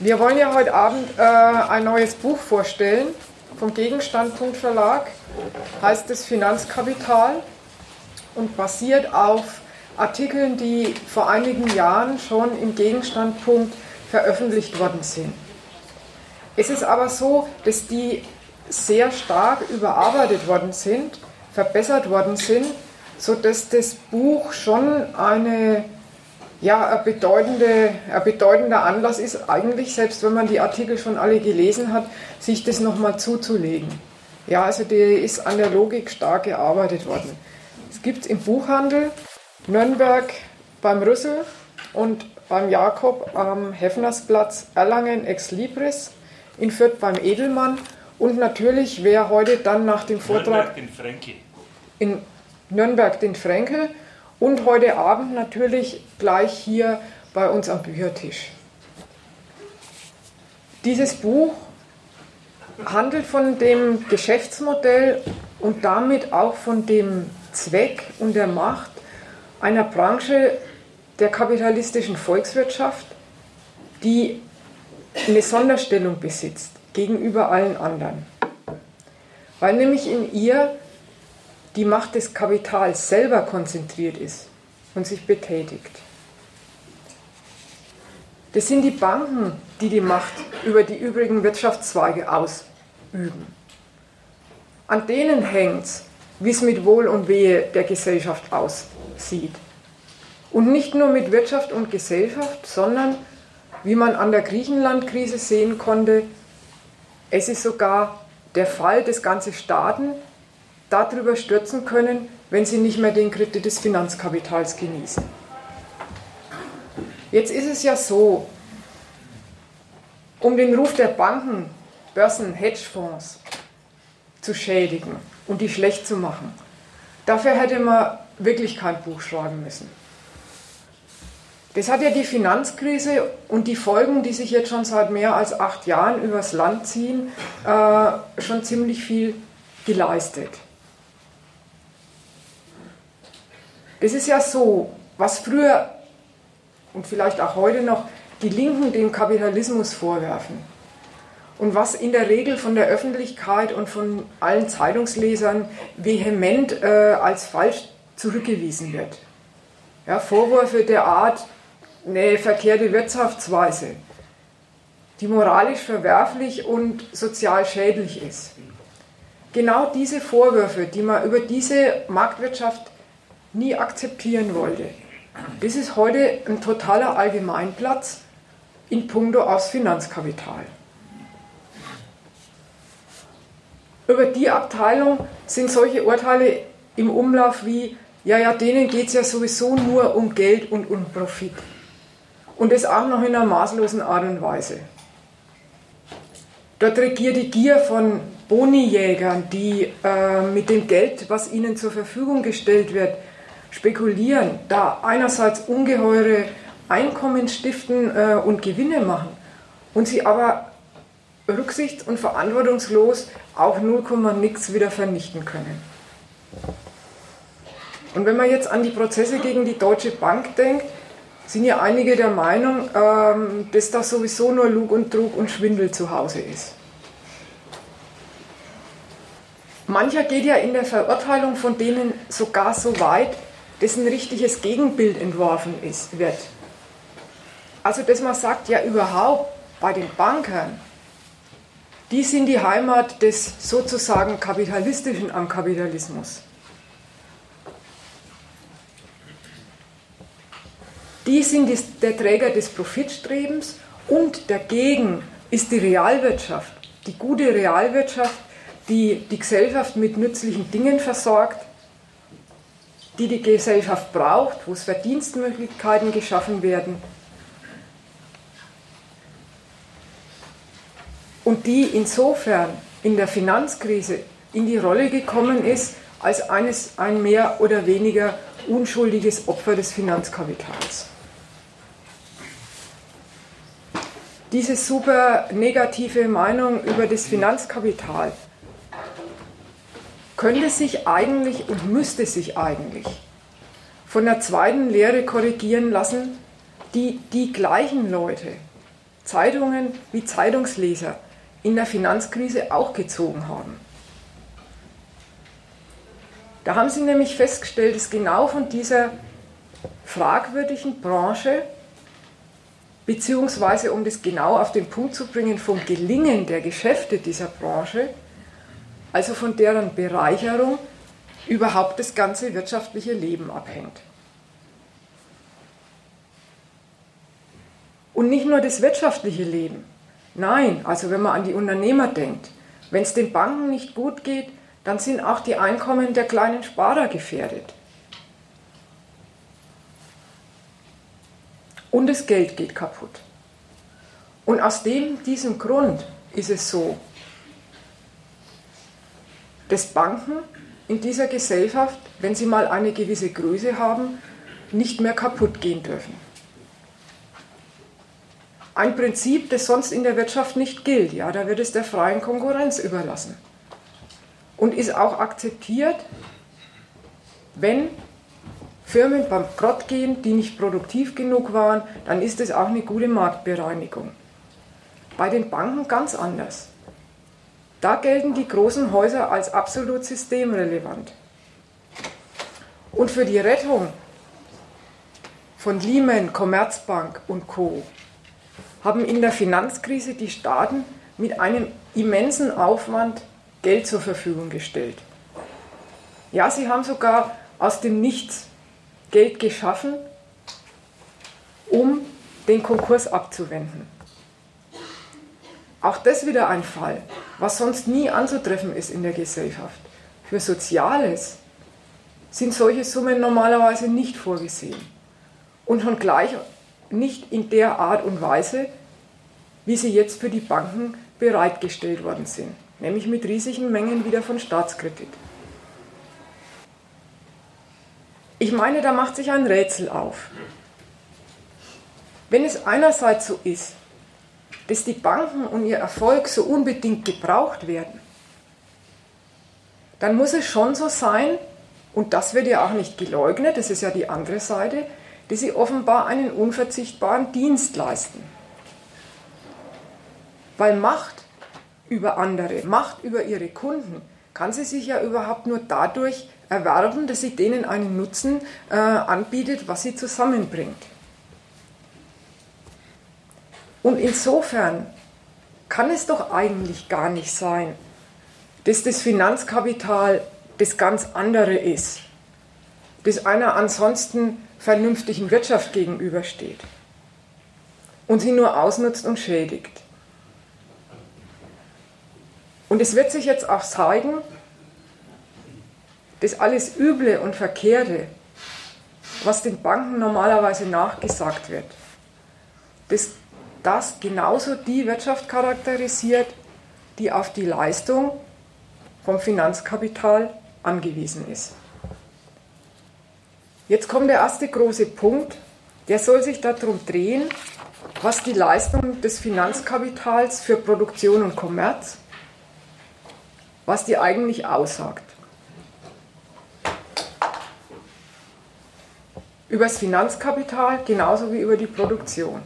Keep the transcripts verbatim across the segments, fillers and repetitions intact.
Wir wollen ja heute Abend äh, ein neues Buch vorstellen vom Gegenstandpunkt Verlag, heißt es Finanzkapital und basiert auf Artikeln, die vor einigen Jahren schon im Gegenstandpunkt veröffentlicht worden sind. Es ist aber so, dass die sehr stark überarbeitet worden sind, verbessert worden sind, sodass das Buch schon eine, ja, ein, bedeutende, ein bedeutender Anlass ist, eigentlich, selbst wenn man die Artikel schon alle gelesen hat, sich das nochmal zuzulegen. Ja, also die ist an der Logik stark gearbeitet worden. Es gibt es im Buchhandel, Nürnberg beim Rüssel und beim Jakob am Heffnersplatz, Erlangen ex Libris, in Fürth beim Edelmann und natürlich, wer heute dann nach dem Vortrag... Nürnberg den Fränkel. In Nürnberg den Fränkel und heute Abend natürlich gleich hier bei uns am Büchertisch. Dieses Buch handelt von dem Geschäftsmodell und damit auch von dem Zweck und der Macht einer Branche der kapitalistischen Volkswirtschaft, die eine Sonderstellung besitzt gegenüber allen anderen. Weil nämlich in ihr die Macht des Kapitals selber konzentriert ist und sich betätigt. Das sind die Banken, die die Macht über die übrigen Wirtschaftszweige ausüben. An denen hängt es, wie es mit Wohl und Wehe der Gesellschaft aussieht. Und nicht nur mit Wirtschaft und Gesellschaft, sondern, wie man an der Griechenland-Krise sehen konnte, es ist sogar der Fall, dass ganze Staaten darüber stürzen können, wenn sie nicht mehr den Kredit des Finanzkapitals genießen. Jetzt ist es ja so, um den Ruf der Banken, Börsen, Hedgefonds zu schädigen und die schlecht zu machen, dafür hätte man wirklich kein Buch schreiben müssen. Das hat ja die Finanzkrise und die Folgen, die sich jetzt schon seit mehr als acht Jahren übers Land ziehen, äh, schon ziemlich viel geleistet. Es ist ja so, was früher und vielleicht auch heute noch die Linken dem Kapitalismus vorwerfen und was in der Regel von der Öffentlichkeit und von allen Zeitungslesern vehement äh, als falsch zurückgewiesen wird. Ja, Vorwürfe der Art, eine verkehrte Wirtschaftsweise, die moralisch verwerflich und sozial schädlich ist. Genau diese Vorwürfe, die man über diese Marktwirtschaft nie akzeptieren wollte. Das ist heute ein totaler Allgemeinplatz in puncto aufs Finanzkapital. Über die Abteilung sind solche Urteile im Umlauf wie, ja, ja, denen geht es ja sowieso nur um Geld und um Profit. Und das auch noch in einer maßlosen Art und Weise. Dort regiert die Gier von Bonijägern, die äh, mit dem Geld, was ihnen zur Verfügung gestellt wird, spekulieren, da einerseits ungeheure Einkommen stiften äh, und Gewinne machen und sie aber rücksichts- und verantwortungslos auch null Komma nix wieder vernichten können. Und wenn man jetzt an die Prozesse gegen die Deutsche Bank denkt, sind ja einige der Meinung, ähm, dass da sowieso nur Lug und Trug und Schwindel zu Hause ist. Mancher geht ja in der Verurteilung von denen sogar so weit, dass ein richtiges Gegenbild entworfen ist, wird. Also, dass man sagt, ja überhaupt bei den Bankern, die sind die Heimat des sozusagen Kapitalistischen am Kapitalismus. Die sind der Träger des Profitstrebens und dagegen ist die Realwirtschaft, die gute Realwirtschaft, die die Gesellschaft mit nützlichen Dingen versorgt, die die Gesellschaft braucht, wo es Verdienstmöglichkeiten geschaffen werden und die insofern in der Finanzkrise in die Rolle gekommen ist als eines, ein mehr oder weniger unschuldiges Opfer des Finanzkapitals. Diese super negative Meinung über das Finanzkapital könnte sich eigentlich und müsste sich eigentlich von der zweiten Lehre korrigieren lassen, die die gleichen Leute, Zeitungen wie Zeitungsleser in der Finanzkrise auch gezogen haben. Da haben sie nämlich festgestellt, dass genau von dieser fragwürdigen Branche, beziehungsweise um das genau auf den Punkt zu bringen, vom Gelingen der Geschäfte dieser Branche, also von deren Bereicherung, überhaupt das ganze wirtschaftliche Leben abhängt. Und nicht nur das wirtschaftliche Leben. Nein, also wenn man an die Unternehmer denkt, wenn es den Banken nicht gut geht, dann sind auch die Einkommen der kleinen Sparer gefährdet. Und das Geld geht kaputt. Und aus dem, diesem Grund ist es so, dass Banken in dieser Gesellschaft, wenn sie mal eine gewisse Größe haben, nicht mehr kaputt gehen dürfen. Ein Prinzip, das sonst in der Wirtschaft nicht gilt, ja, da wird es der freien Konkurrenz überlassen. Und ist auch akzeptiert, wenn Firmen bankrott gehen, die nicht produktiv genug waren, dann ist es auch eine gute Marktbereinigung. Bei den Banken ganz anders. Da gelten die großen Häuser als absolut systemrelevant. Und für die Rettung von Lehman, Commerzbank und Co. haben in der Finanzkrise die Staaten mit einem immensen Aufwand Geld zur Verfügung gestellt. Ja, sie haben sogar aus dem Nichts Geld geschaffen, um den Konkurs abzuwenden. Auch das wieder ein Fall, was sonst nie anzutreffen ist in der Gesellschaft. Für Soziales sind solche Summen normalerweise nicht vorgesehen. Und schon gleich nicht in der Art und Weise, wie sie jetzt für die Banken bereitgestellt worden sind, nämlich mit riesigen Mengen wieder von Staatskredit. Ich meine, da macht sich ein Rätsel auf. Wenn es einerseits so ist, dass die Banken und ihr Erfolg so unbedingt gebraucht werden, dann muss es schon so sein, und das wird ja auch nicht geleugnet, das ist ja die andere Seite, dass sie offenbar einen unverzichtbaren Dienst leisten. Weil Macht über andere, Macht über ihre Kunden, kann sie sich ja überhaupt nur dadurch erwerben, dass sie denen einen Nutzen äh, anbietet, was sie zusammenbringt. Und insofern kann es doch eigentlich gar nicht sein, dass das Finanzkapital das ganz andere ist, das einer ansonsten vernünftigen Wirtschaft gegenübersteht und sie nur ausnutzt und schädigt. Und es wird sich jetzt auch zeigen, dass alles Üble und Verkehrte, was den Banken normalerweise nachgesagt wird, dass das genauso die Wirtschaft charakterisiert, die auf die Leistung vom Finanzkapital angewiesen ist. Jetzt kommt der erste große Punkt, der soll sich darum drehen, was die Leistung des Finanzkapitals für Produktion und Kommerz, was die eigentlich aussagt. Über das Finanzkapital genauso wie über die Produktion.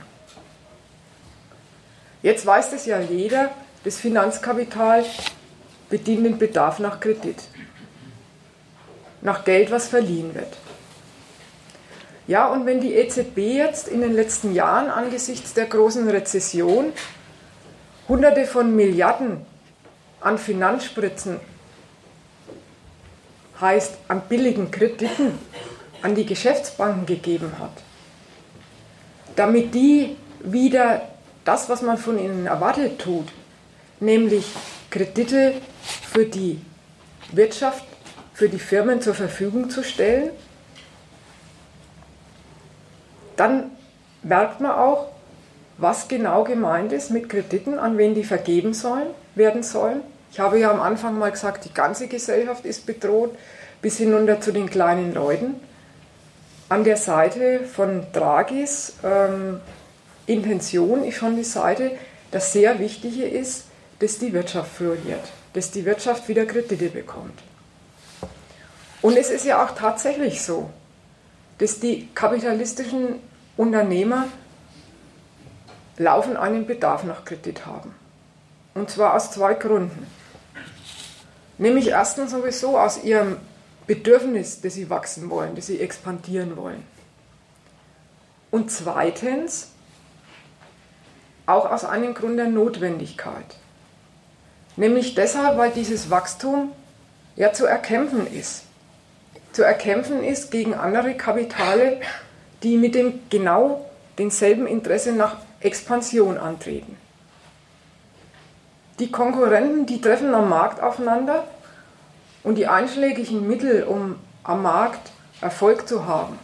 Jetzt weiß das ja jeder, das Finanzkapital bedient den Bedarf nach Kredit, nach Geld, was verliehen wird. Ja, und wenn die E Z B jetzt in den letzten Jahren angesichts der großen Rezession Hunderte von Milliarden an Finanzspritzen, heißt an billigen Krediten, an die Geschäftsbanken gegeben hat, damit die wieder das, was man von ihnen erwartet, tut, nämlich Kredite für die Wirtschaft, für die Firmen zur Verfügung zu stellen, dann merkt man auch, was genau gemeint ist mit Krediten, an wen die vergeben sollen, werden sollen. Ich habe ja am Anfang mal gesagt, die ganze Gesellschaft ist bedroht, bis hinunter zu den kleinen Leuten. An der Seite von Draghis ähm, Intention ist schon die Seite, dass sehr wichtig ist, dass die Wirtschaft floriert, dass die Wirtschaft wieder Kredite bekommt. Und es ist ja auch tatsächlich so, dass die kapitalistischen Unternehmer laufen einen Bedarf nach Kredit haben. Und zwar aus zwei Gründen. Nämlich erstens sowieso aus ihrem Bedürfnis, dass sie wachsen wollen, dass sie expandieren wollen. Und zweitens auch aus einem Grund der Notwendigkeit. Nämlich deshalb, weil dieses Wachstum ja zu erkämpfen ist. Zu erkämpfen ist gegen andere Kapitale, die mit dem genau denselben Interesse nach Expansion antreten. Die Konkurrenten, die treffen am Markt aufeinander und die einschlägigen Mittel, um am Markt Erfolg zu haben,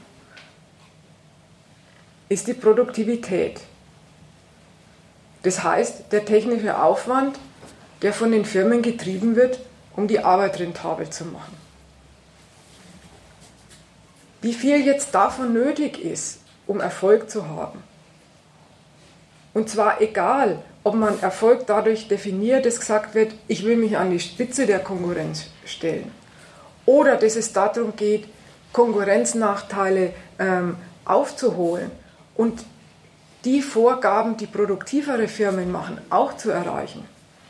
ist die Produktivität. Das heißt, der technische Aufwand, der von den Firmen getrieben wird, um die Arbeit rentabel zu machen. Wie viel jetzt davon nötig ist, um Erfolg zu haben. Und zwar egal, ob man Erfolg dadurch definiert, dass gesagt wird, ich will mich an die Spitze der Konkurrenz stellen. Oder dass es darum geht, Konkurrenznachteile ähm, aufzuholen und die Vorgaben, die produktivere Firmen machen, auch zu erreichen.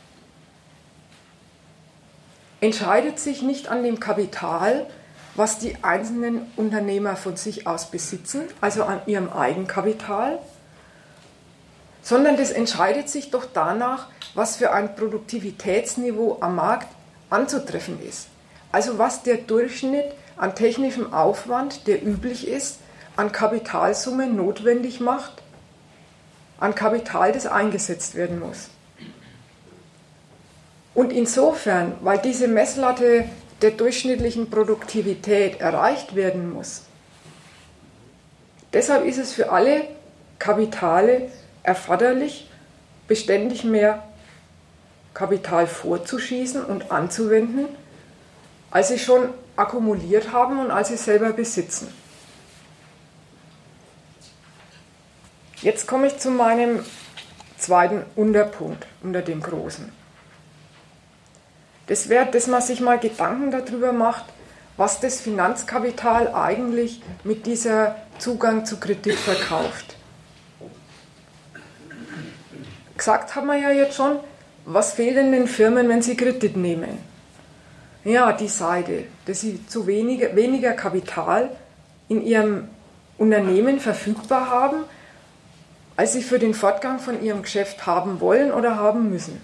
Entscheidet sich nicht an dem Kapital, was die einzelnen Unternehmer von sich aus besitzen, also an ihrem Eigenkapital, sondern das entscheidet sich doch danach, was für ein Produktivitätsniveau am Markt anzutreffen ist. Also was der Durchschnitt an technischem Aufwand, der üblich ist, an Kapitalsumme notwendig macht, an Kapital, das eingesetzt werden muss. Und insofern, weil diese Messlatte der durchschnittlichen Produktivität erreicht werden muss, deshalb ist es für alle Kapitale erforderlich, beständig mehr Kapital vorzuschießen und anzuwenden, als sie schon akkumuliert haben und als sie selber besitzen. Jetzt komme ich zu meinem zweiten Unterpunkt unter dem Großen. Das wäre, dass man sich mal Gedanken darüber macht, was das Finanzkapital eigentlich mit dieser Zugang zu Kredit verkauft. Gesagt haben wir ja jetzt schon, was fehlt denn den Firmen, wenn sie Kredit nehmen? Ja, die Seite, dass sie zu weniger, weniger Kapital in ihrem Unternehmen verfügbar haben, als sie für den Fortgang von ihrem Geschäft haben wollen oder haben müssen.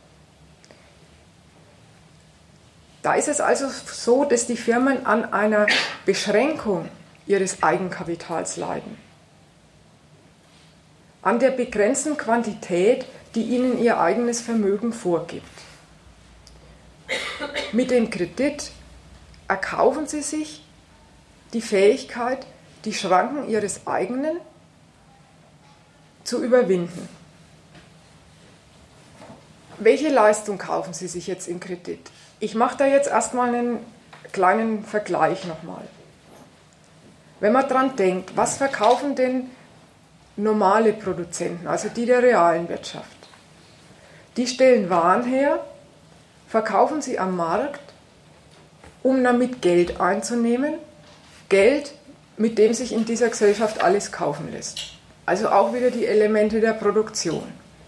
Da ist es also so, dass die Firmen an einer Beschränkung ihres Eigenkapitals leiden. An der begrenzten Quantität, die ihnen ihr eigenes Vermögen vorgibt. Mit dem Kredit erkaufen sie sich die Fähigkeit, die Schranken ihres eigenen zu überwinden. Welche Leistung kaufen Sie sich jetzt im Kredit? Ich mache da jetzt erstmal einen kleinen Vergleich nochmal. Wenn man dran denkt, was verkaufen denn normale Produzenten, also die der realen Wirtschaft? Die stellen Waren her, verkaufen sie am Markt, um damit Geld einzunehmen. Geld, mit dem sich in dieser Gesellschaft alles kaufen lässt. Also auch wieder die Elemente der Produktion.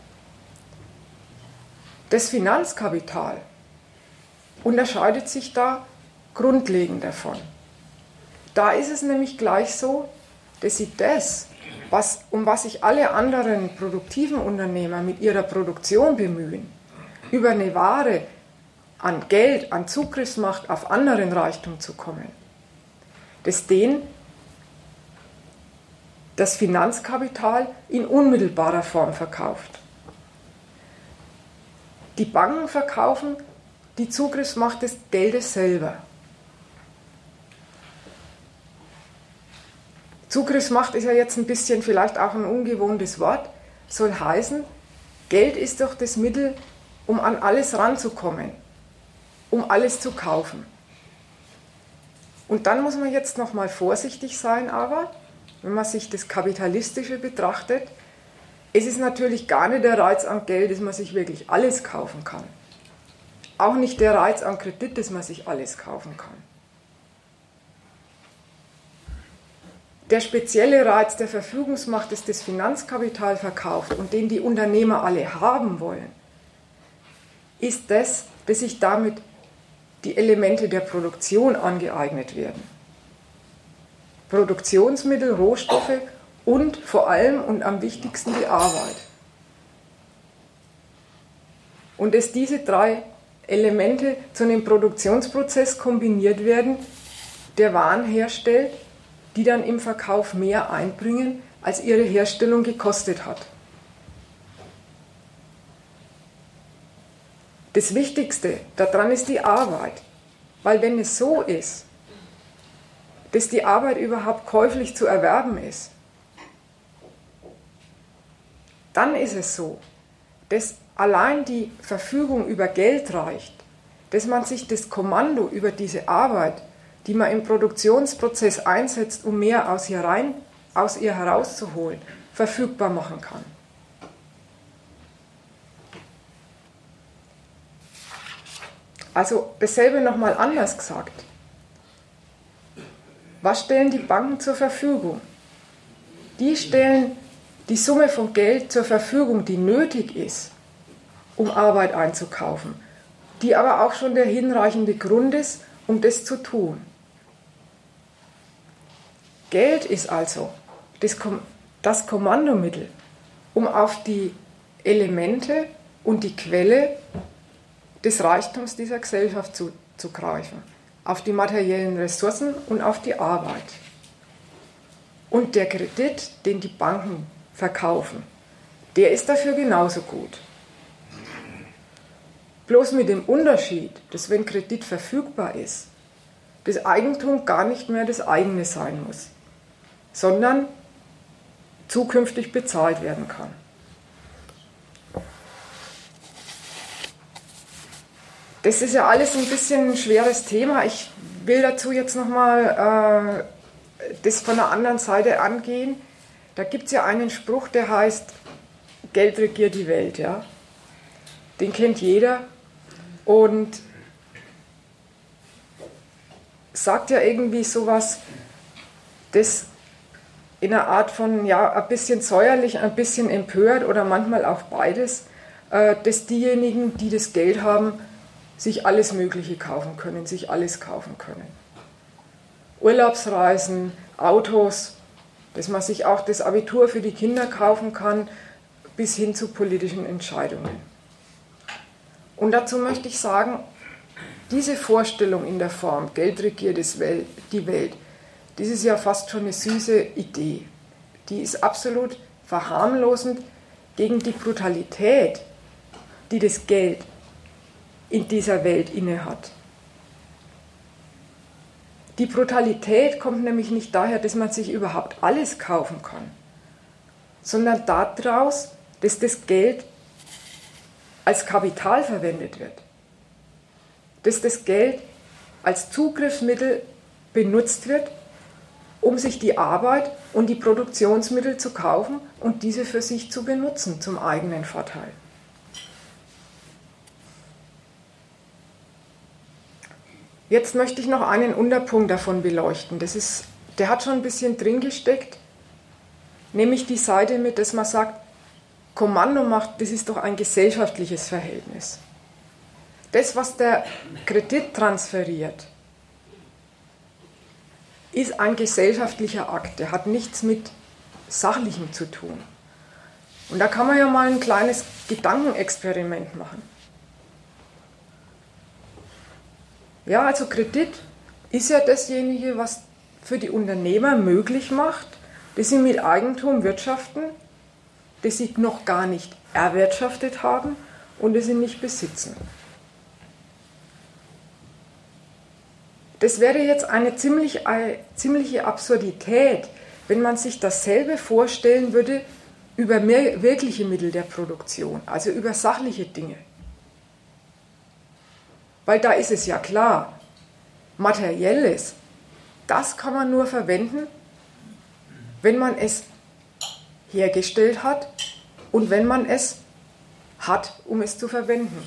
Das Finanzkapital unterscheidet sich da grundlegend davon. Da ist es nämlich gleich so, dass sie das, was, um was sich alle anderen produktiven Unternehmer mit ihrer Produktion bemühen, über eine Ware an Geld, an Zugriffsmacht auf anderen Reichtum zu kommen, dass denen das Finanzkapital in unmittelbarer Form verkauft. Die Banken verkaufen die Zugriffsmacht des Geldes selber. Zugriffsmacht ist ja jetzt ein bisschen vielleicht auch ein ungewohntes Wort, soll heißen, Geld ist doch das Mittel, um an alles ranzukommen, um alles zu kaufen. Und dann muss man jetzt noch mal vorsichtig sein, aber wenn man sich das Kapitalistische betrachtet, es ist natürlich gar nicht der Reiz am Geld, dass man sich wirklich alles kaufen kann. Auch nicht der Reiz am Kredit, dass man sich alles kaufen kann. der spezielle Reiz der Verfügungsmacht, das das Finanzkapital verkauft und den die Unternehmer alle haben wollen, ist das, dass sich damit die Elemente der Produktion angeeignet werden. Produktionsmittel, Rohstoffe und vor allem und am wichtigsten die Arbeit. Und dass diese drei Elemente zu einem Produktionsprozess kombiniert werden, der Waren herstellt, die dann im Verkauf mehr einbringen, als ihre Herstellung gekostet hat. Das Wichtigste daran ist die Arbeit, weil wenn es so ist, dass die Arbeit überhaupt käuflich zu erwerben ist, dann ist es so, dass allein die Verfügung über Geld reicht, dass man sich das Kommando über diese Arbeit, die man im Produktionsprozess einsetzt, um mehr aus ihr, rein, aus ihr herauszuholen, verfügbar machen kann. Also dasselbe nochmal anders gesagt. Was stellen die Banken zur Verfügung? Die stellen die Summe von Geld zur Verfügung, die nötig ist, um Arbeit einzukaufen, die aber auch schon der hinreichende Grund ist, um das zu tun. Geld ist also das, Kom- das Kommandomittel, um auf die Elemente und die Quelle des Reichtums dieser Gesellschaft zu, zu greifen, auf die materiellen Ressourcen und auf die Arbeit. Und der Kredit, den die Banken verkaufen, der ist dafür genauso gut. Bloß mit dem Unterschied, dass wenn Kredit verfügbar ist, das Eigentum gar nicht mehr das eigene sein muss, sondern zukünftig bezahlt werden kann. Das ist ja alles ein bisschen ein schweres Thema. Ich will dazu jetzt nochmal äh, das von der anderen Seite angehen. Da gibt es ja einen Spruch, der heißt, Geld regiert die Welt. Ja? Den kennt jeder und sagt ja irgendwie sowas, das in einer Art von, ja, ein bisschen säuerlich, ein bisschen empört oder manchmal auch beides, äh, dass diejenigen, die das Geld haben, sich alles Mögliche kaufen können, sich alles kaufen können. Urlaubsreisen, Autos, dass man sich auch das Abitur für die Kinder kaufen kann, bis hin zu politischen Entscheidungen. Und dazu möchte ich sagen, diese Vorstellung in der Form, Geld regiert die Welt, das ist ja fast schon eine süße Idee. Die ist absolut verharmlosend gegen die Brutalität, die das Geld in dieser Welt innehat. Die Brutalität kommt nämlich nicht daher, dass man sich überhaupt alles kaufen kann, sondern daraus, dass das Geld als Kapital verwendet wird, dass das Geld als Zugriffsmittel benutzt wird, um sich die Arbeit und die Produktionsmittel zu kaufen und diese für sich zu benutzen zum eigenen Vorteil. Jetzt möchte ich noch einen Unterpunkt davon beleuchten. Das ist, der hat schon ein bisschen drin gesteckt, nämlich die Seite, mit der man sagt, Kommandomacht, das ist doch ein gesellschaftliches Verhältnis. Das, was der Kredit transferiert, ist ein gesellschaftlicher Akt. Der hat nichts mit Sachlichem zu tun. Und da kann man ja mal ein kleines Gedankenexperiment machen. Ja, also Kredit ist ja dasjenige, was für die Unternehmer möglich macht, dass sie mit Eigentum wirtschaften, das sie noch gar nicht erwirtschaftet haben und das sie nicht besitzen. Das wäre jetzt eine ziemlich, eine ziemliche Absurdität, wenn man sich dasselbe vorstellen würde über mehr wirkliche Mittel der Produktion, also über sachliche Dinge. Weil da ist es ja klar, Materielles, das kann man nur verwenden, wenn man es hergestellt hat und wenn man es hat, um es zu verwenden.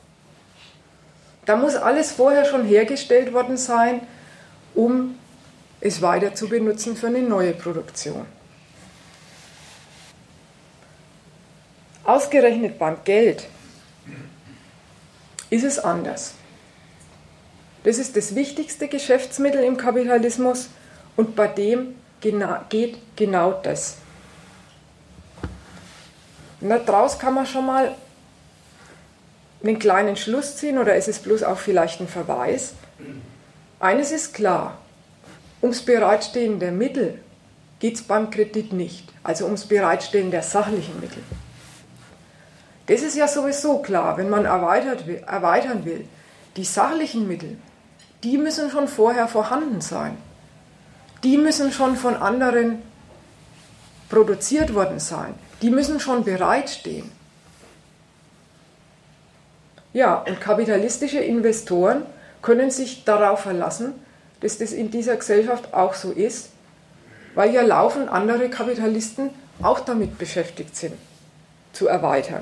Da muss alles vorher schon hergestellt worden sein, um es weiter zu benutzen für eine neue Produktion. Ausgerechnet beim Geld ist es anders. Das ist das wichtigste Geschäftsmittel im Kapitalismus und bei dem geht genau das. Und daraus kann man schon mal einen kleinen Schluss ziehen, oder ist es bloß auch vielleicht ein Verweis? Eines ist klar, ums Bereitstellen der Mittel geht es beim Kredit nicht, also ums Bereitstellen der sachlichen Mittel. Das ist ja sowieso klar, wenn man erweitert will, erweitern will. Die sachlichen Mittel, die müssen schon vorher vorhanden sein. Die müssen schon von anderen produziert worden sein. Die müssen schon bereitstehen. Ja, und kapitalistische Investoren können sich darauf verlassen, dass das in dieser Gesellschaft auch so ist, weil ja laufend andere Kapitalisten auch damit beschäftigt sind, zu erweitern.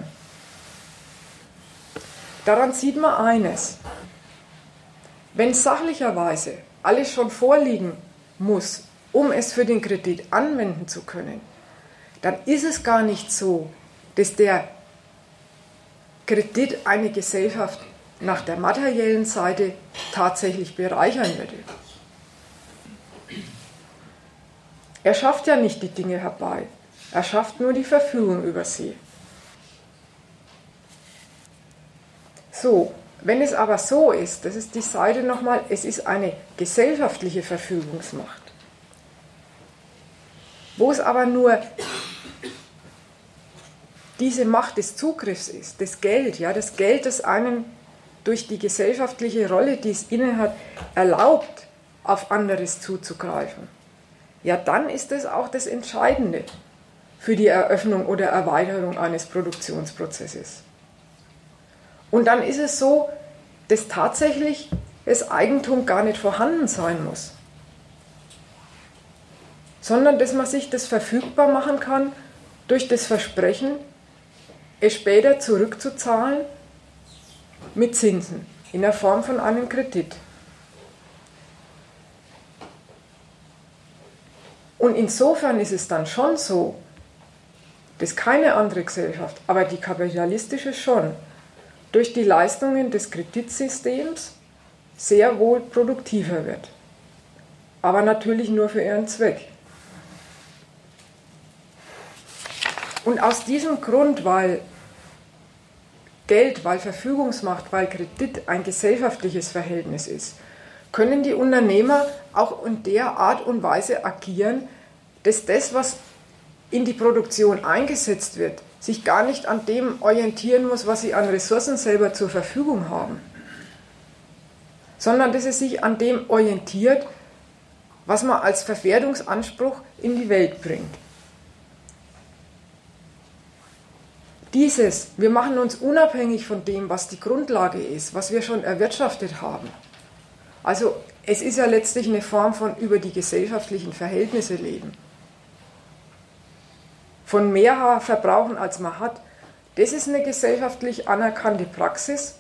Daran sieht man eines: Wenn sachlicherweise alles schon vorliegen muss, um es für den Kredit anwenden zu können, dann ist es gar nicht so, dass der Kredit eine Gesellschaft nach der materiellen Seite tatsächlich bereichern würde. Er schafft ja nicht die Dinge herbei, er schafft nur die Verfügung über sie. So, wenn es aber so ist, das ist die Seite nochmal, es ist eine gesellschaftliche Verfügungsmacht, wo es aber nur diese Macht des Zugriffs ist, das Geld, ja, das Geld, das einen durch die gesellschaftliche Rolle, die es innehat, erlaubt, auf anderes zuzugreifen, ja, dann ist es auch das Entscheidende für die Eröffnung oder Erweiterung eines Produktionsprozesses. Und dann ist es so, dass tatsächlich das Eigentum gar nicht vorhanden sein muss, sondern dass man sich das verfügbar machen kann durch das Versprechen, es später zurückzuzahlen mit Zinsen in der Form von einem Kredit. Und insofern ist es dann schon so, dass keine andere Gesellschaft, aber die kapitalistische schon, durch die Leistungen des Kreditsystems sehr wohl produktiver wird. Aber natürlich nur für ihren Zweck. Und aus diesem Grund, weil Geld, weil Verfügungsmacht, weil Kredit ein gesellschaftliches Verhältnis ist, können die Unternehmer auch in der Art und Weise agieren, dass das, was in die Produktion eingesetzt wird, sich gar nicht an dem orientieren muss, was sie an Ressourcen selber zur Verfügung haben, sondern dass es sich an dem orientiert, was man als Verwertungsanspruch in die Welt bringt. Dieses, wir machen uns unabhängig von dem, was die Grundlage ist, was wir schon erwirtschaftet haben. Also es ist ja letztlich eine Form von über die gesellschaftlichen Verhältnisse leben. Von mehr verbrauchen, als man hat. Das ist eine gesellschaftlich anerkannte Praxis.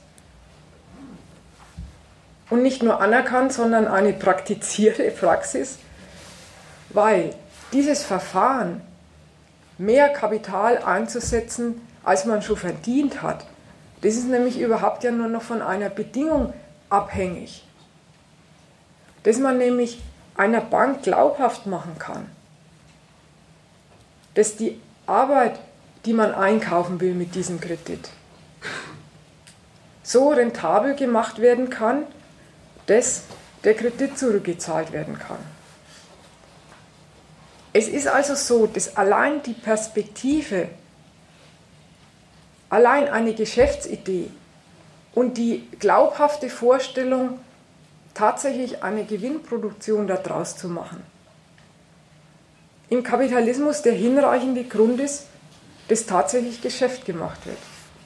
Und nicht nur anerkannt, sondern eine praktizierte Praxis, weil dieses Verfahren, mehr Kapital einzusetzen, als man schon verdient hat, das ist nämlich überhaupt ja nur noch von einer Bedingung abhängig. Dass man nämlich einer Bank glaubhaft machen kann, dass die Arbeit, die man einkaufen will mit diesem Kredit, so rentabel gemacht werden kann, dass der Kredit zurückgezahlt werden kann. Es ist also so, dass allein die Perspektive, allein eine Geschäftsidee und die glaubhafte Vorstellung, tatsächlich eine Gewinnproduktion daraus zu machen, im Kapitalismus der hinreichende Grund ist, dass tatsächlich Geschäft gemacht wird.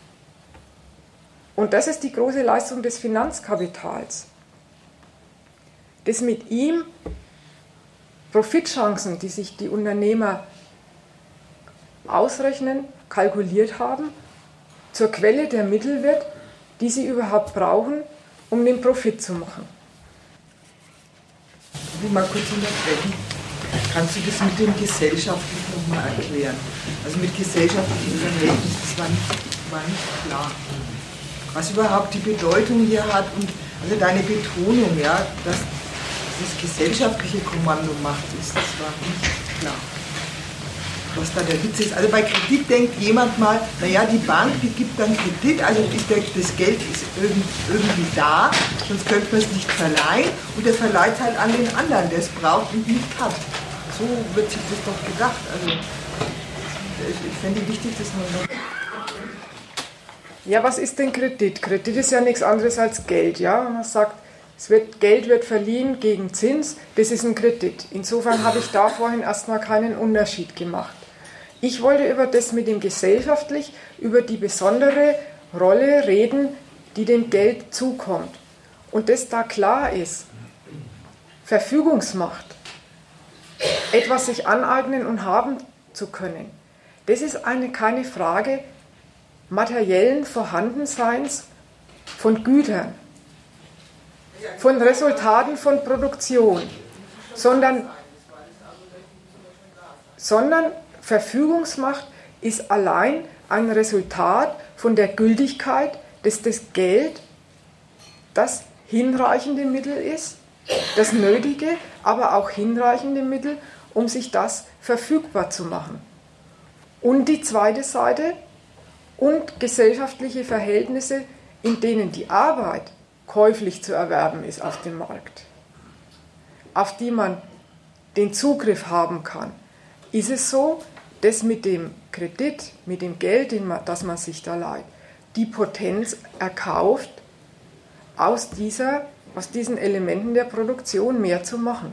Und das ist die große Leistung des Finanzkapitals, dass mit ihm Profitchancen, die sich die Unternehmer ausrechnen, kalkuliert haben, zur Quelle der Mittel wird, die sie überhaupt brauchen, um den Profit zu machen. dich mal kurz unterbrechen? Kannst du das mit dem gesellschaftlich nochmal erklären? Also mit gesellschaftlichen Verhältnissen, das war nicht, war nicht klar. Was überhaupt die Bedeutung hier hat und also deine Betonung, ja, dass das gesellschaftliche Kommando Macht ist, das war nicht klar. Was da der Witz ist. Also bei Kredit denkt jemand mal, naja, die Bank, die gibt dann Kredit, also das Geld ist irgendwie da, sonst könnte man es nicht verleihen und der verleiht es halt an den anderen, der es braucht und nicht hat. So wird sich das doch gedacht. Also ich fände wichtig, dass man noch... Ja, was ist denn Kredit? Kredit ist ja nichts anderes als Geld, ja. Man sagt, es wird, Geld wird verliehen gegen Zins, das ist ein Kredit. Insofern habe ich da vorhin erstmal keinen Unterschied gemacht. Ich wollte über das mit dem gesellschaftlich, über die besondere Rolle reden, die dem Geld zukommt. Und das da klar ist, Verfügungsmacht, etwas sich aneignen und haben zu können, das ist eine, keine Frage materiellen Vorhandenseins von Gütern, von Resultaten von Produktion, sondern, sondern Verfügungsmacht ist allein ein Resultat von der Gültigkeit, dass das Geld das hinreichende Mittel ist, das nötige, aber auch hinreichende Mittel, um sich das verfügbar zu machen. Und die zweite Seite, und gesellschaftliche Verhältnisse, in denen die Arbeit käuflich zu erwerben ist auf dem Markt, auf die man den Zugriff haben kann, ist es so, dass mit dem Kredit, mit dem Geld, das man sich da leiht, die Potenz erkauft, aus, dieser, aus diesen Elementen der Produktion mehr zu machen.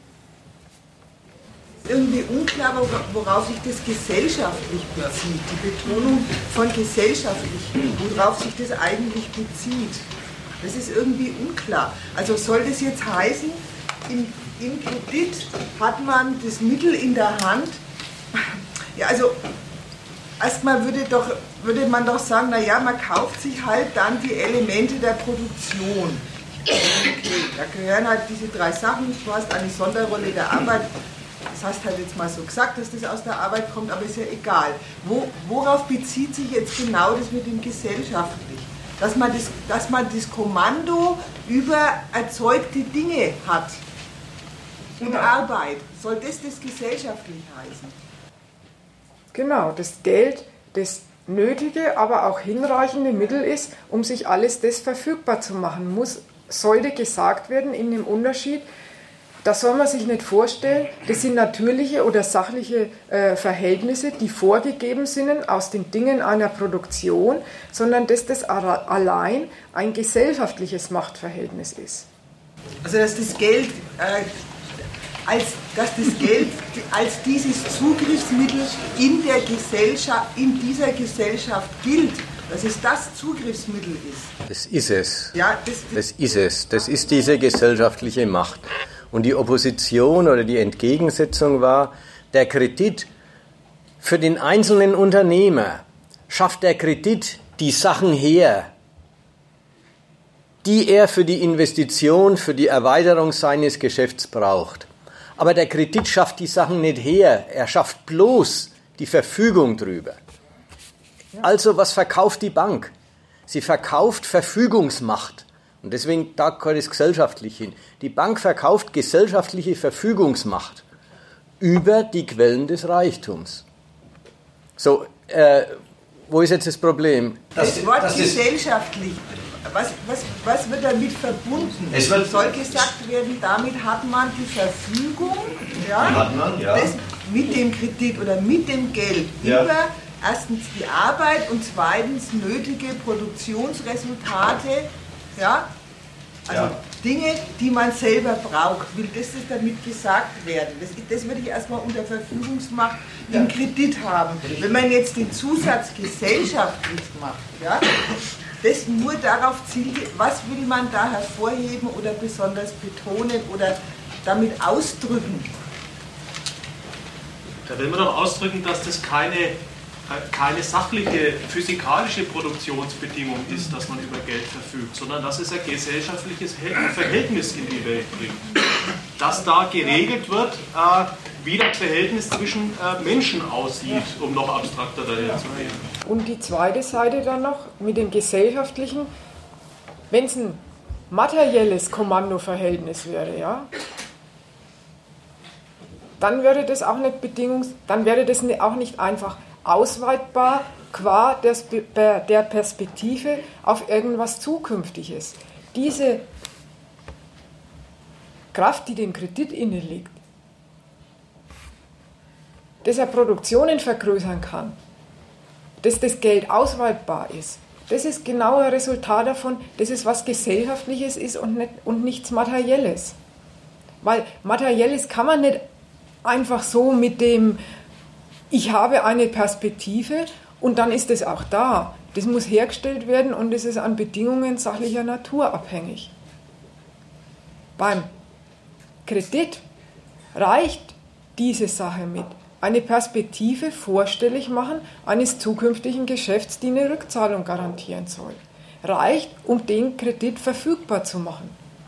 Irgendwie unklar, worauf sich das gesellschaftlich bezieht, die Betonung von gesellschaftlich, worauf sich das eigentlich bezieht. Das ist irgendwie unklar. Also soll das jetzt heißen, im, im Kredit hat man das Mittel in der Hand. Ja, also erstmal würde, doch, würde man doch sagen, naja, man kauft sich halt dann die Elemente der Produktion. Okay, da gehören halt diese drei Sachen, du hast eine Sonderrolle der Arbeit. Das hast halt jetzt mal so gesagt, dass das aus der Arbeit kommt, aber ist ja egal. Wo, worauf bezieht sich jetzt genau das mit dem gesellschaftlich? Dass man das, dass man das Kommando über erzeugte Dinge hat und genau. Arbeit. Soll das das gesellschaftlich heißen? Genau, das Geld, das nötige, aber auch hinreichende Mittel ist, um sich alles das verfügbar zu machen, muss, sollte gesagt werden in dem Unterschied. Das soll man sich nicht vorstellen, das sind natürliche oder sachliche äh, Verhältnisse, die vorgegeben sind aus den Dingen einer Produktion, sondern dass das allein ein gesellschaftliches Machtverhältnis ist. Also dass das Geld, äh, als, dass das Geld als dieses Zugriffsmittel in, der Gesellschaft, in dieser Gesellschaft gilt, dass es das Zugriffsmittel ist. Das ist es. Ja, das, das, das ist es. Das ist diese gesellschaftliche Macht. Und die Opposition oder die Entgegensetzung war, der Kredit für den einzelnen Unternehmer schafft der Kredit die Sachen her, die er für die Investition, für die Erweiterung seines Geschäfts braucht. Aber der Kredit schafft die Sachen nicht her, er schafft bloß die Verfügung drüber. Also was verkauft die Bank? Sie verkauft Verfügungsmacht. Und deswegen, da gehört es gesellschaftlich hin. Die Bank verkauft gesellschaftliche Verfügungsmacht über die Quellen des Reichtums. So, äh, wo ist jetzt das Problem? Das, das Wort das gesellschaftlich, was, was, was wird damit verbunden? Es wird soll gesagt werden, damit hat man die Verfügung, ja, hat man, ja. Das mit dem Kredit oder mit dem Geld ja. über erstens die Arbeit und zweitens nötige Produktionsresultate. Ja, also ja. Dinge, die man selber braucht, will das ist damit gesagt werden. Das, das würde ich erstmal unter Verfügungsmacht ja. im Kredit haben. Wenn man jetzt den Zusatz gesellschaftlich macht, ja, das nur darauf zielt, was will man da hervorheben oder besonders betonen oder damit ausdrücken? Da will man doch ausdrücken, dass das keine keine sachliche, physikalische Produktionsbedingung ist, dass man über Geld verfügt, sondern dass es ein gesellschaftliches Verhältnis in die Welt bringt. dass da geregelt wird, äh, wie das Verhältnis zwischen äh, Menschen aussieht, um noch abstrakter daher zu gehen. Und die zweite Seite dann noch mit dem gesellschaftlichen, wenn es ein materielles Kommandoverhältnis wäre, ja, dann wäre das auch nicht bedingungs, dann wäre das auch nicht einfach ausweitbar qua der, der Perspektive auf irgendwas Zukünftiges. Diese Kraft, die dem Kredit inne liegt, dass er Produktionen vergrößern kann, dass das Geld ausweitbar ist, das ist genau ein Resultat davon, dass es was Gesellschaftliches ist und, nicht, und nichts Materielles. Weil Materielles kann man nicht einfach so mit dem, ich habe eine Perspektive und dann ist es auch da. Das muss hergestellt werden und es ist an Bedingungen sachlicher Natur abhängig. Beim Kredit reicht diese Sache mit. Eine Perspektive vorstellig machen eines zukünftigen Geschäfts, die eine Rückzahlung garantieren soll. Reicht, um den Kredit verfügbar zu machen.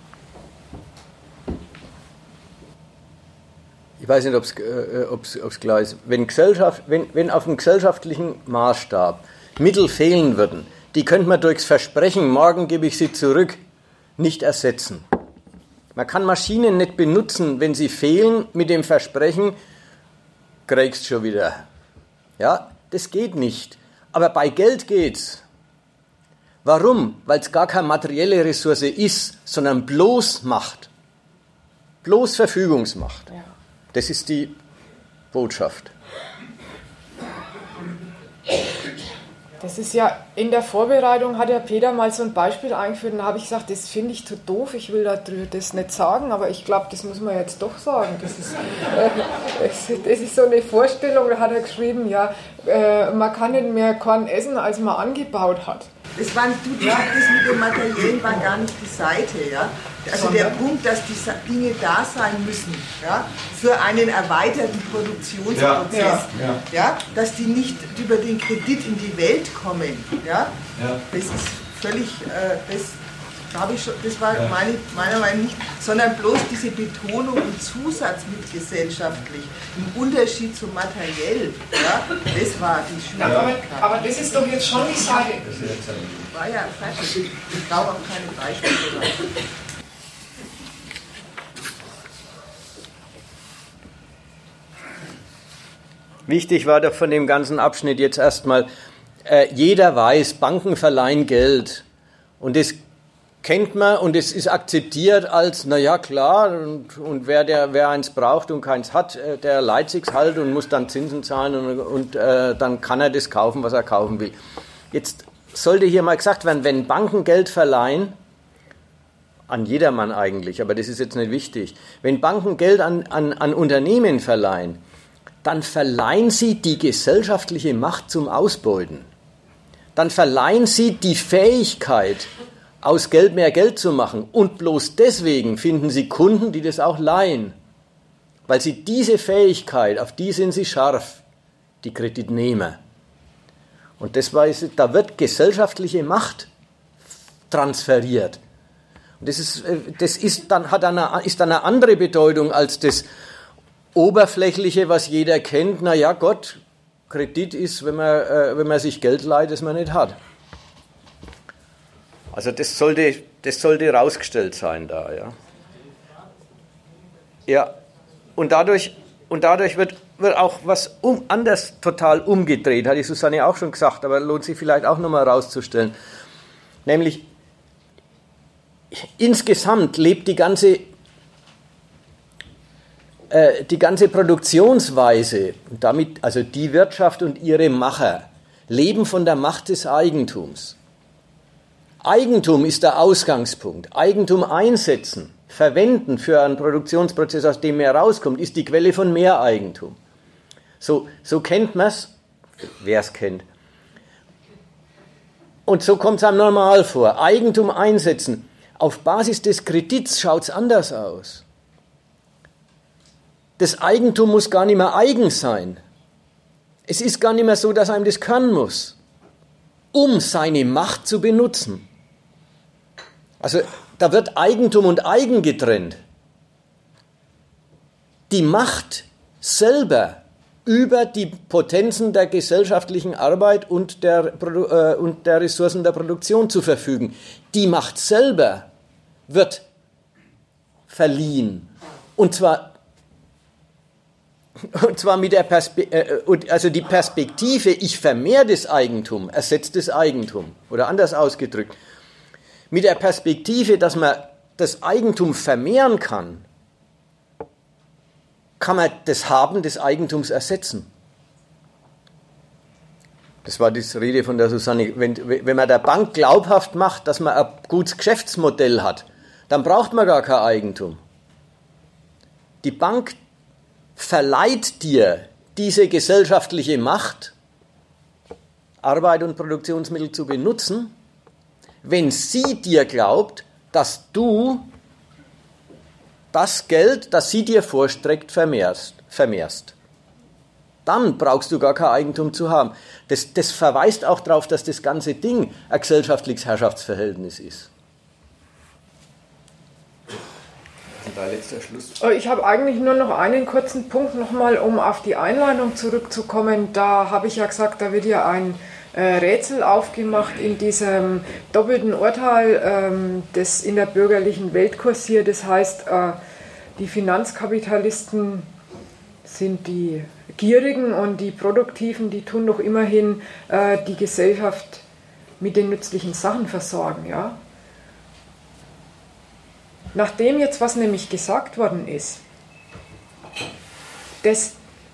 Ich weiß nicht, ob es äh, klar ist. Wenn, Gesellschaft, wenn, wenn auf dem gesellschaftlichen Maßstab Mittel fehlen würden, die könnte man durchs Versprechen, morgen gebe ich sie zurück, nicht ersetzen. Man kann Maschinen nicht benutzen, wenn sie fehlen, mit dem Versprechen, kriegst schon wieder. Ja, das geht nicht. Aber bei Geld geht's. Warum? Weil es gar keine materielle Ressource ist, sondern bloß Macht. Bloß Verfügungsmacht. Ja. Das ist die Botschaft. Das ist ja, in der Vorbereitung hat ja Peter mal so ein Beispiel eingeführt und da habe ich gesagt, das finde ich zu doof, ich will das nicht sagen, aber ich glaube, das muss man jetzt doch sagen. Das ist, äh, das, das ist so eine Vorstellung, da hat er geschrieben, ja, äh, man kann nicht mehr Korn essen, als man angebaut hat. Das, waren, du, ja. das mit dem Materiellen war gar nicht die Seite, ja. Also der Punkt, dass die Dinge da sein müssen, ja, für einen erweiterten Produktionsprozess, ja, ja. Ja, dass die nicht über den Kredit in die Welt kommen, ja, ja. Das ist völlig, äh, das, ich schon, das war meine, meiner Meinung nach nicht, sondern bloß diese Betonung und Zusatz mit gesellschaftlich, im Unterschied zum materiell, ja, das war die Schwierigkeit. Aber, aber das ist doch jetzt schon die Sache. War ja fertig, ich brauche auch keine Beispiele. Wichtig war doch von dem ganzen Abschnitt jetzt erstmal, äh, jeder weiß, Banken verleihen Geld und das kennt man und es ist akzeptiert als, naja klar, und, und wer, der, wer eins braucht und keins hat, äh, der leiht sich's halt und muss dann Zinsen zahlen und, und äh, dann kann er das kaufen, was er kaufen will. Jetzt sollte hier mal gesagt werden, wenn Banken Geld verleihen, an jedermann eigentlich, aber das ist jetzt nicht wichtig, wenn Banken Geld an, an, an Unternehmen verleihen, dann verleihen sie die gesellschaftliche Macht zum Ausbeuten. Dann verleihen sie die Fähigkeit, aus Geld mehr Geld zu machen. Und bloß deswegen finden sie Kunden, die das auch leihen. Weil sie diese Fähigkeit, auf die sind sie scharf, die Kreditnehmer. Und das war, da wird gesellschaftliche Macht transferiert. Und das ist, das ist dann, hat eine, ist dann eine andere Bedeutung als das Oberflächliche, was jeder kennt, na ja, Gott, Kredit ist, wenn man, äh, wenn man sich Geld leiht, das man nicht hat. Also das sollte, das sollte rausgestellt sein da, ja. Ja, und dadurch, und dadurch wird, wird auch was um, anders total umgedreht, hat die Susanne auch schon gesagt, aber lohnt sich vielleicht auch nochmal rauszustellen. Nämlich, insgesamt lebt die ganze die ganze Produktionsweise, damit, also die Wirtschaft und ihre Macher, leben von der Macht des Eigentums. Eigentum ist der Ausgangspunkt. Eigentum einsetzen, verwenden für einen Produktionsprozess, aus dem mehr rauskommt, ist die Quelle von mehr Eigentum. So, so kennt man es, wer es kennt. Und so kommt es einem normal vor. Eigentum einsetzen. Auf Basis des Kredits schaut es anders aus. Das Eigentum muss gar nicht mehr eigen sein. Es ist gar nicht mehr so, dass einem das können muss, um seine Macht zu benutzen. Also da wird Eigentum und Eigen getrennt. die Macht selber über die Potenzen der gesellschaftlichen Arbeit und der, äh, und der Ressourcen der Produktion zu verfügen. Die Macht selber wird verliehen. Und zwar, und zwar mit der Perspe- äh, also die Perspektive, ich vermehre das Eigentum, ersetzt das Eigentum. Oder anders ausgedrückt, mit der Perspektive, dass man das Eigentum vermehren kann, kann man das Haben des Eigentums ersetzen. Das war die Rede von der Susanne. Wenn, wenn man der Bank glaubhaft macht, dass man ein gutes Geschäftsmodell hat, dann braucht man gar kein Eigentum. Die Bank verleiht dir diese gesellschaftliche Macht, Arbeit und Produktionsmittel zu benutzen, wenn sie dir glaubt, dass du das Geld, das sie dir vorstreckt, vermehrst. vermehrst. Dann brauchst du gar kein Eigentum zu haben. Das, das verweist auch darauf, dass das ganze Ding ein gesellschaftliches Herrschaftsverhältnis ist. Und dein letzter Schluss. Ich habe eigentlich nur noch einen kurzen Punkt nochmal, um auf die Einleitung zurückzukommen. Da habe ich ja gesagt, da wird ja ein äh, Rätsel aufgemacht in diesem doppelten Urteil, ähm, das in der bürgerlichen Welt kursiert. Das heißt, äh, die Finanzkapitalisten sind die Gierigen und die Produktiven, die tun doch immerhin äh, die Gesellschaft mit den nützlichen Sachen versorgen, ja. Nachdem jetzt was nämlich gesagt worden ist, dass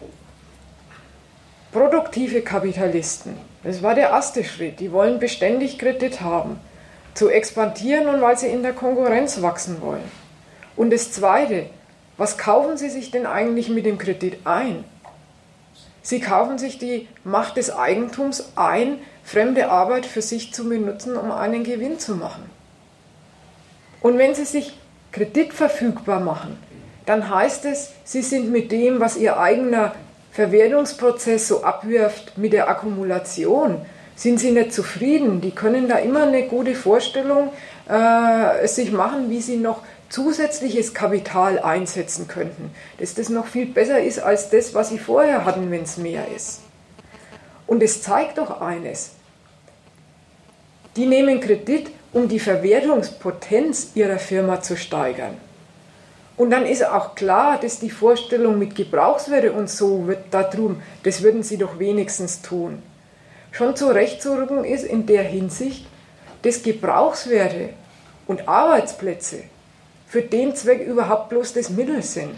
produktive Kapitalisten, das war der erste Schritt, die wollen beständig Kredit haben, zu expandieren und weil sie in der Konkurrenz wachsen wollen. Und das Zweite, was kaufen sie sich denn eigentlich mit dem Kredit ein? Sie kaufen sich die Macht des Eigentums ein, fremde Arbeit für sich zu benutzen, um einen Gewinn zu machen. Und wenn sie sich Kredit verfügbar machen, dann heißt es, sie sind mit dem, was ihr eigener Verwertungsprozess so abwirft, mit der Akkumulation, sind sie nicht zufrieden. Die können da immer eine gute Vorstellung äh, sich machen, wie sie noch zusätzliches Kapital einsetzen könnten, dass das noch viel besser ist als das, was sie vorher hatten, wenn es mehr ist. Und es zeigt doch eines, die nehmen Kredit, um die Verwertungspotenz ihrer Firma zu steigern. Und dann ist auch klar, dass die Vorstellung mit Gebrauchswerte und so wird da drüben, das würden sie doch wenigstens tun, schon zurechtzurücken ist in der Hinsicht, dass Gebrauchswerte und Arbeitsplätze für den Zweck überhaupt bloß das Mittel sind.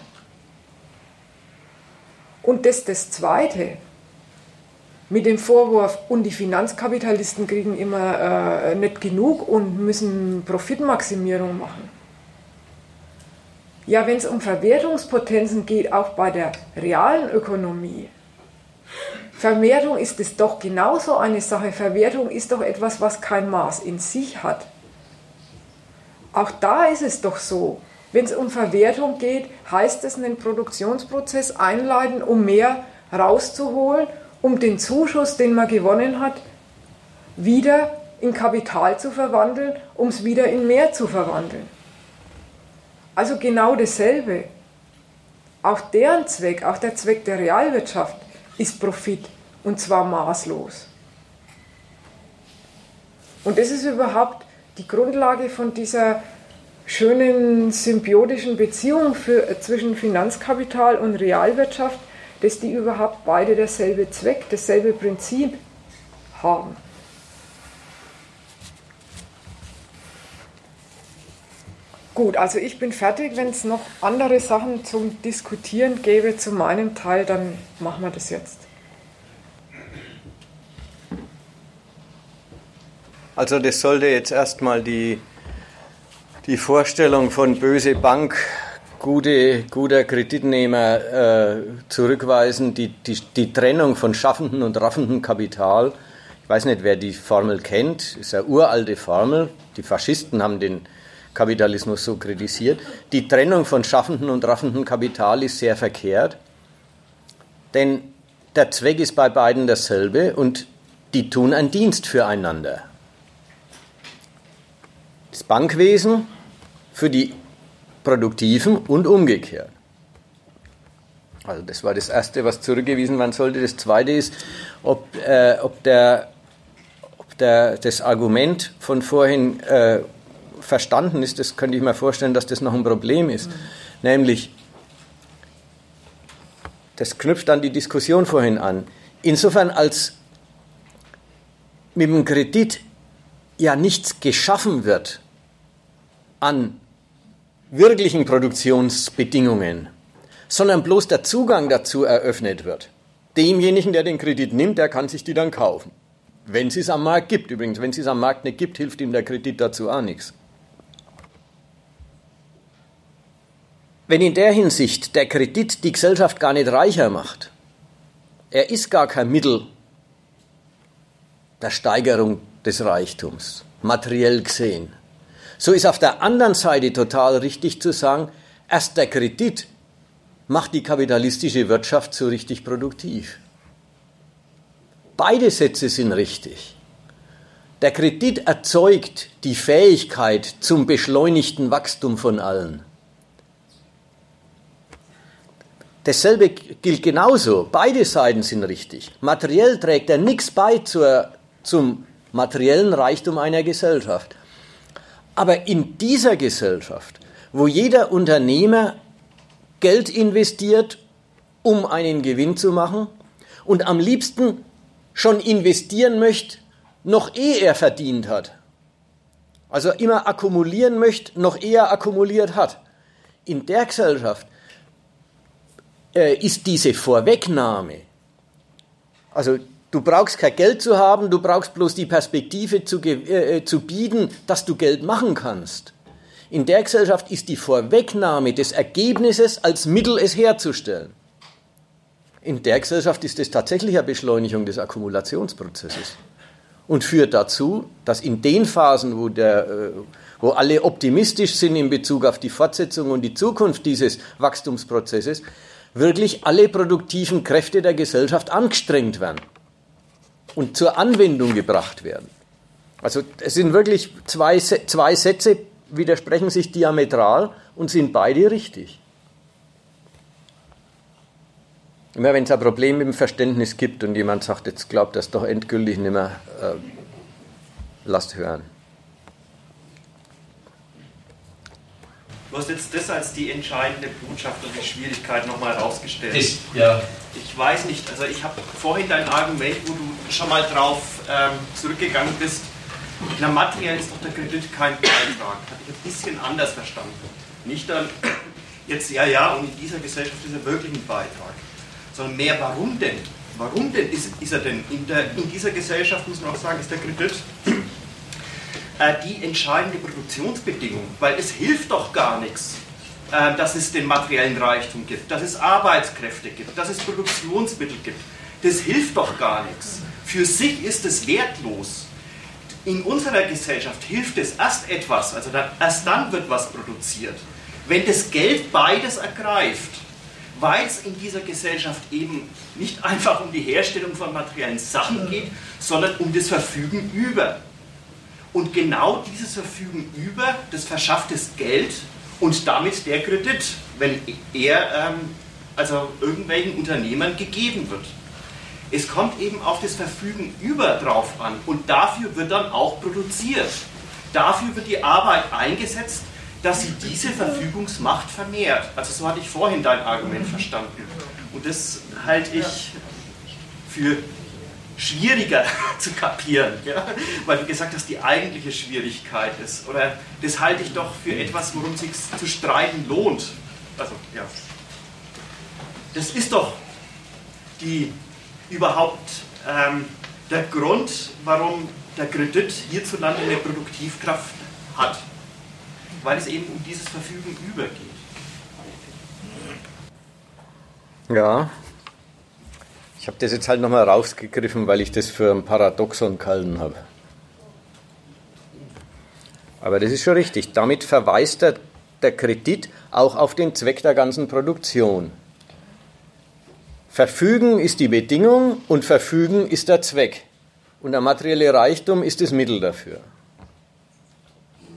Und das das Zweite, mit dem Vorwurf, und die Finanzkapitalisten kriegen immer äh, nicht genug und müssen Profitmaximierung machen. Ja, wenn es um Verwertungspotenzen geht, auch bei der realen Ökonomie, Verwertung ist es doch genauso eine Sache. Verwertung ist doch etwas, was kein Maß in sich hat. Auch da ist es doch so, wenn es um Verwertung geht, heißt es einen Produktionsprozess einleiten, um mehr rauszuholen, um den Zuschuss, den man gewonnen hat, wieder in Kapital zu verwandeln, um es wieder in mehr zu verwandeln. Also genau dasselbe. Auch deren Zweck, auch der Zweck der Realwirtschaft ist Profit, und zwar maßlos. Und das ist überhaupt die Grundlage von dieser schönen symbiotischen Beziehung für, zwischen Finanzkapital und Realwirtschaft, dass die überhaupt beide derselbe Zweck, dasselbe Prinzip haben. Gut, also ich bin fertig. Wenn es noch andere Sachen zum Diskutieren gäbe zu meinem Teil, dann machen wir das jetzt. Also das sollte jetzt erstmal die, die Vorstellung von böse Bank, gute, guter Kreditnehmer äh, zurückweisen, die, die, die Trennung von schaffendem und raffendem Kapital. Ich weiß nicht, wer die Formel kennt, ist eine uralte Formel. Die Faschisten haben den Kapitalismus so kritisiert. Die Trennung von schaffendem und raffendem Kapital ist sehr verkehrt, denn der Zweck ist bei beiden dasselbe und die tun einen Dienst füreinander. Das Bankwesen für die Produktiven und umgekehrt. Also das war das Erste, was zurückgewiesen werden sollte. Das Zweite ist, ob, äh, ob, der, ob der, das Argument von vorhin äh, verstanden ist. Das könnte ich mir vorstellen, dass das noch ein Problem ist. Mhm. Nämlich, das knüpft an die Diskussion vorhin an. Insofern, als mit dem Kredit ja nichts geschaffen wird an wirklichen Produktionsbedingungen, sondern bloß der Zugang dazu eröffnet wird. Demjenigen, der den Kredit nimmt, der kann sich die dann kaufen. Wenn es es am Markt gibt. Übrigens, wenn es es am Markt nicht gibt, hilft ihm der Kredit dazu auch nichts. Wenn in der Hinsicht der Kredit die Gesellschaft gar nicht reicher macht, er ist gar kein Mittel der Steigerung des Reichtums, materiell gesehen, so ist auf der anderen Seite total richtig zu sagen, erst der Kredit macht die kapitalistische Wirtschaft so richtig produktiv. Beide Sätze sind richtig. Der Kredit erzeugt die Fähigkeit zum beschleunigten Wachstum von allen. Dasselbe gilt genauso. Beide Seiten sind richtig. Materiell trägt er nichts bei zur, zum materiellen Reichtum einer Gesellschaft. Aber in dieser Gesellschaft, wo jeder Unternehmer Geld investiert, um einen Gewinn zu machen und am liebsten schon investieren möchte, noch ehe er verdient hat. Also immer akkumulieren möchte, noch ehe er akkumuliert hat. In der Gesellschaft äh, ist diese Vorwegnahme, also du brauchst kein Geld zu haben, du brauchst bloß die Perspektive zu, äh, zu bieten, dass du Geld machen kannst. In der Gesellschaft ist die Vorwegnahme des Ergebnisses als Mittel, es herzustellen. In der Gesellschaft ist es tatsächlich eine Beschleunigung des Akkumulationsprozesses und führt dazu, dass in den Phasen, wo, der, wo alle optimistisch sind in Bezug auf die Fortsetzung und die Zukunft dieses Wachstumsprozesses, wirklich alle produktiven Kräfte der Gesellschaft angestrengt werden und zur Anwendung gebracht werden. Also es sind wirklich zwei, zwei Sätze, widersprechen sich diametral und sind beide richtig. Immer wenn es ein Problem mit dem Verständnis gibt und jemand sagt, jetzt glaubt das doch endgültig nicht mehr, äh, lasst hören. Du hast jetzt das als die entscheidende Botschaft und die Schwierigkeit nochmal rausgestellt. Ist, ja. Ich weiß nicht, also ich habe vorhin dein Argument, wo du schon mal drauf ähm, zurückgegangen bist, na, materiell ist doch der Kredit kein Beitrag. Hatte ich ein bisschen anders verstanden. Nicht dann, jetzt ja, ja, und in dieser Gesellschaft ist er wirklich ein Beitrag. Sondern mehr, warum denn? Warum denn ist, ist er denn? In, der, in dieser Gesellschaft, muss man auch sagen, ist der Kredit äh, die entscheidende Produktionsbedingung. Weil es hilft doch gar nichts, äh, dass es den materiellen Reichtum gibt, dass es Arbeitskräfte gibt, dass es Produktionsmittel gibt. Das hilft doch gar nichts. Für sich ist es wertlos. In unserer Gesellschaft hilft es erst etwas, also dann, erst dann wird was produziert, wenn das Geld beides ergreift, weil es in dieser Gesellschaft eben nicht einfach um die Herstellung von materiellen Sachen geht, sondern um das Verfügen über. Und genau dieses Verfügen über, das verschafft das Geld und damit der Kredit, wenn er ähm, also irgendwelchen Unternehmern gegeben wird. Es kommt eben auf das Verfügen über drauf an und dafür wird dann auch produziert. Dafür wird die Arbeit eingesetzt, dass sie diese Verfügungsmacht vermehrt. Also so hatte ich vorhin dein Argument verstanden. Und das halte ich für schwieriger zu kapieren, ja? Weil du gesagt hast, die eigentliche Schwierigkeit ist. Oder das halte ich doch für etwas, worum es sich zu streiten lohnt. Also, ja. Das ist doch die überhaupt ähm, der Grund, warum der Kredit hierzulande eine Produktivkraft hat. Weil es eben um dieses Verfügen übergeht. Ja, ich habe das jetzt halt nochmal rausgegriffen, weil ich das für ein Paradoxon gehalten habe. Aber das ist schon richtig. Damit verweist der, der Kredit auch auf den Zweck der ganzen Produktion. Verfügen ist die Bedingung und Verfügen ist der Zweck. Und der materielle Reichtum ist das Mittel dafür.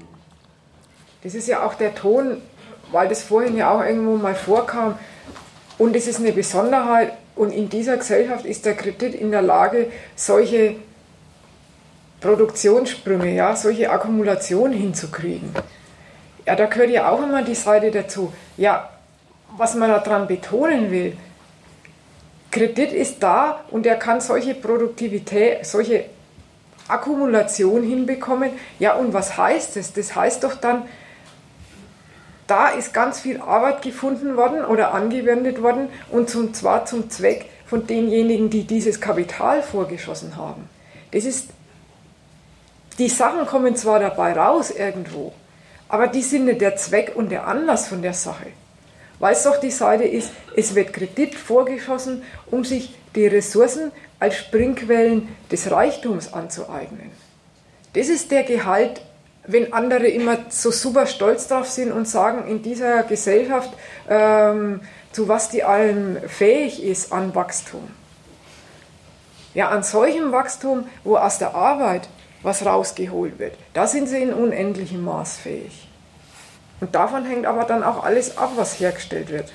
Das ist ja auch der Ton, weil das vorhin ja auch irgendwo mal vorkam. Und es ist eine Besonderheit, und in dieser Gesellschaft ist der Kredit in der Lage, solche Produktionssprünge, ja, solche Akkumulation hinzukriegen. Ja, da gehört ja auch immer die Seite dazu. Ja, was man daran betonen will, Kredit ist da und er kann solche Produktivität, solche Akkumulation hinbekommen. Ja, und was heißt das? Das heißt doch dann, da ist ganz viel Arbeit gefunden worden oder angewendet worden und zum, zwar zum Zweck von denjenigen, die dieses Kapital vorgeschossen haben. Das ist, die Sachen kommen zwar dabei raus irgendwo, aber die sind nicht der Zweck und der Anlass von der Sache. Weil es doch die Seite ist, es wird Kredit vorgeschossen, um sich die Ressourcen als Springquellen des Reichtums anzueignen. Das ist der Gehalt, wenn andere immer so super stolz drauf sind und sagen, in dieser Gesellschaft, ähm, zu was die allem fähig ist an Wachstum. Ja, an solchem Wachstum, wo aus der Arbeit was rausgeholt wird, da sind sie in unendlichem Maß fähig. Und davon hängt aber dann auch alles ab, was hergestellt wird.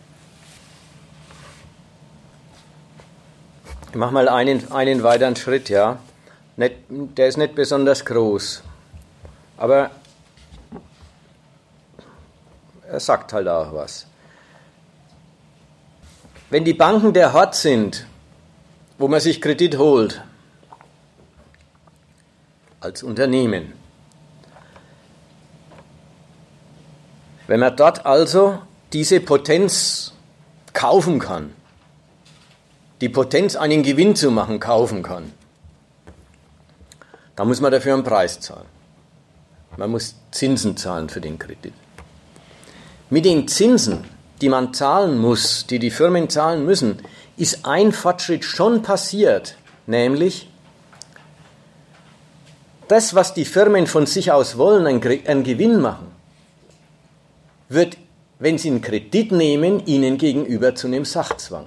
Ich mache mal einen, einen weiteren Schritt, ja. Nicht, der ist nicht besonders groß. Aber er sagt halt auch was. Wenn die Banken der Hort sind, wo man sich Kredit holt, als Unternehmen, wenn man dort also diese Potenz kaufen kann, die Potenz, einen Gewinn zu machen, kaufen kann, dann muss man dafür einen Preis zahlen. Man muss Zinsen zahlen für den Kredit. Mit den Zinsen, die man zahlen muss, die die Firmen zahlen müssen, ist ein Fortschritt schon passiert, nämlich das, was die Firmen von sich aus wollen, einen Gewinn machen, wird, wenn sie einen Kredit nehmen, ihnen gegenüber zu einem Sachzwang.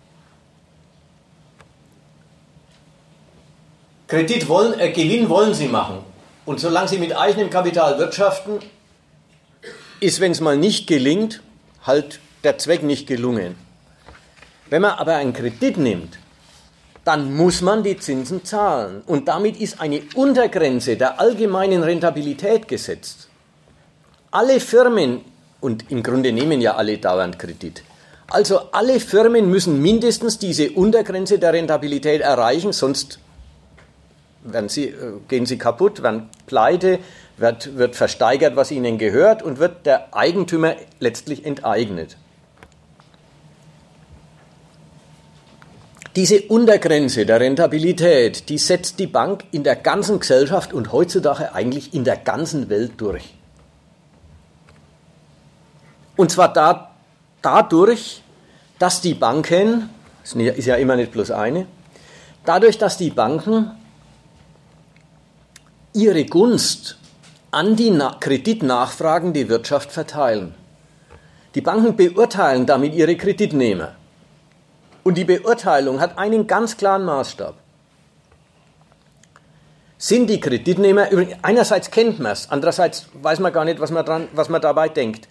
Kredit wollen, äh, Gewinn wollen sie machen. Und solange sie mit eigenem Kapital wirtschaften, ist, wenn es mal nicht gelingt, halt der Zweck nicht gelungen. Wenn man aber einen Kredit nimmt, dann muss man die Zinsen zahlen. Und damit ist eine Untergrenze der allgemeinen Rentabilität gesetzt. Alle Firmen, und im Grunde nehmen ja alle dauernd Kredit, also alle Firmen müssen mindestens diese Untergrenze der Rentabilität erreichen, sonst werden sie, gehen sie kaputt, werden pleite, wird, wird versteigert, was ihnen gehört und wird der Eigentümer letztlich enteignet. Diese Untergrenze der Rentabilität, die setzt die Bank in der ganzen Gesellschaft und heutzutage eigentlich in der ganzen Welt durch. Und zwar da, dadurch, dass die Banken, es ist ja immer nicht bloß eine, dadurch, dass die Banken ihre Gunst an die kreditnachfragende Wirtschaft verteilen. Die Banken beurteilen damit ihre Kreditnehmer. Und die Beurteilung hat einen ganz klaren Maßstab. Sind die Kreditnehmer, einerseits kennt man es, andererseits weiß man gar nicht, was man, dran, was man dabei denkt.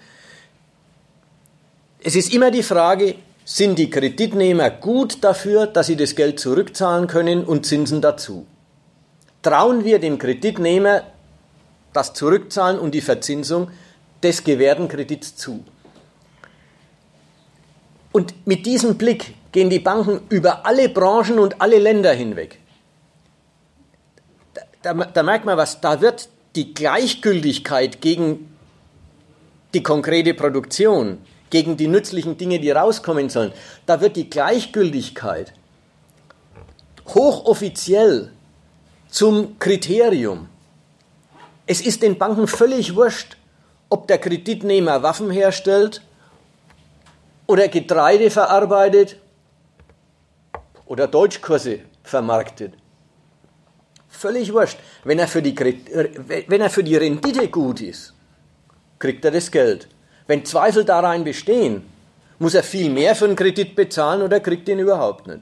Es ist immer die Frage, sind die Kreditnehmer gut dafür, dass sie das Geld zurückzahlen können und Zinsen dazu? Trauen wir dem Kreditnehmer das Zurückzahlen und die Verzinsung des gewährten Kredits zu? Und mit diesem Blick gehen die Banken über alle Branchen und alle Länder hinweg. Da, da, da merkt man was, da wird die Gleichgültigkeit gegen die konkrete Produktion, gegen die nützlichen Dinge, die rauskommen sollen, da wird die Gleichgültigkeit hochoffiziell zum Kriterium. Es ist den Banken völlig wurscht, ob der Kreditnehmer Waffen herstellt oder Getreide verarbeitet oder Deutschkurse vermarktet. Völlig wurscht. Wenn er für die, wenn er für die Rendite gut ist, kriegt er das Geld. Wenn Zweifel darein bestehen, muss er viel mehr für einen Kredit bezahlen oder kriegt ihn überhaupt nicht.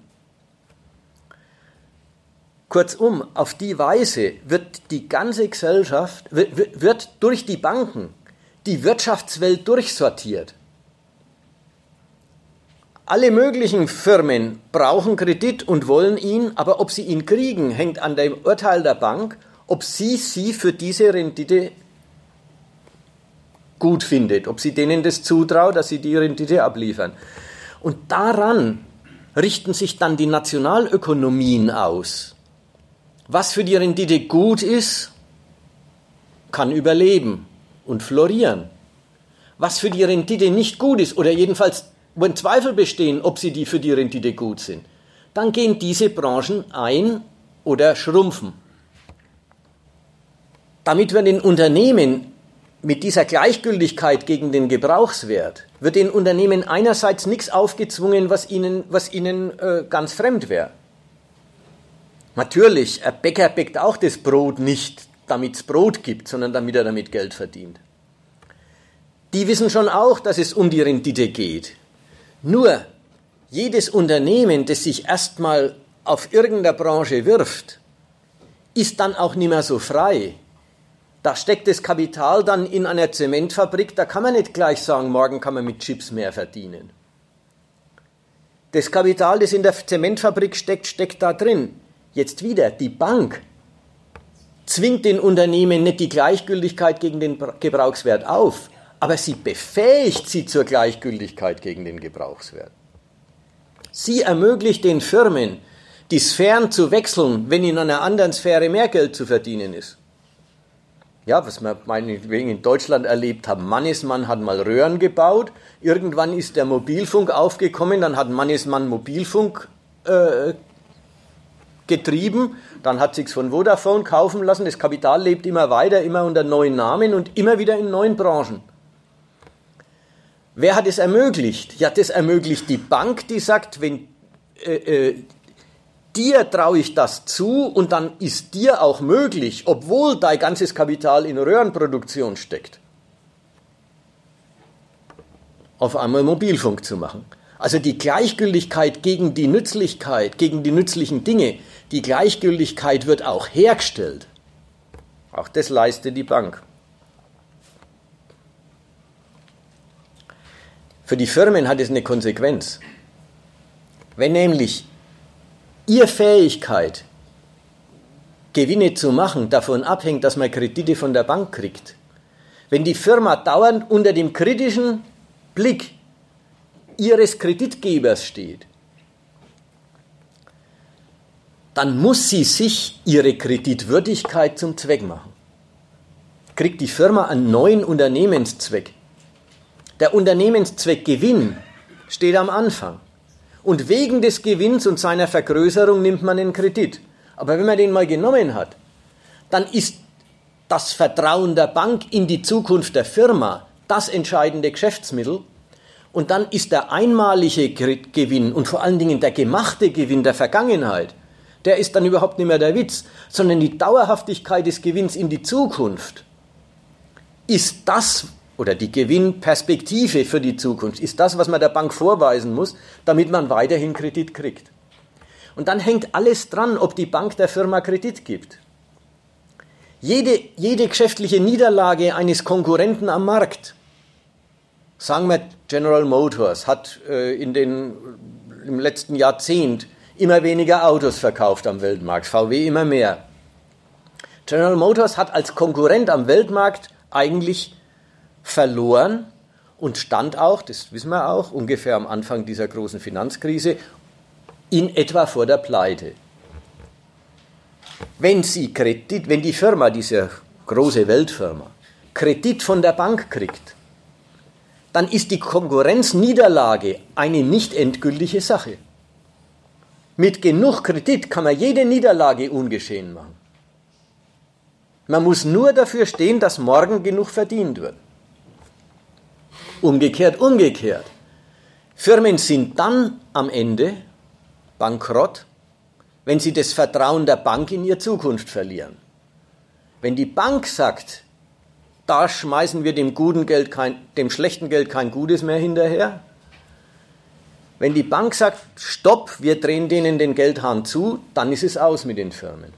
Kurzum, auf die Weise wird die ganze Gesellschaft, wird, wird durch die Banken die Wirtschaftswelt durchsortiert. Alle möglichen Firmen brauchen Kredit und wollen ihn, aber ob sie ihn kriegen, hängt an dem Urteil der Bank, ob sie sie für diese Rendite gut findet, ob sie denen das zutraut, dass sie die Rendite abliefern. Und daran richten sich dann die Nationalökonomien aus. Was für die Rendite gut ist, kann überleben und florieren. Was für die Rendite nicht gut ist, oder jedenfalls, wenn Zweifel bestehen, ob sie die für die Rendite gut sind, dann gehen diese Branchen ein oder schrumpfen. Damit wir den Unternehmen mit dieser Gleichgültigkeit gegen den Gebrauchswert, wird den Unternehmen einerseits nichts aufgezwungen, was ihnen, was ihnen äh, ganz fremd wäre. Natürlich, ein Bäcker bäckt auch das Brot nicht, damit es Brot gibt, sondern damit er damit Geld verdient. Die wissen schon auch, dass es um die Rendite geht. Nur jedes Unternehmen, das sich erstmal auf irgendeiner Branche wirft, ist dann auch nicht mehr so frei. Da steckt das Kapital dann in einer Zementfabrik, da kann man nicht gleich sagen, morgen kann man mit Chips mehr verdienen. Das Kapital, das in der Zementfabrik steckt, steckt da drin. Jetzt wieder, die Bank zwingt den Unternehmen nicht die Gleichgültigkeit gegen den Gebrauchswert auf, aber sie befähigt sie zur Gleichgültigkeit gegen den Gebrauchswert. Sie ermöglicht den Firmen, die Sphären zu wechseln, wenn in einer anderen Sphäre mehr Geld zu verdienen ist. Ja, was wir meinetwegen in Deutschland erlebt haben. Mannesmann hat mal Röhren gebaut, irgendwann ist der Mobilfunk aufgekommen, dann hat Mannesmann Mobilfunk äh, getrieben, dann hat sich's von Vodafone kaufen lassen, das Kapital lebt immer weiter, immer unter neuen Namen und immer wieder in neuen Branchen. Wer hat es ermöglicht? Ja, das ermöglicht die Bank, die sagt, wenn äh, äh, dir traue ich das zu und dann ist dir auch möglich, obwohl dein ganzes Kapital in Röhrenproduktion steckt, auf einmal Mobilfunk zu machen. Also die Gleichgültigkeit gegen die Nützlichkeit, gegen die nützlichen Dinge, die Gleichgültigkeit wird auch hergestellt. Auch das leistet die Bank. Für die Firmen hat es eine Konsequenz. Wenn nämlich ihre Fähigkeit, Gewinne zu machen, davon abhängt, dass man Kredite von der Bank kriegt. Wenn die Firma dauernd unter dem kritischen Blick ihres Kreditgebers steht, dann muss sie sich ihre Kreditwürdigkeit zum Zweck machen. Kriegt die Firma einen neuen Unternehmenszweck. Der Unternehmenszweck Gewinn steht am Anfang. Und wegen des Gewinns und seiner Vergrößerung nimmt man den Kredit. Aber wenn man den mal genommen hat, dann ist das Vertrauen der Bank in die Zukunft der Firma das entscheidende Geschäftsmittel. Und dann ist der einmalige Gewinn und vor allen Dingen der gemachte Gewinn der Vergangenheit, der ist dann überhaupt nicht mehr der Witz, sondern die Dauerhaftigkeit des Gewinns in die Zukunft ist das, oder die Gewinnperspektive für die Zukunft, ist das, was man der Bank vorweisen muss, damit man weiterhin Kredit kriegt. Und dann hängt alles dran, ob die Bank der Firma Kredit gibt. Jede, jede geschäftliche Niederlage eines Konkurrenten am Markt, sagen wir General Motors, hat äh, in den, im letzten Jahrzehnt immer weniger Autos verkauft am Weltmarkt, V W immer mehr. General Motors hat als Konkurrent am Weltmarkt eigentlich verloren und stand auch, das wissen wir auch, ungefähr am Anfang dieser großen Finanzkrise, in etwa vor der Pleite. Wenn sie Kredit, wenn die Firma, diese große Weltfirma, Kredit von der Bank kriegt, dann ist die Konkurrenzniederlage eine nicht endgültige Sache. Mit genug Kredit kann man jede Niederlage ungeschehen machen. Man muss nur dafür stehen, dass morgen genug verdient wird. Umgekehrt, umgekehrt. Firmen sind dann am Ende bankrott, wenn sie das Vertrauen der Bank in ihre Zukunft verlieren. Wenn die Bank sagt, da schmeißen wir dem guten Geld kein, dem schlechten Geld kein Gutes mehr hinterher. Wenn die Bank sagt, stopp, wir drehen denen den Geldhahn zu, dann ist es aus mit den Firmen.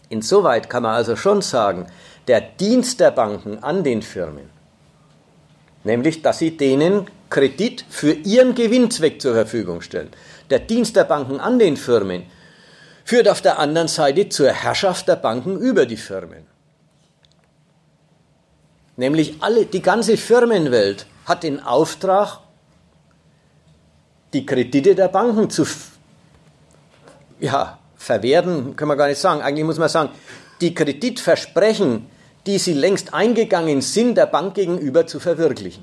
Insoweit kann man also schon sagen, der Dienst der Banken an den Firmen nämlich dass sie denen Kredit für ihren Gewinnzweck zur Verfügung stellen. Der Dienst der Banken an den Firmen führt auf der anderen Seite zur Herrschaft der Banken über die Firmen. Nämlich alle, die ganze Firmenwelt hat den Auftrag, die Kredite der Banken zu ja, verwerten, können wir gar nicht sagen. Eigentlich muss man sagen, die Kreditversprechen, die sie längst eingegangen sind, der Bank gegenüber zu verwirklichen.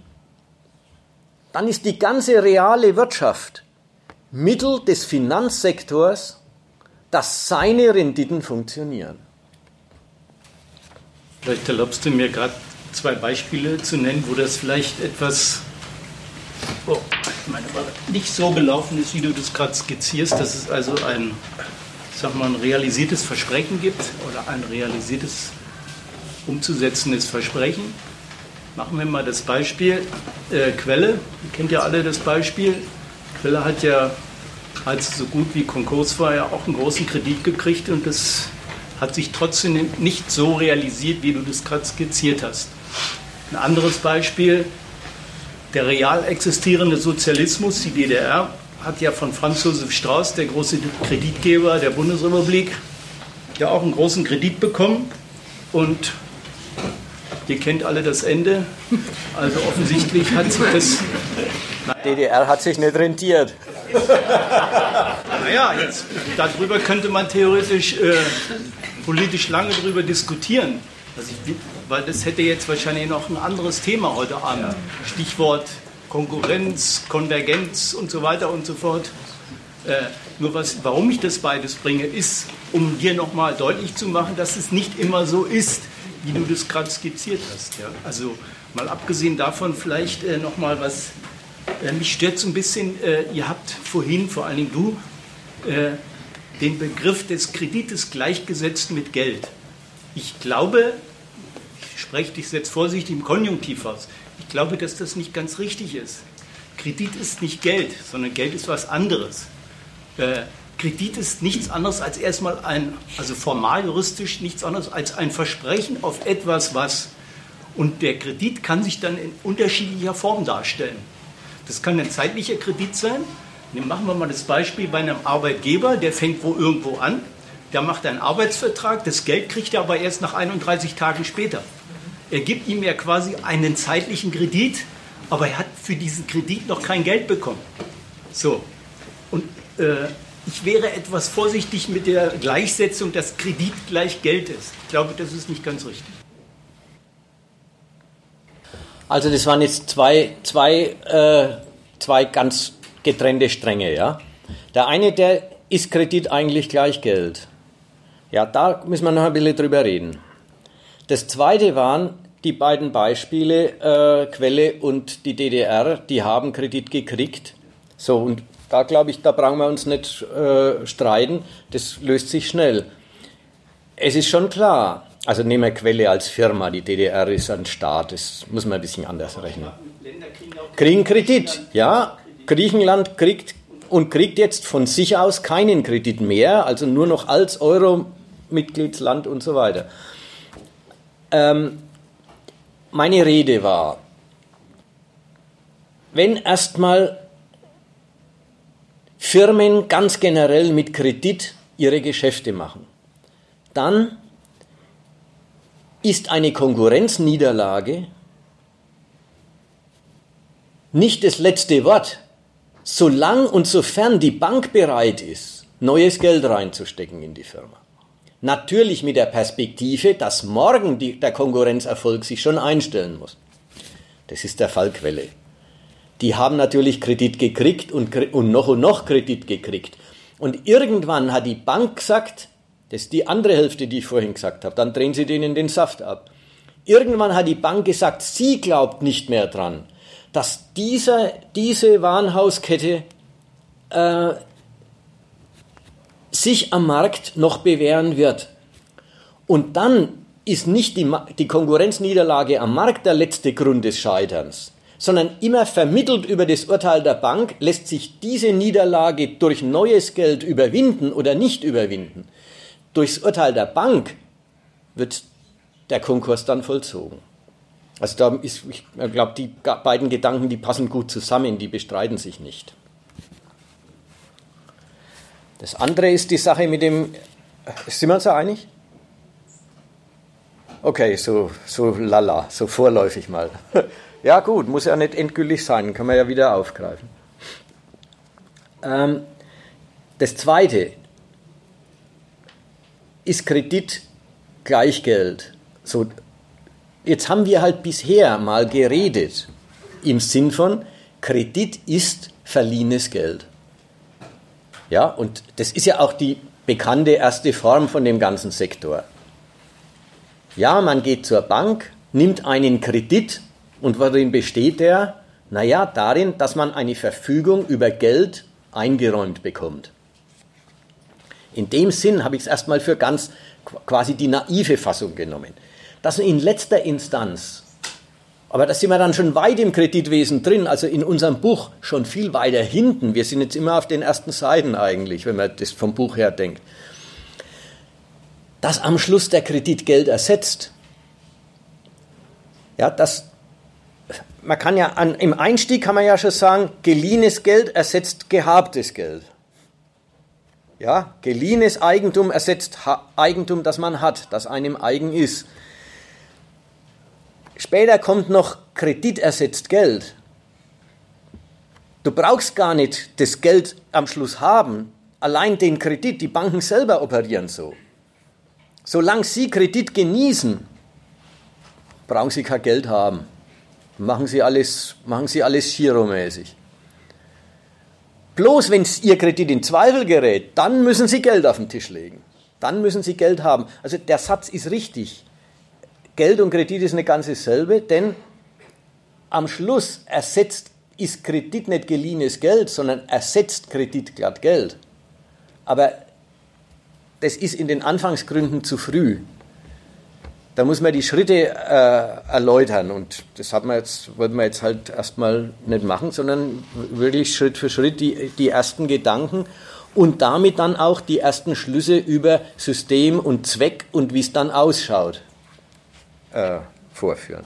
Dann ist die ganze reale Wirtschaft Mittel des Finanzsektors, dass seine Renditen funktionieren. Vielleicht erlaubst du mir gerade zwei Beispiele zu nennen, wo das vielleicht etwas oh, meine, nicht so gelaufen ist, wie du das gerade skizzierst, dass es also ein, sag mal, ein realisiertes Versprechen gibt oder ein realisiertes umzusetzendes Versprechen. Machen wir mal das Beispiel äh, Quelle. Ihr kennt ja alle das Beispiel. Quelle hat ja, als es so gut wie Konkurs war, ja auch einen großen Kredit gekriegt und das hat sich trotzdem nicht so realisiert, wie du das gerade skizziert hast. Ein anderes Beispiel, der real existierende Sozialismus, die D D R, hat ja von Franz Josef Strauß, der große Kreditgeber der Bundesrepublik, ja auch einen großen Kredit bekommen und ihr kennt alle das Ende, also offensichtlich hat sich das... Naja. D D R hat sich nicht rentiert. Naja, jetzt, darüber könnte man theoretisch äh, politisch lange drüber diskutieren. Also ich, weil das hätte jetzt wahrscheinlich noch ein anderes Thema heute Abend. Stichwort Konkurrenz, Konvergenz und so weiter und so fort. Äh, nur was, warum ich das beides bringe, ist, um dir nochmal deutlich zu machen, dass es nicht immer so ist, wie du das gerade skizziert hast. Ja? Also mal abgesehen davon vielleicht äh, nochmal was, äh, mich stört so ein bisschen, äh, ihr habt vorhin, vor allem du, äh, den Begriff des Kredites gleichgesetzt mit Geld. Ich glaube, ich spreche dich jetzt vorsichtig im Konjunktiv aus, ich glaube, dass das nicht ganz richtig ist. Kredit ist nicht Geld, sondern Geld ist was anderes. Äh, Kredit ist nichts anderes als erstmal ein, also formal juristisch nichts anderes als ein Versprechen auf etwas, was. Und der Kredit kann sich dann in unterschiedlicher Form darstellen. Das kann ein zeitlicher Kredit sein. Dann machen wir mal das Beispiel bei einem Arbeitgeber, der fängt wo irgendwo an, der macht einen Arbeitsvertrag, das Geld kriegt er aber erst nach einunddreißig Tagen später. Er gibt ihm ja quasi einen zeitlichen Kredit, aber er hat für diesen Kredit noch kein Geld bekommen. So, und äh, ich wäre etwas vorsichtig mit der Gleichsetzung, dass Kredit gleich Geld ist. Ich glaube, das ist nicht ganz richtig. Also das waren jetzt zwei, zwei, äh, zwei ganz getrennte Stränge. Ja? Der eine, der ist Kredit eigentlich gleich Geld. Ja, da müssen wir noch ein bisschen drüber reden. Das zweite waren die beiden Beispiele, äh, Quelle und die D D R, die haben Kredit gekriegt. So, und da glaube ich, da brauchen wir uns nicht äh, streiten, das löst sich schnell. Es ist schon klar, also nehmen wir Quelle als Firma, die D D R ist ein Staat, das muss man ein bisschen anders rechnen. Kriegen Kredit, ja, Griechenland kriegt und kriegt jetzt von sich aus keinen Kredit mehr, also nur noch als Euro-Mitgliedsland und so weiter. Ähm, meine Rede war, wenn erstmal Firmen ganz generell mit Kredit ihre Geschäfte machen, dann ist eine Konkurrenzniederlage nicht das letzte Wort, solange und sofern die Bank bereit ist, neues Geld reinzustecken in die Firma. Natürlich mit der Perspektive, dass morgen die, der Konkurrenzerfolg sich schon einstellen muss. Das ist der Fall Quelle. Die haben natürlich Kredit gekriegt und, und noch und noch Kredit gekriegt. Und irgendwann hat die Bank gesagt, das ist die andere Hälfte, die ich vorhin gesagt habe, dann drehen sie denen den Saft ab. Irgendwann hat die Bank gesagt, sie glaubt nicht mehr dran, dass dieser, diese Warenhauskette äh, sich am Markt noch bewähren wird. Und dann ist nicht die, die Konkurrenzniederlage am Markt der letzte Grund des Scheiterns, sondern immer vermittelt über das Urteil der Bank lässt sich diese Niederlage durch neues Geld überwinden oder nicht überwinden. Durchs Urteil der Bank wird der Konkurs dann vollzogen. Also da ist, ich glaube, die beiden Gedanken, die passen gut zusammen, die bestreiten sich nicht. Das andere ist die Sache mit dem, sind wir uns da einig? Okay, so, so lala, so vorläufig mal. Ja gut, muss ja nicht endgültig sein, kann man ja wieder aufgreifen. Ähm, das zweite, ist Kredit gleich Geld? So, jetzt haben wir halt bisher mal geredet im Sinn von, Kredit ist verliehenes Geld. Ja, und das ist ja auch die bekannte erste Form von dem ganzen Sektor. Ja, man geht zur Bank, nimmt einen Kredit und worin besteht der? Naja, darin, dass man eine Verfügung über Geld eingeräumt bekommt. In dem Sinn habe ich es erstmal für ganz quasi die naive Fassung genommen. Dass in letzter Instanz, aber da sind wir dann schon weit im Kreditwesen drin, also in unserem Buch schon viel weiter hinten, wir sind jetzt immer auf den ersten Seiten eigentlich, wenn man das vom Buch her denkt, dass am Schluss der Kredit Geld ersetzt. Ja, das, man kann ja an, im Einstieg kann man ja schon sagen, geliehenes Geld ersetzt gehabtes Geld. Ja, geliehenes Eigentum ersetzt Eigentum, das man hat, das einem eigen ist. Später kommt noch Kredit ersetzt Geld. Du brauchst gar nicht das Geld am Schluss haben, allein den Kredit, die Banken selber operieren so. Solange sie Kredit genießen, brauchen sie kein Geld haben. Machen sie alles, machen sie alles giromäßig. Bloß wenn ihr Kredit in Zweifel gerät, dann müssen sie Geld auf den Tisch legen. Dann müssen sie Geld haben. Also der Satz ist richtig. Geld und Kredit ist nicht ganz dasselbe, denn am Schluss ersetzt, ist Kredit nicht geliehenes Geld, sondern ersetzt Kredit glatt Geld. Aber das ist in den Anfangsgründen zu früh. Da muss man die Schritte äh, erläutern und das hat man jetzt, wollten wir jetzt halt erstmal nicht machen, sondern wirklich Schritt für Schritt die, die ersten Gedanken und damit dann auch die ersten Schlüsse über System und Zweck und wie es dann ausschaut äh, vorführen.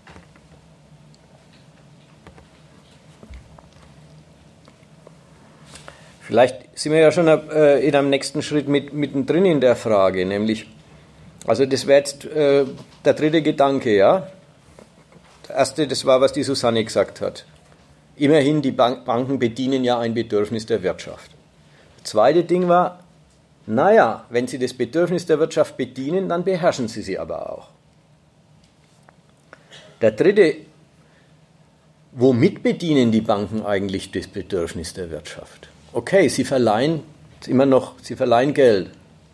Vielleicht sind wir ja schon äh, in einem nächsten Schritt mit, mittendrin in der Frage, nämlich, also das wäre jetzt äh, der dritte Gedanke, ja. Der erste, das war, was die Susanne gesagt hat. Immerhin, die Bank- Banken bedienen ja ein Bedürfnis der Wirtschaft. Das zweite Ding war, naja, wenn sie das Bedürfnis der Wirtschaft bedienen, dann beherrschen sie sie aber auch. Der dritte, womit bedienen die Banken eigentlich das Bedürfnis der Wirtschaft? Okay, sie verleihen immer noch, sie verleihen Geld.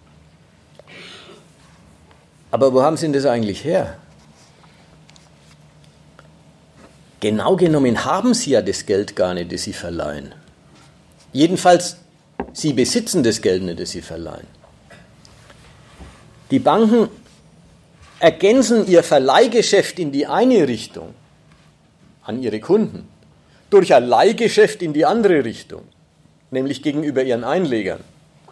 Aber wo haben sie denn das eigentlich her? Genau genommen haben sie ja das Geld gar nicht, das sie verleihen. Jedenfalls, sie besitzen das Geld nicht, das sie verleihen. Die Banken ergänzen ihr Verleihgeschäft in die eine Richtung an ihre Kunden durch ein Leihgeschäft in die andere Richtung, nämlich gegenüber ihren Einlegern.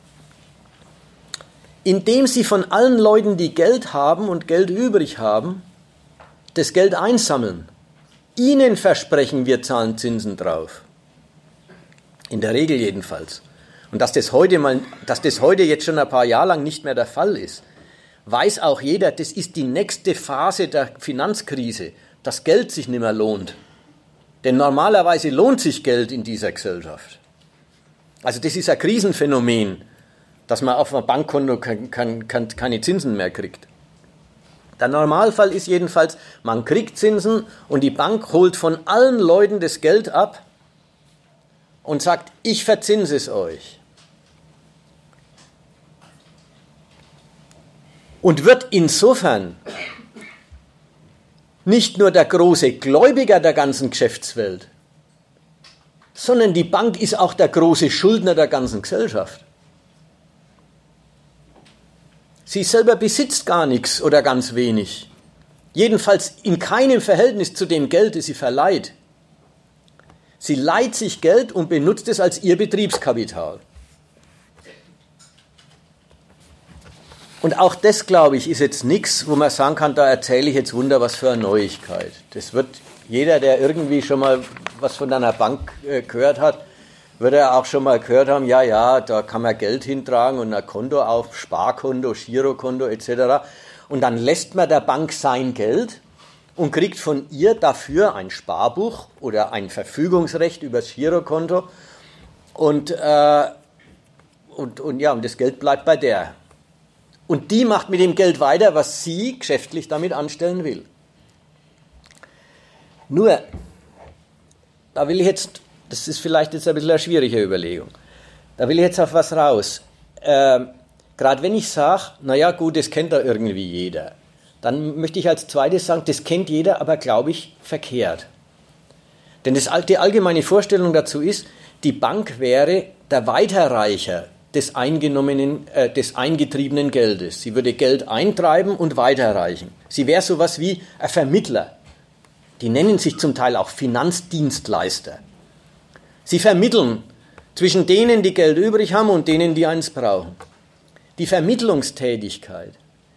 Indem sie von allen Leuten, die Geld haben und Geld übrig haben, das Geld einsammeln. Ihnen versprechen, wir zahlen Zinsen drauf. In der Regel jedenfalls. Und dass das heute mal, dass das heute jetzt schon ein paar Jahre lang nicht mehr der Fall ist, weiß auch jeder, das ist die nächste Phase der Finanzkrise, dass Geld sich nicht mehr lohnt. Denn normalerweise lohnt sich Geld in dieser Gesellschaft. Also das ist ein Krisenphänomen, dass man auf einem Bankkonto kein, kein, kein, keine Zinsen mehr kriegt. Der Normalfall ist jedenfalls, man kriegt Zinsen und die Bank holt von allen Leuten das Geld ab und sagt, ich verzinse es euch. Und wird insofern nicht nur der große Gläubiger der ganzen Geschäftswelt, sondern die Bank ist auch der große Schuldner der ganzen Gesellschaft. Sie selber besitzt gar nichts oder ganz wenig. Jedenfalls in keinem Verhältnis zu dem Geld, das sie verleiht. Sie leiht sich Geld und benutzt es als ihr Betriebskapital. Und auch das, glaube ich, ist jetzt nichts, wo man sagen kann, da erzähle ich jetzt Wunder, was für eine Neuigkeit. Das wird jeder, der irgendwie schon mal was von einer Bank äh, gehört hat, wird er auch schon mal gehört haben, ja, ja, da kann man Geld hintragen und ein Konto auf, Sparkonto, Girokonto et cetera. Und dann lässt man der Bank sein Geld und kriegt von ihr dafür ein Sparbuch oder ein Verfügungsrecht über das Girokonto. Und, äh, und, und, ja, und das Geld bleibt bei der. Und die macht mit dem Geld weiter, was sie geschäftlich damit anstellen will. Nur, da will ich jetzt, das ist vielleicht jetzt ein bisschen eine schwierige Überlegung, da will ich jetzt auf was raus. Ähm, Gerade wenn ich sage, naja gut, das kennt da irgendwie jeder, dann möchte ich als zweites sagen, das kennt jeder, aber glaube ich verkehrt. Denn das, die allgemeine Vorstellung dazu ist, die Bank wäre der Weiterreicher des eingenommenen, äh, des eingetriebenen Geldes. Sie würde Geld eintreiben und weiterreichen. Sie wäre sowas wie ein Vermittler. Die nennen sich zum Teil auch Finanzdienstleister. Sie vermitteln zwischen denen, die Geld übrig haben und denen, die eins brauchen. Die Vermittlungstätigkeit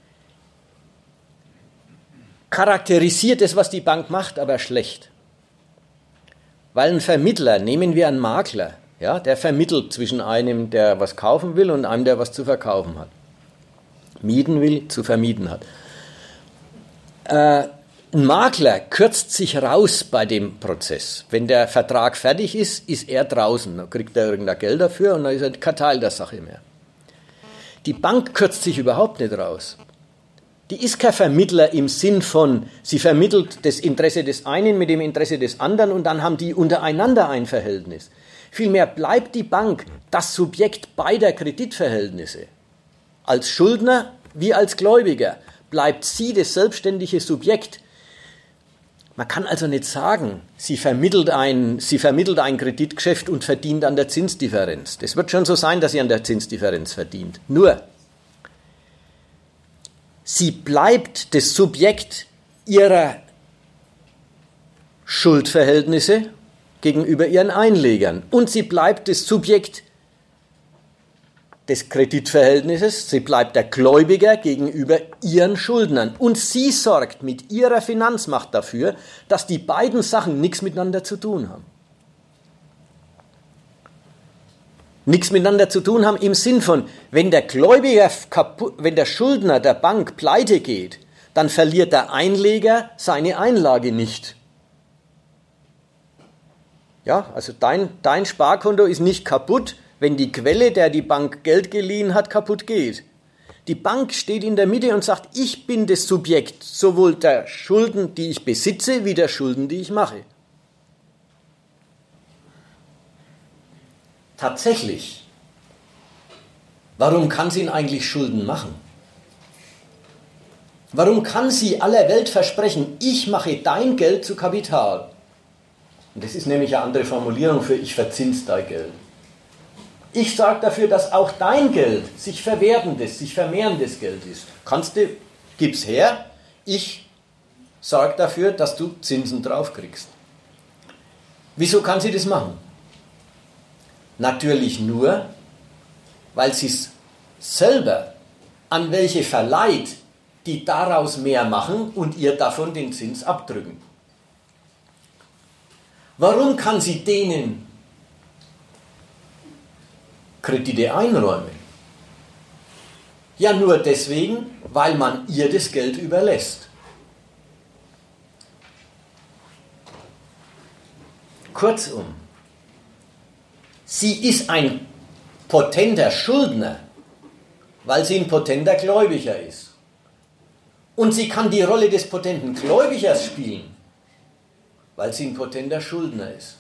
charakterisiert das, was die Bank macht, aber schlecht. Weil ein Vermittler, nehmen wir einen Makler, ja, der vermittelt zwischen einem, der was kaufen will und einem, der was zu verkaufen hat. Mieten will, zu vermieten hat. Äh, ein Makler kürzt sich raus bei dem Prozess. Wenn der Vertrag fertig ist, ist er draußen. Dann kriegt er irgendein Geld dafür und dann ist er kein Teil der Sache mehr. Die Bank kürzt sich überhaupt nicht raus. Die ist kein Vermittler im Sinn von, sie vermittelt das Interesse des einen mit dem Interesse des anderen und dann haben die untereinander ein Verhältnis. Vielmehr bleibt die Bank das Subjekt beider Kreditverhältnisse. Als Schuldner wie als Gläubiger bleibt sie das selbstständige Subjekt. Man kann also nicht sagen, sie vermittelt ein, sie vermittelt ein Kreditgeschäft und verdient an der Zinsdifferenz. Das wird schon so sein, dass sie an der Zinsdifferenz verdient. Nur, sie bleibt das Subjekt ihrer Schuldverhältnisse gegenüber ihren Einlegern. Und sie bleibt das Subjekt des Kreditverhältnisses, sie bleibt der Gläubiger gegenüber ihren Schuldnern. Und sie sorgt mit ihrer Finanzmacht dafür, dass die beiden Sachen nichts miteinander zu tun haben. Nichts miteinander zu tun haben im Sinn von, wenn der Gläubiger kaputt, wenn der Schuldner der Bank pleite geht, dann verliert der Einleger seine Einlage nicht. Ja, also dein, dein Sparkonto ist nicht kaputt, wenn die Quelle, der die Bank Geld geliehen hat, kaputt geht. Die Bank steht in der Mitte und sagt, ich bin das Subjekt sowohl der Schulden, die ich besitze, wie der Schulden, die ich mache. Tatsächlich, warum kann sie denn eigentlich Schulden machen? Warum kann sie aller Welt versprechen, ich mache dein Geld zu Kapital? Und das ist nämlich eine andere Formulierung für ich verzinse dein Geld. Ich sorge dafür, dass auch dein Geld sich verwertendes, sich vermehrendes Geld ist. Kannst du, gib's her, ich sorge dafür, dass du Zinsen drauf kriegst. Wieso kann sie das machen? Natürlich nur, weil sie es selber an welche verleiht, die daraus mehr machen und ihr davon den Zins abdrücken. Warum kann sie denen Kredite einräumen? Ja, nur deswegen, weil man ihr das Geld überlässt. Kurzum, sie ist ein potenter Schuldner, weil sie ein potenter Gläubiger ist. Und sie kann die Rolle des potenten Gläubigers spielen, weil sie ein potenter Schuldner ist.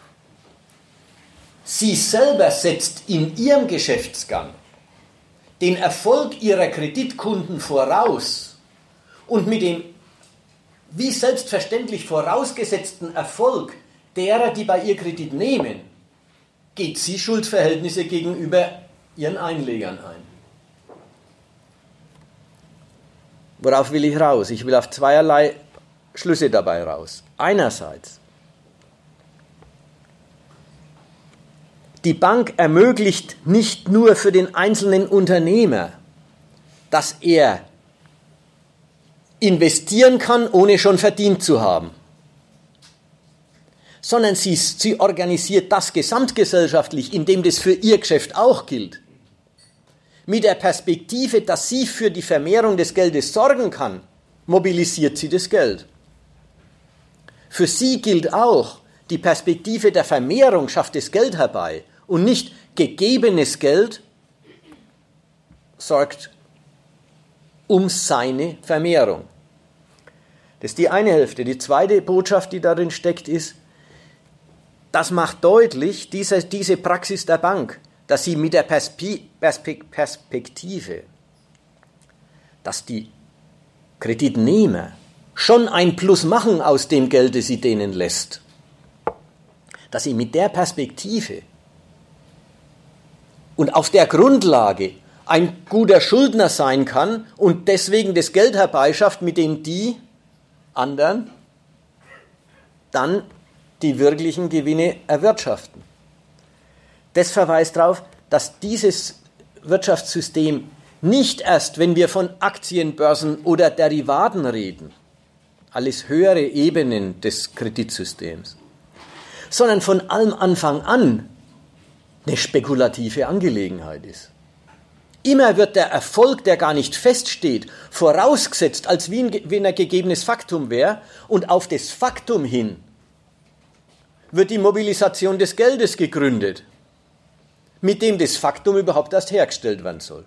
Sie selber setzt in ihrem Geschäftsgang den Erfolg ihrer Kreditkunden voraus und mit dem wie selbstverständlich vorausgesetzten Erfolg derer, die bei ihr Kredit nehmen, geht sie Schuldverhältnisse gegenüber ihren Einlegern ein. Worauf will ich raus? Ich will auf zweierlei Schlüsse dabei raus. Einerseits, die Bank ermöglicht nicht nur für den einzelnen Unternehmer, dass er investieren kann, ohne schon verdient zu haben, sondern sie, sie organisiert das gesamtgesellschaftlich, indem das für ihr Geschäft auch gilt, mit der Perspektive, dass sie für die Vermehrung des Geldes sorgen kann, mobilisiert sie das Geld. Für sie gilt auch, die Perspektive der Vermehrung schafft das Geld herbei und nicht gegebenes Geld sorgt um seine Vermehrung. Das ist die eine Hälfte. Die zweite Botschaft, die darin steckt, ist, das macht deutlich, diese, diese Praxis der Bank, dass sie mit der Perspe- Perspe- Perspektive, dass die Kreditnehmer schon ein Plus machen aus dem Geld, das sie denen lässt, dass sie mit der Perspektive und auf der Grundlage ein guter Schuldner sein kann und deswegen das Geld herbeischafft, mit dem die anderen dann die wirklichen Gewinne erwirtschaften. Das verweist darauf, dass dieses Wirtschaftssystem nicht erst, wenn wir von Aktienbörsen oder Derivaten reden, alles höhere Ebenen des Kreditsystems, sondern von allem Anfang an eine spekulative Angelegenheit ist. Immer wird der Erfolg, der gar nicht feststeht, vorausgesetzt, als wie ein, wenn ein gegebenes Faktum wäre, und auf das Faktum hin wird die Mobilisation des Geldes gegründet, mit dem das Faktum überhaupt erst hergestellt werden soll.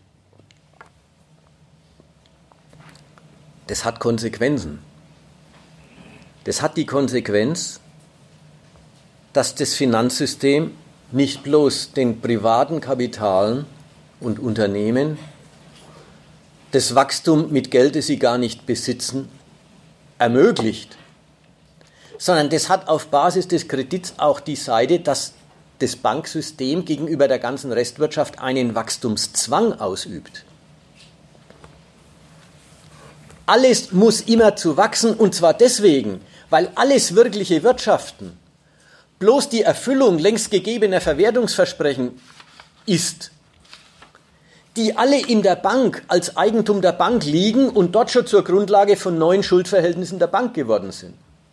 Das hat Konsequenzen. Das hat die Konsequenz, dass das Finanzsystem nicht bloß den privaten Kapitalen und Unternehmen das Wachstum mit Geld, das sie gar nicht besitzen, ermöglicht, sondern das hat auf Basis des Kredits auch die Seite, dass das Banksystem gegenüber der ganzen Restwirtschaft einen Wachstumszwang ausübt. Alles muss immer zu wachsen, und zwar deswegen, weil alles wirkliche Wirtschaften bloß die Erfüllung längst gegebener Verwertungsversprechen ist, die alle in der Bank als Eigentum der Bank liegen und dort schon zur Grundlage von neuen Schuldverhältnissen der Bank geworden sind.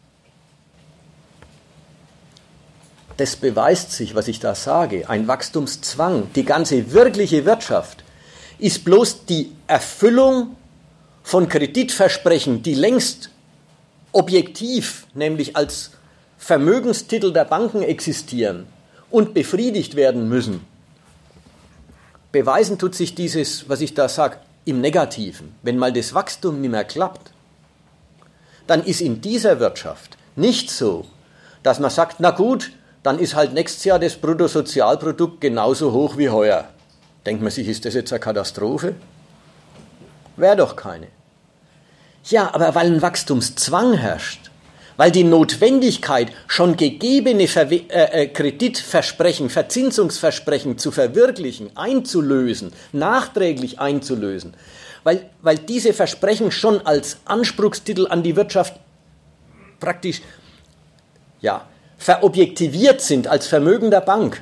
Das beweist sich, was ich da sage, ein Wachstumszwang. Die ganze wirkliche Wirtschaft ist bloß die Erfüllung von Kreditversprechen, die längst objektiv, nämlich als Vermögenstitel der Banken existieren und befriedigt werden müssen. Beweisen tut sich dieses, was ich da sage, im Negativen. Wenn mal das Wachstum nicht mehr klappt, dann ist in dieser Wirtschaft nicht so, dass man sagt, na gut, dann ist halt nächstes Jahr das Bruttosozialprodukt genauso hoch wie heuer. Denkt man sich, ist das jetzt eine Katastrophe? Wäre doch keine. Ja, aber weil ein Wachstumszwang herrscht, weil die Notwendigkeit, schon gegebene Verwe- äh, äh, Kreditversprechen, Verzinsungsversprechen zu verwirklichen, einzulösen, nachträglich einzulösen, weil, weil diese Versprechen schon als Anspruchstitel an die Wirtschaft praktisch ja, verobjektiviert sind als Vermögen der Bank.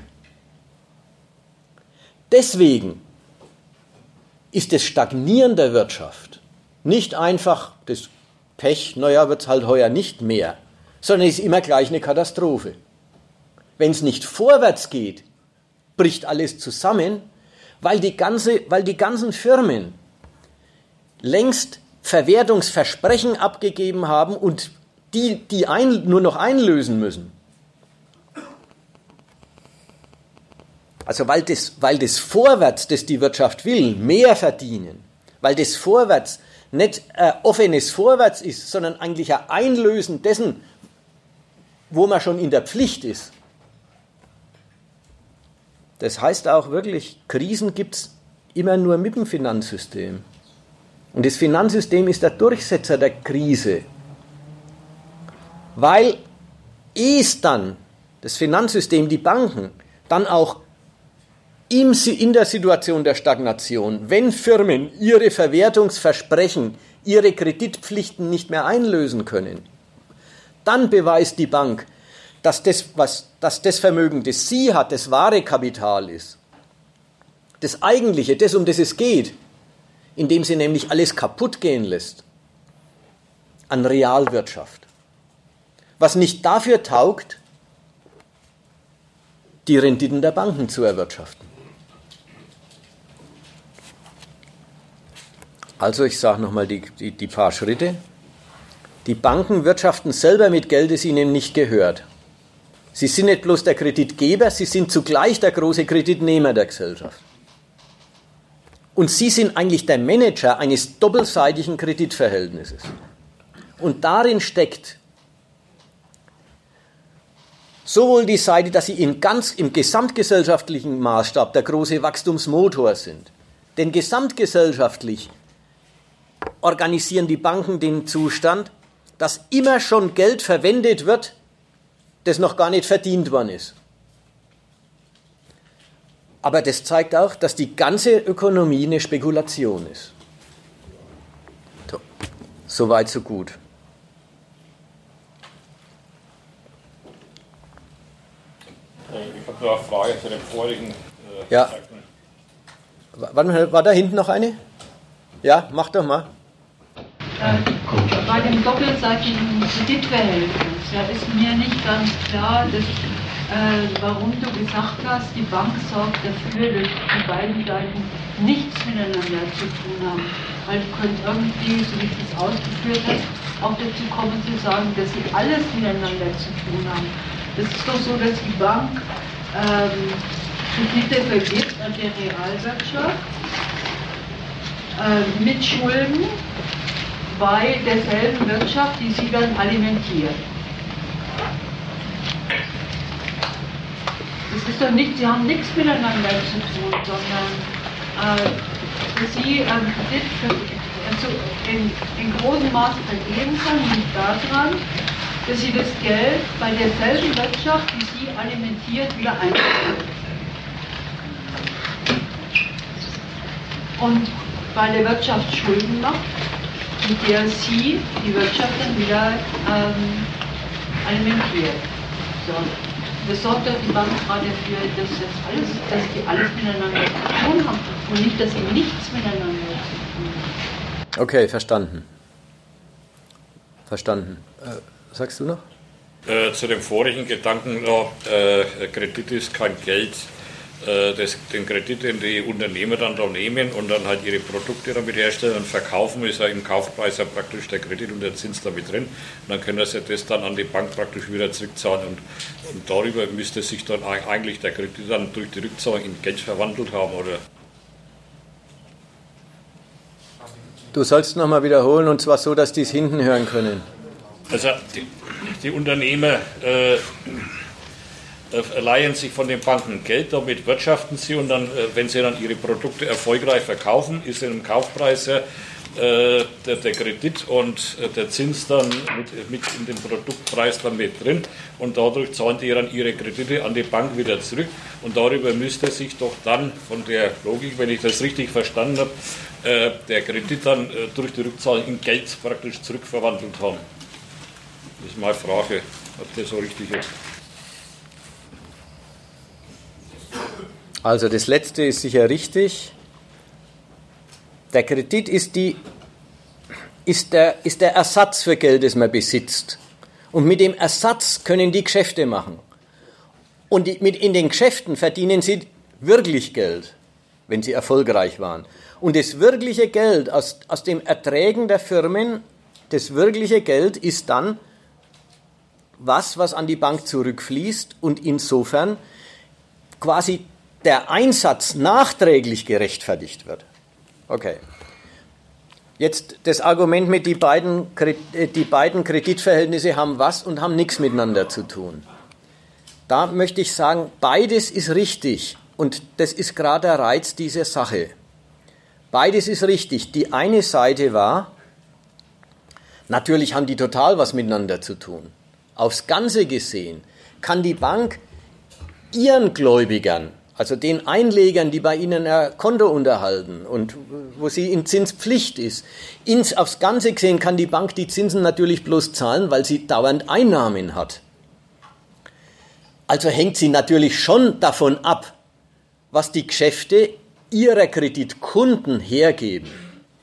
Deswegen ist das Stagnieren der Wirtschaft nicht einfach das Pech, naja, wird es halt heuer nicht mehr, sondern es ist immer gleich eine Katastrophe. Wenn es nicht vorwärts geht, bricht alles zusammen, weil die, ganze, weil die ganzen Firmen längst Verwertungsversprechen abgegeben haben und die, die ein, nur noch einlösen müssen. Also weil das, weil das Vorwärts, das die Wirtschaft will, mehr verdienen, weil das Vorwärts nicht ein offenes Vorwärts ist, sondern eigentlich ein Einlösen dessen, wo man schon in der Pflicht ist. Das heißt auch wirklich, Krisen gibt es immer nur mit dem Finanzsystem. Und das Finanzsystem ist der Durchsetzer der Krise, weil es dann, das Finanzsystem, die Banken, dann auch in der Situation der Stagnation, wenn Firmen ihre Verwertungsversprechen, ihre Kreditpflichten nicht mehr einlösen können, dann beweist die Bank, dass das, was, dass das Vermögen, das sie hat, das wahre Kapital ist. Das eigentliche, das, um das es geht, indem sie nämlich alles kaputt gehen lässt an Realwirtschaft. Was nicht dafür taugt, die Renditen der Banken zu erwirtschaften. Also ich sage nochmal die, die, die paar Schritte. Die Banken wirtschaften selber mit Geld, das ihnen nicht gehört. Sie sind nicht bloß der Kreditgeber, sie sind zugleich der große Kreditnehmer der Gesellschaft. Und sie sind eigentlich der Manager eines doppelseitigen Kreditverhältnisses. Und darin steckt sowohl die Seite, dass sie in ganz, im gesamtgesellschaftlichen Maßstab der große Wachstumsmotor sind. Denn gesamtgesellschaftlich organisieren die Banken den Zustand, dass immer schon Geld verwendet wird, das noch gar nicht verdient worden ist. Aber das zeigt auch, dass die ganze Ökonomie eine Spekulation ist. So, so weit, so gut. Ich habe noch eine Frage zu dem vorigen. Äh, ja. War, war da hinten noch eine? Ja, mach doch mal. Äh, bei dem doppelseitigen Kreditverhältnis, ja, ist mir nicht ganz klar, dass, äh, warum du gesagt hast, die Bank sorgt dafür, dass die beiden Seiten nichts miteinander zu tun haben. Weil du könntest irgendwie, so wie du es ausgeführt hast, auch dazu kommen zu sagen, dass sie alles miteinander zu tun haben. Es ist doch so, dass die Bank ähm, Kredite vergibt an die Realwirtschaft äh, mit Schulden bei derselben Wirtschaft, die sie dann alimentiert. Das ist doch nicht, sie haben nichts miteinander zu tun, sondern äh, sie ähm, Kredit für, also in, in großem Maße vergeben kann, liegt daran, dass sie das Geld bei derselben Wirtschaft, die sie alimentiert, wieder einsparen. Und weil der Wirtschaft Schulden macht, mit der sie die Wirtschaft dann wieder ähm, alimentiert. So. Das sorgt doch die Bank gerade dafür, dass, das alles, dass die alles miteinander zu tun haben und nicht, dass sie nichts miteinander zu tun haben. Okay, verstanden. Verstanden. Äh, sagst du noch? Äh, zu dem vorigen Gedanken noch, äh, Kredit ist kein Geld. Äh, das, den Kredit, den die Unternehmer dann da nehmen und dann halt ihre Produkte damit herstellen und verkaufen, ist ja im Kaufpreis ja praktisch der Kredit und der Zins damit drin. Und dann können sie das dann an die Bank praktisch wieder zurückzahlen. Und, und darüber müsste sich dann eigentlich der Kredit dann durch die Rückzahlung in Geld verwandelt haben, oder? Du sollst nochmal wiederholen, und zwar so, dass die es hinten hören können. Also die, die Unternehmer äh, leihen sich von den Banken Geld, damit wirtschaften sie und dann, wenn sie dann ihre Produkte erfolgreich verkaufen, ist in dem Preis äh, der, der Kredit und der Zins dann mit, mit in dem Produktpreis dann mit drin und dadurch zahlen die dann ihre Kredite an die Bank wieder zurück und darüber müsste sich doch dann von der Logik, wenn ich das richtig verstanden habe, äh, der Kredit dann äh, durch die Rückzahlung in Geld praktisch zurückverwandelt haben. Das ist meine Frage, ob das so richtig ist. Also das letzte ist sicher richtig. Der Kredit ist, die, ist, der, ist der Ersatz für Geld, das man besitzt. Und mit dem Ersatz können die Geschäfte machen. Und die, mit, in den Geschäften verdienen sie wirklich Geld, wenn sie erfolgreich waren. Und das wirkliche Geld aus, aus den Erträgen der Firmen, das wirkliche Geld ist dann was, was an die Bank zurückfließt und insofern quasi der Einsatz nachträglich gerechtfertigt wird. Okay. Jetzt das Argument mit die beiden, die beiden Kreditverhältnisse haben was und haben nichts miteinander zu tun. Da möchte ich sagen, beides ist richtig und das ist gerade der Reiz dieser Sache. Beides ist richtig. Die eine Seite war, natürlich haben die total was miteinander zu tun. Aufs Ganze gesehen kann die Bank ihren Gläubigern, also den Einlegern, die bei ihnen ein Konto unterhalten und wo sie in Zinspflicht ist, ins, aufs Ganze gesehen kann die Bank die Zinsen natürlich bloß zahlen, weil sie dauernd Einnahmen hat. Also hängt sie natürlich schon davon ab, was die Geschäfte ihrer Kreditkunden hergeben.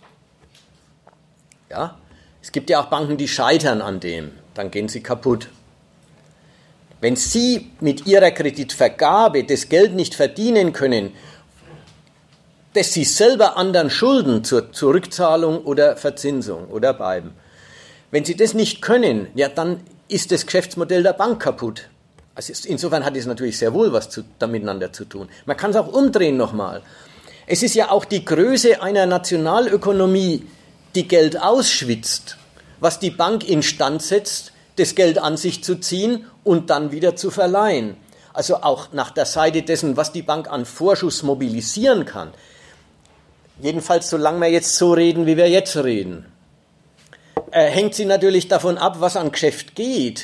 Ja? Es gibt ja auch Banken, die scheitern an dem, dann gehen sie kaputt. Wenn Sie mit Ihrer Kreditvergabe das Geld nicht verdienen können, das Sie selber anderen schulden zur Zurückzahlung oder Verzinsung oder beiden, wenn Sie das nicht können, ja, dann ist das Geschäftsmodell der Bank kaputt. Also insofern hat es natürlich sehr wohl was zu, da miteinander zu tun. Man kann es auch umdrehen nochmal. Es ist ja auch die Größe einer Nationalökonomie, die Geld ausschwitzt, was die Bank instand setzt, das Geld an sich zu ziehen und dann wieder zu verleihen. Also auch nach der Seite dessen, was die Bank an Vorschuss mobilisieren kann. Jedenfalls, solange wir jetzt so reden, wie wir jetzt reden, äh, hängt sie natürlich davon ab, was an Geschäft geht.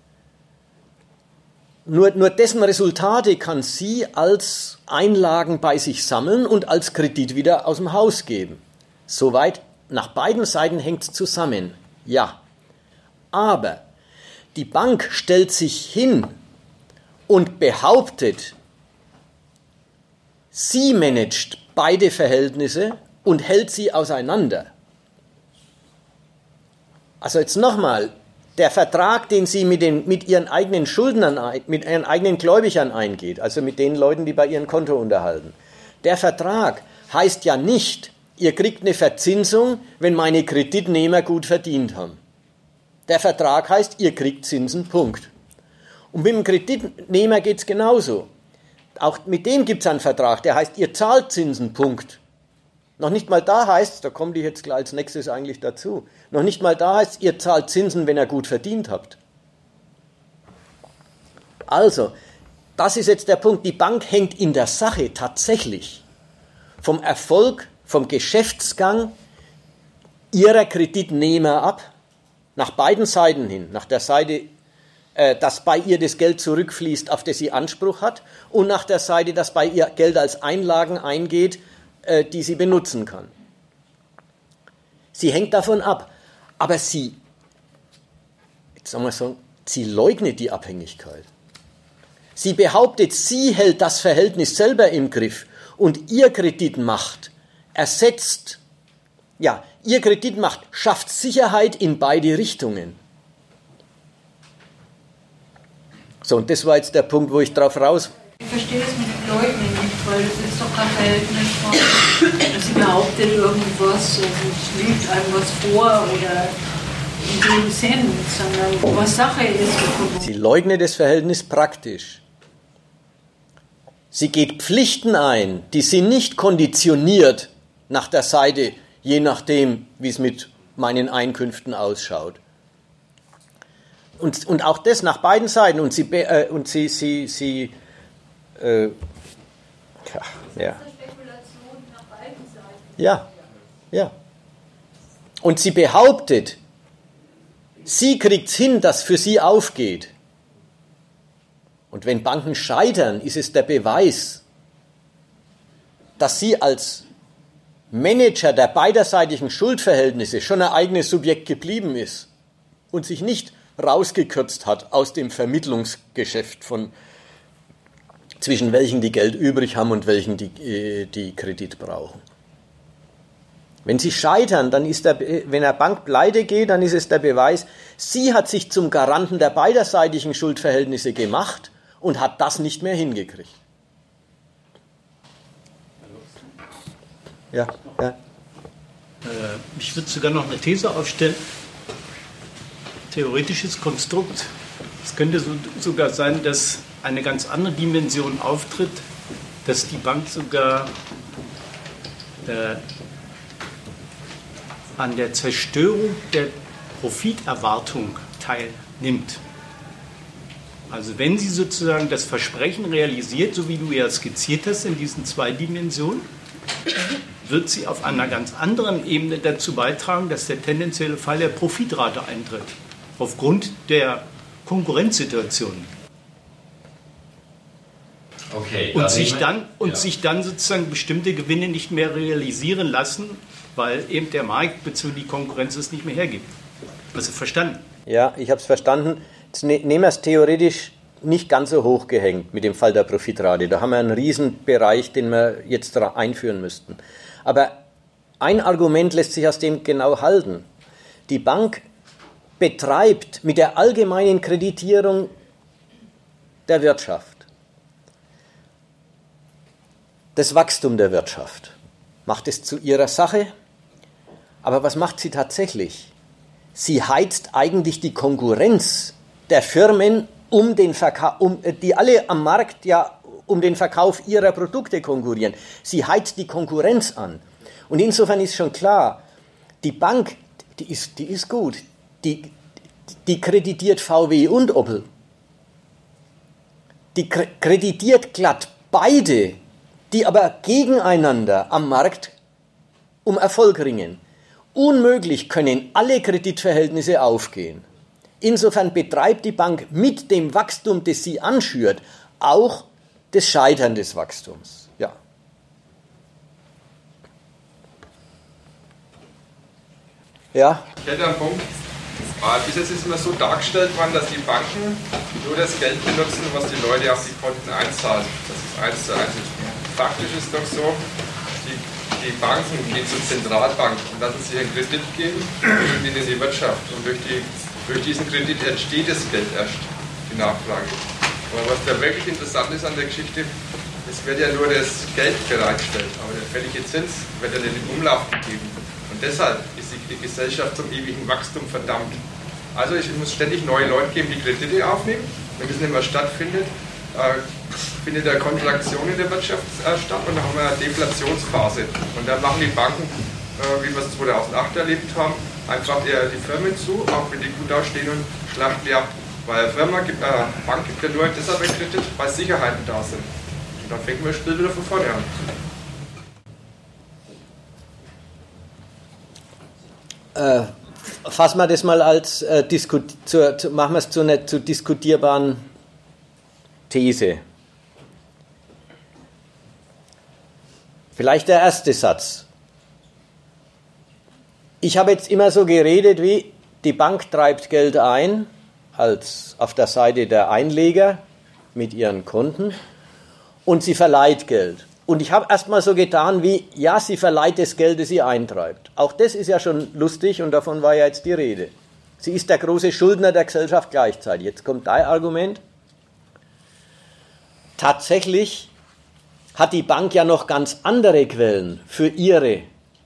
Nur, nur dessen Resultate kann sie als Einlagen bei sich sammeln und als Kredit wieder aus dem Haus geben. Soweit, nach beiden Seiten hängt es zusammen. Ja. Aber die Bank stellt sich hin und behauptet, sie managt beide Verhältnisse und hält sie auseinander. Also jetzt nochmal, der Vertrag, den sie mit, den, mit ihren eigenen Schuldnern, mit ihren eigenen Gläubigern eingeht, also mit den Leuten, die bei ihrem Konto unterhalten, der Vertrag heißt ja nicht, ihr kriegt eine Verzinsung, wenn meine Kreditnehmer gut verdient haben. Der Vertrag heißt, ihr kriegt Zinsen, Punkt. Und mit dem Kreditnehmer geht es genauso. Auch mit dem gibt es einen Vertrag, der heißt, ihr zahlt Zinsen, Punkt. Noch nicht mal da heißt es, da kommt ich jetzt gleich als nächstes eigentlich dazu, noch nicht mal da heißt es, ihr zahlt Zinsen, wenn ihr gut verdient habt. Also, das ist jetzt der Punkt, die Bank hängt in der Sache tatsächlich vom Erfolg, vom Geschäftsgang ihrer Kreditnehmer ab, nach beiden Seiten hin, nach der Seite, äh, dass bei ihr das Geld zurückfließt, auf das sie Anspruch hat, und nach der Seite, dass bei ihr Geld als Einlagen eingeht, äh, die sie benutzen kann. Sie hängt davon ab, aber sie, jetzt sagen wir so, sie leugnet die Abhängigkeit. Sie behauptet, sie hält das Verhältnis selber im Griff und ihr Kreditmacht ersetzt, ja, ihr Kreditmacht schafft Sicherheit in beide Richtungen. So, und das war jetzt der Punkt, wo ich drauf raus... Ich verstehe das mit dem Leugnen nicht, weil das ist doch kein Verhältnis von, dass sie behauptet irgendwas, also es liegt einem was vor oder in dem Sinn, sondern was Sache ist. Sie leugnet das Verhältnis praktisch. Sie geht Pflichten ein, die sie nicht konditioniert nach der Seite, je nachdem, wie es mit meinen Einkünften ausschaut. Und, und auch das nach beiden Seiten. Und sie, äh, und sie, sie, sie äh, ja, ja. Ja, ja. Und sie behauptet, sie kriegt es hin, dass für sie aufgeht. Und wenn Banken scheitern, ist es der Beweis, dass sie als Manager der beiderseitigen Schuldverhältnisse schon ein eigenes Subjekt geblieben ist und sich nicht rausgekürzt hat aus dem Vermittlungsgeschäft von zwischen welchen die Geld übrig haben und welchen die, die Kredit brauchen. Wenn sie scheitern, dann ist der, wenn eine Bank pleite geht, dann ist es der Beweis, sie hat sich zum Garanten der beiderseitigen Schuldverhältnisse gemacht und hat das nicht mehr hingekriegt. Ja, ja. Äh, ich würde sogar noch eine These aufstellen. Theoretisches Konstrukt. Es könnte so, sogar sein, dass eine ganz andere Dimension auftritt, dass die Bank sogar äh, an der Zerstörung der Profiterwartung teilnimmt. Also wenn sie sozusagen das Versprechen realisiert, so wie du ja skizziert hast in diesen zwei Dimensionen, wird sie auf einer ganz anderen Ebene dazu beitragen, dass der tendenzielle Fall der Profitrate eintritt, aufgrund der Konkurrenzsituation. Okay, und sich, ich dann, und ja. sich dann sozusagen bestimmte Gewinne nicht mehr realisieren lassen, weil eben der Markt bzw. die Konkurrenz es nicht mehr hergibt. Also verstanden? Ja, ich habe es verstanden. Jetzt ne, nehmen wir es theoretisch nicht ganz so hoch gehängt mit dem Fall der Profitrate. Da haben wir einen Riesenbereich, den wir jetzt einführen müssten. Aber ein Argument lässt sich aus dem genau halten. Die Bank betreibt mit der allgemeinen Kreditierung der Wirtschaft das Wachstum der Wirtschaft, macht es zu ihrer Sache. Aber was macht sie tatsächlich? Sie heizt eigentlich die Konkurrenz der Firmen, um den Verka- um, die alle am Markt ja um den Verkauf ihrer Produkte konkurrieren. Sie heizt die Konkurrenz an. Und insofern ist schon klar, die Bank, die ist, die ist gut, die, die kreditiert V W und Opel. Die kreditiert glatt beide, die aber gegeneinander am Markt um Erfolg ringen. Unmöglich können alle Kreditverhältnisse aufgehen. Insofern betreibt die Bank mit dem Wachstum, das sie anschürt, auch das Scheitern des Wachstums. Ja. Ja. Ich hätte einen Punkt. Bis jetzt ist immer so dargestellt worden, dass die Banken nur das Geld benutzen, was die Leute auf die Konten einzahlen. Das ist eins zu eins. Faktisch ist doch so, die, die Banken gehen zur Zentralbank und lassen sich einen Kredit geben in die Wirtschaft. Und durch, die, durch diesen Kredit entsteht das Geld erst, die Nachfrage. Aber was da wirklich interessant ist an der Geschichte, es wird ja nur das Geld bereitgestellt, aber der fällige Zins wird ja nicht in Umlauf gegeben. Und deshalb ist die Gesellschaft zum ewigen Wachstum verdammt. Also es muss ständig neue Leute geben, die Kredite aufnehmen. Wenn das nicht mehr stattfindet, äh, findet eine Kontraktion in der Wirtschaft äh, statt und dann haben wir eine Deflationsphase. Und dann machen die Banken, äh, wie wir es zweitausendacht erlebt haben, einfach eher die Firmen zu, auch wenn die gut dastehen und schlachten die ab. Weil eine Firma gibt, äh, Bank gibt ja nur deshalb einen Kredit, weil Sicherheiten da sind. Und dann fängt man das Spiel wieder von vorne an. Äh, fassen wir das mal als äh, diskut- zur, zu, machen wir es zu einer zu diskutierbaren These. Vielleicht der erste Satz. Ich habe jetzt immer so geredet wie, die Bank treibt Geld ein, als auf der Seite der Einleger mit ihren Konten, und sie verleiht Geld. Und ich habe erstmal so getan wie, ja, sie verleiht das Geld, das sie eintreibt. Auch das ist ja schon lustig und davon war ja jetzt die Rede. Sie ist der große Schuldner der Gesellschaft gleichzeitig. Jetzt kommt dein Argument. Tatsächlich hat die Bank ja noch ganz andere Quellen für ihre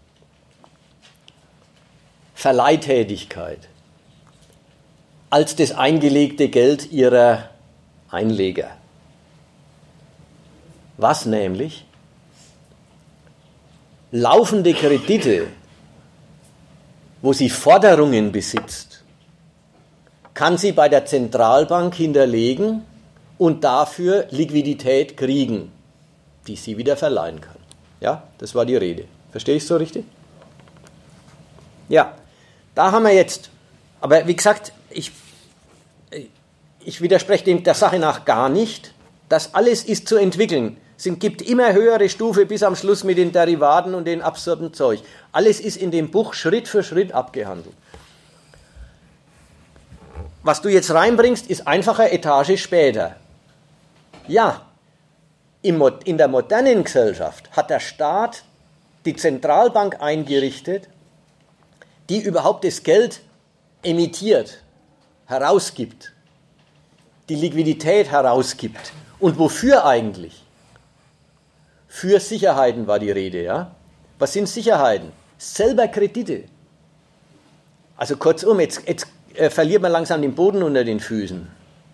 Verleihtätigkeit als das eingelegte Geld ihrer Einleger. Was nämlich? Laufende Kredite, wo sie Forderungen besitzt, kann sie bei der Zentralbank hinterlegen und dafür Liquidität kriegen, die sie wieder verleihen kann. Ja, das war die Rede. Verstehe ich so richtig? Ja, da haben wir jetzt, aber wie gesagt, ich, ich widerspreche dem der Sache nach gar nicht. Das alles ist zu entwickeln. Es gibt immer höhere Stufe bis am Schluss mit den Derivaten und den absurden Zeug. Alles ist in dem Buch Schritt für Schritt abgehandelt. Was du jetzt reinbringst, ist einfacher Etage später. Ja, in der modernen Gesellschaft hat der Staat die Zentralbank eingerichtet, die überhaupt das Geld emittiert, herausgibt, die Liquidität herausgibt. Und wofür eigentlich? Für Sicherheiten war die Rede, ja? Was sind Sicherheiten? Selber Kredite. Also kurzum, jetzt, jetzt äh, verliert man langsam den Boden unter den Füßen.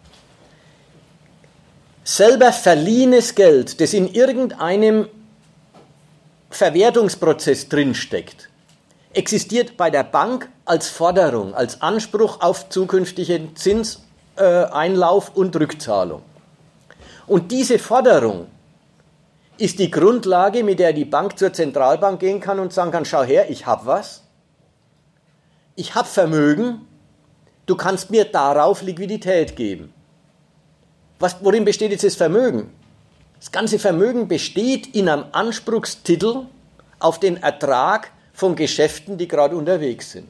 Selber verliehenes Geld, das in irgendeinem Verwertungsprozess drinsteckt, existiert bei der Bank als Forderung, als Anspruch auf zukünftigen Zinseinlauf äh, und Rückzahlung. Und diese Forderung ist die Grundlage, mit der die Bank zur Zentralbank gehen kann und sagen kann, schau her, ich habe was, ich habe Vermögen, du kannst mir darauf Liquidität geben. Was, worin besteht jetzt das Vermögen? Das ganze Vermögen besteht in einem Anspruchstitel auf den Ertrag von Geschäften, die gerade unterwegs sind.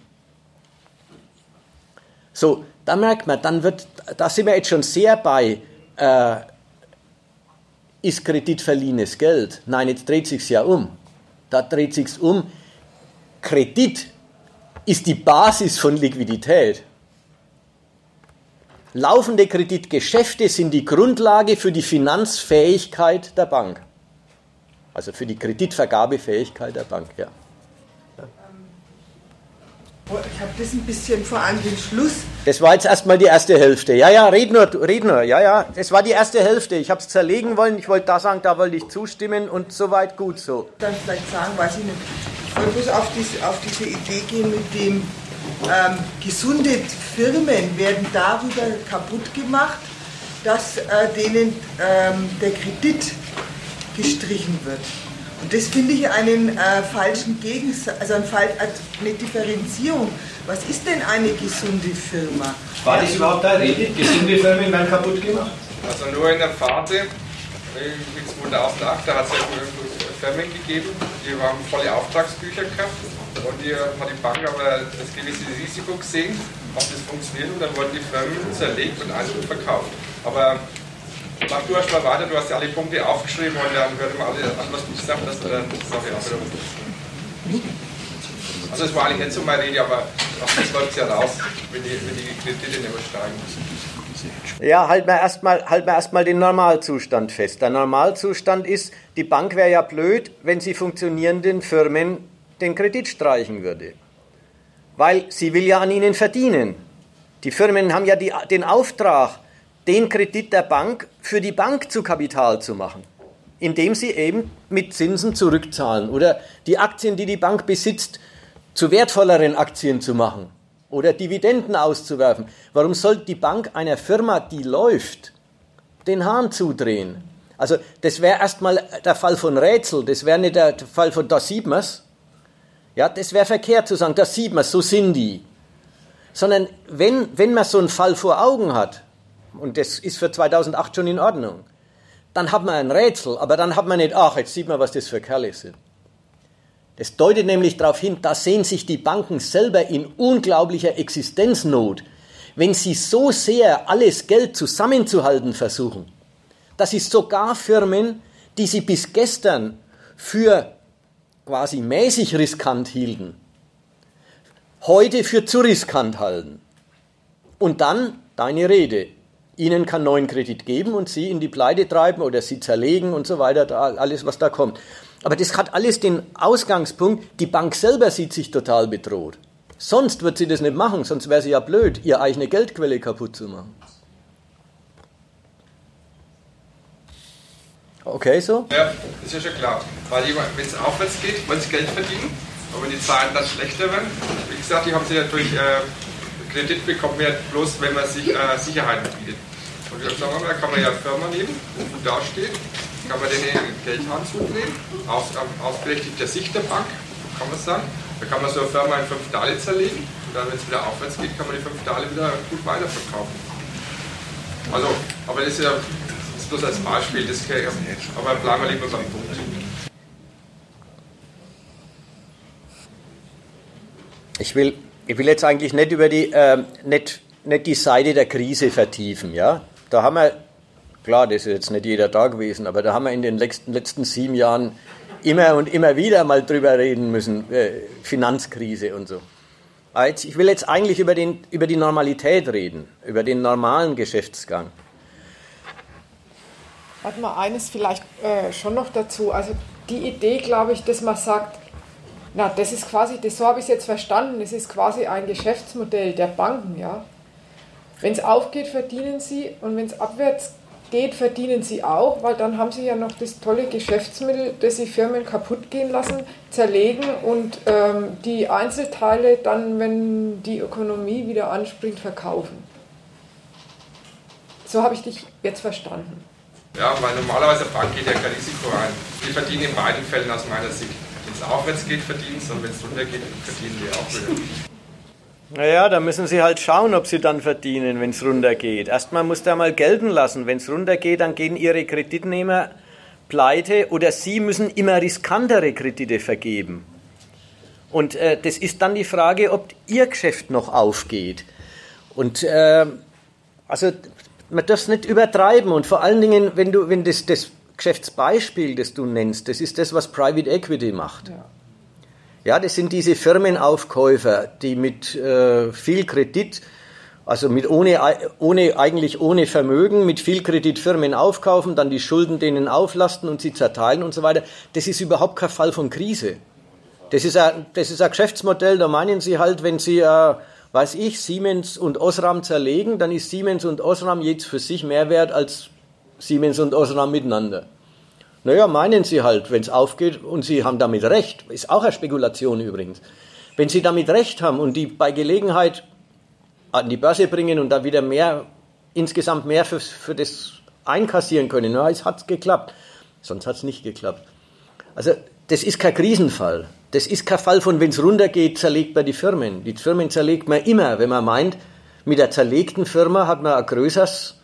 So, da merkt man, dann wird, da sind wir jetzt schon sehr bei, äh, ist Kredit verliehenes Geld? Nein, jetzt dreht sich's ja um. Da dreht sich's um. Kredit ist die Basis von Liquidität. Laufende Kreditgeschäfte sind die Grundlage für die Finanzfähigkeit der Bank. Also für die Kreditvergabefähigkeit der Bank, ja. Ich habe das ein bisschen vor allem den Schluss. Das war jetzt erstmal die erste Hälfte. Ja, ja, red nur, red nur. Ja, ja, das war die erste Hälfte. Ich habe es zerlegen wollen, ich wollte da sagen, da wollte ich zustimmen und soweit gut so. Dann vielleicht sagen, weiß ich nicht. Ich wollte bloß auf diese, auf diese Idee gehen mit dem, ähm, gesunde Firmen werden darüber kaputt gemacht, dass äh, denen ähm, der Kredit gestrichen wird. Und das finde ich einen äh, falschen Gegensatz, also ein Fall, eine Differenzierung. Was ist denn eine gesunde Firma? War das überhaupt eine Rede? Gesunde Firmen werden kaputt gemacht? Also nur in der Phase, wie zweitausendacht, da hat es ja Firmen gegeben, die haben volle Auftragsbücher gehabt und die hat die Bank aber das gewisse Risiko gesehen, ob das funktioniert, und dann wurden die Firmen zerlegt und einzeln verkauft. Aber mach du erst mal weiter, du hast ja alle Punkte aufgeschrieben und dann hört mal alle an, was du gesagt hast, dann ist auch ja wieder umsetzen. Also es war eigentlich nicht so meine Rede, aber auch das läuft ja raus, wenn die, wenn die Kredite nicht mehr steigen. Ja, halten wir erstmal halt erst den Normalzustand fest. Der Normalzustand ist, die Bank wäre ja blöd, wenn sie funktionierenden Firmen den Kredit streichen würde. Weil sie will ja an ihnen verdienen. Die Firmen haben ja die, den Auftrag, den Kredit der Bank für die Bank zu Kapital zu machen, indem sie eben mit Zinsen zurückzahlen oder die Aktien, die die Bank besitzt, zu wertvolleren Aktien zu machen oder Dividenden auszuwerfen. Warum sollte die Bank einer Firma, die läuft, den Hahn zudrehen? Also das wäre erstmal der Fall von Rätsel, das wäre nicht der Fall von, da sieht man es. Ja, das wäre verkehrt zu sagen, da sieht man es, so sind die. Sondern wenn, wenn man so einen Fall vor Augen hat, und das ist für zweitausendacht schon in Ordnung, dann hat man ein Rätsel, aber dann hat man nicht, ach, jetzt sieht man, was das für Kerle sind. Das deutet nämlich darauf hin, da sehen sich die Banken selber in unglaublicher Existenznot, wenn sie so sehr alles Geld zusammenzuhalten versuchen, dass sie sogar Firmen, die sie bis gestern für quasi mäßig riskant hielten, heute für zu riskant halten. Und dann deine Rede. Ihnen kann neuen Kredit geben und sie in die Pleite treiben oder sie zerlegen und so weiter, alles was da kommt. Aber das hat alles den Ausgangspunkt, die Bank selber sieht sich total bedroht. Sonst wird sie das nicht machen, sonst wäre sie ja blöd, ihre eigene Geldquelle kaputt zu machen. Okay, so? Ja, ist ja schon klar. Weil wenn es aufwärts geht, wollen sie Geld verdienen, aber wenn die Zahlen dann schlechter werden, wie gesagt, die haben sie ja durch äh, Kredit bekommen, ja bloß wenn man sich äh, Sicherheiten bietet. Und jetzt sagen wir mal, da kann man ja eine Firma nehmen, wo da steht, kann man den Geldhahn zudrehen, aus, aus berechtigter Sicht der Bank, kann man sagen. Da kann man so eine Firma in fünf Teile zerlegen und dann, wenn es wieder aufwärts geht, kann man die fünf Teile wieder gut weiterverkaufen. Also, aber das ist ja das ist bloß als Beispiel, das kann ich, aber bleiben wir lieber beim Punkt. Ich will, ich will jetzt eigentlich nicht über die, äh, nicht, nicht die Seite der Krise vertiefen, ja. Da haben wir, klar, das ist jetzt nicht jeder da gewesen, aber da haben wir in den letzten, letzten sieben Jahren immer und immer wieder mal drüber reden müssen, äh, Finanzkrise und so. Aber jetzt, ich will jetzt eigentlich über, den, über die Normalität reden, über den normalen Geschäftsgang. Warte mal, eines vielleicht äh, schon noch dazu. Also die Idee, glaube ich, dass man sagt, na, das ist quasi, das, so habe ich es jetzt verstanden, das ist quasi ein Geschäftsmodell der Banken, ja. Wenn es aufgeht, verdienen sie, und wenn es abwärts geht, verdienen sie auch, weil dann haben sie ja noch das tolle Geschäftsmittel, das sie Firmen kaputt gehen lassen, zerlegen und ähm, die Einzelteile dann, wenn die Ökonomie wieder anspringt, verkaufen. So habe ich dich jetzt verstanden. Ja, weil normalerweise eine Bank geht ja kein Risiko ein. Die verdienen in beiden Fällen aus meiner Sicht. Wenn es aufwärts geht, verdienen sie, und wenn es runter geht, verdienen die auch wieder. Naja, da müssen sie halt schauen, ob sie dann verdienen, wenn es runtergeht. Erstmal muss der mal gelten lassen. Wenn es runtergeht, dann gehen ihre Kreditnehmer pleite oder sie müssen immer riskantere Kredite vergeben. Und äh, das ist dann die Frage, ob ihr Geschäft noch aufgeht. Und äh, also man darf es nicht übertreiben. Und vor allen Dingen, wenn du, wenn das, das Geschäftsbeispiel, das du nennst, das ist das, was Private Equity macht. Ja. Ja, das sind diese Firmenaufkäufer, die mit äh, viel Kredit, also mit ohne, ohne, eigentlich ohne Vermögen, mit viel Kredit Firmen aufkaufen, dann die Schulden denen auflasten und sie zerteilen und so weiter. Das ist überhaupt kein Fall von Krise. Das ist ein, das ist ein Geschäftsmodell, da meinen Sie halt, wenn Sie, äh, weiß ich, Siemens und Osram zerlegen, dann ist Siemens und Osram jetzt für sich mehr wert als Siemens und Osram miteinander. Naja, meinen Sie halt, wenn es aufgeht und Sie haben damit recht, ist auch eine Spekulation übrigens. Wenn Sie damit recht haben und die bei Gelegenheit an die Börse bringen und da wieder mehr, insgesamt mehr für, für das einkassieren können, na, es hat geklappt. Sonst hat es nicht geklappt. Also das ist kein Krisenfall. Das ist kein Fall von, wenn es runtergeht, zerlegt man die Firmen. Die Firmen zerlegt man immer, wenn man meint, mit der zerlegten Firma hat man ein größeres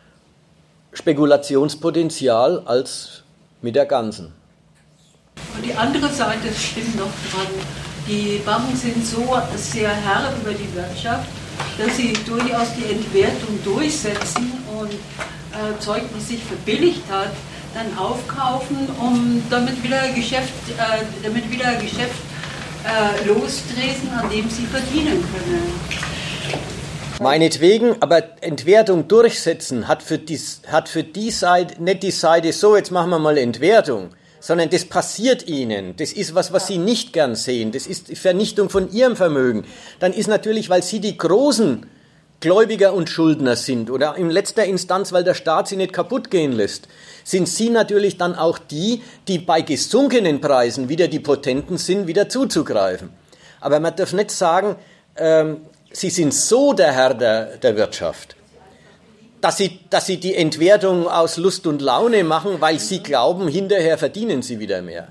Spekulationspotenzial als mit der ganzen. Und die andere Seite stimmt noch dran. Die Banken sind so sehr Herr über die Wirtschaft, dass sie durchaus die Entwertung durchsetzen und äh, Zeug, was sich verbilligt hat, dann aufkaufen, um damit wieder Geschäft, äh, damit wieder Geschäft äh, lostreten, an dem sie verdienen können. Meinetwegen, aber Entwertung durchsetzen hat für die, hat für die Seite, nicht die Seite so, jetzt machen wir mal Entwertung, sondern das passiert ihnen. Das ist was, was sie nicht gern sehen. Das ist die Vernichtung von ihrem Vermögen. Dann ist natürlich, weil sie die großen Gläubiger und Schuldner sind oder in letzter Instanz, weil der Staat sie nicht kaputt gehen lässt, sind sie natürlich dann auch die, die bei gesunkenen Preisen wieder die Potenten sind, wieder zuzugreifen. Aber man darf nicht sagen, ähm, sie sind so der Herr der, der Wirtschaft, dass sie, dass sie die Entwertung aus Lust und Laune machen, weil sie glauben, hinterher verdienen sie wieder mehr.